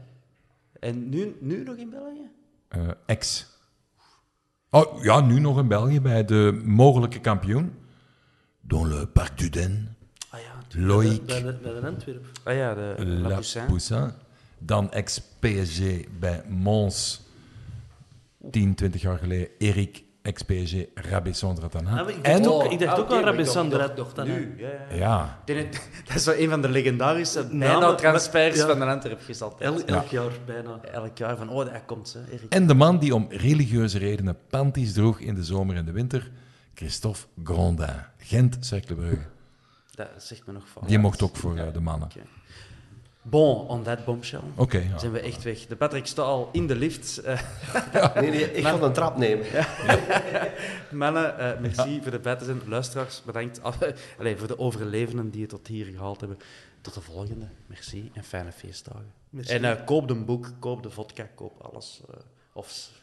En nu nog in België? Ex. Oh, ja, nu nog in België bij de mogelijke kampioen. Dans le Parc du Den. Ah ja, Loïc. Bij de Antwerp. Ah ja, de La Poussin. Poussin. Dan ex-PSG bij Mons. 10, 20 jaar geleden. Eric, ex-PSG, Rabison Ratana. Ik dacht ook aan Rabison Ratana. Nu, Ja. Dat is wel een van de legendarische bijna-transfers van de Antwerp. Elk jaar bijna. Elk jaar van, dat komt ze, Erik. En de man die om religieuze redenen panties droeg in de zomer en de winter, Christophe Grondin. Gent, Cercle Brugge. Dat zegt me nog van. Die mocht ook voor de mannen. Okay. Bon, on that bombshell. Oké, ja. Zijn we echt weg. De Patrick staat al in de lift. Nee, ik ga een trap nemen. Mannen, merci voor de bij te zijn. Luisteraars, bedankt. Voor de overlevenden die het tot hier gehaald hebben. Tot de volgende. Merci en fijne feestdagen. Merci. En koop de boek, koop de vodka, koop alles. Of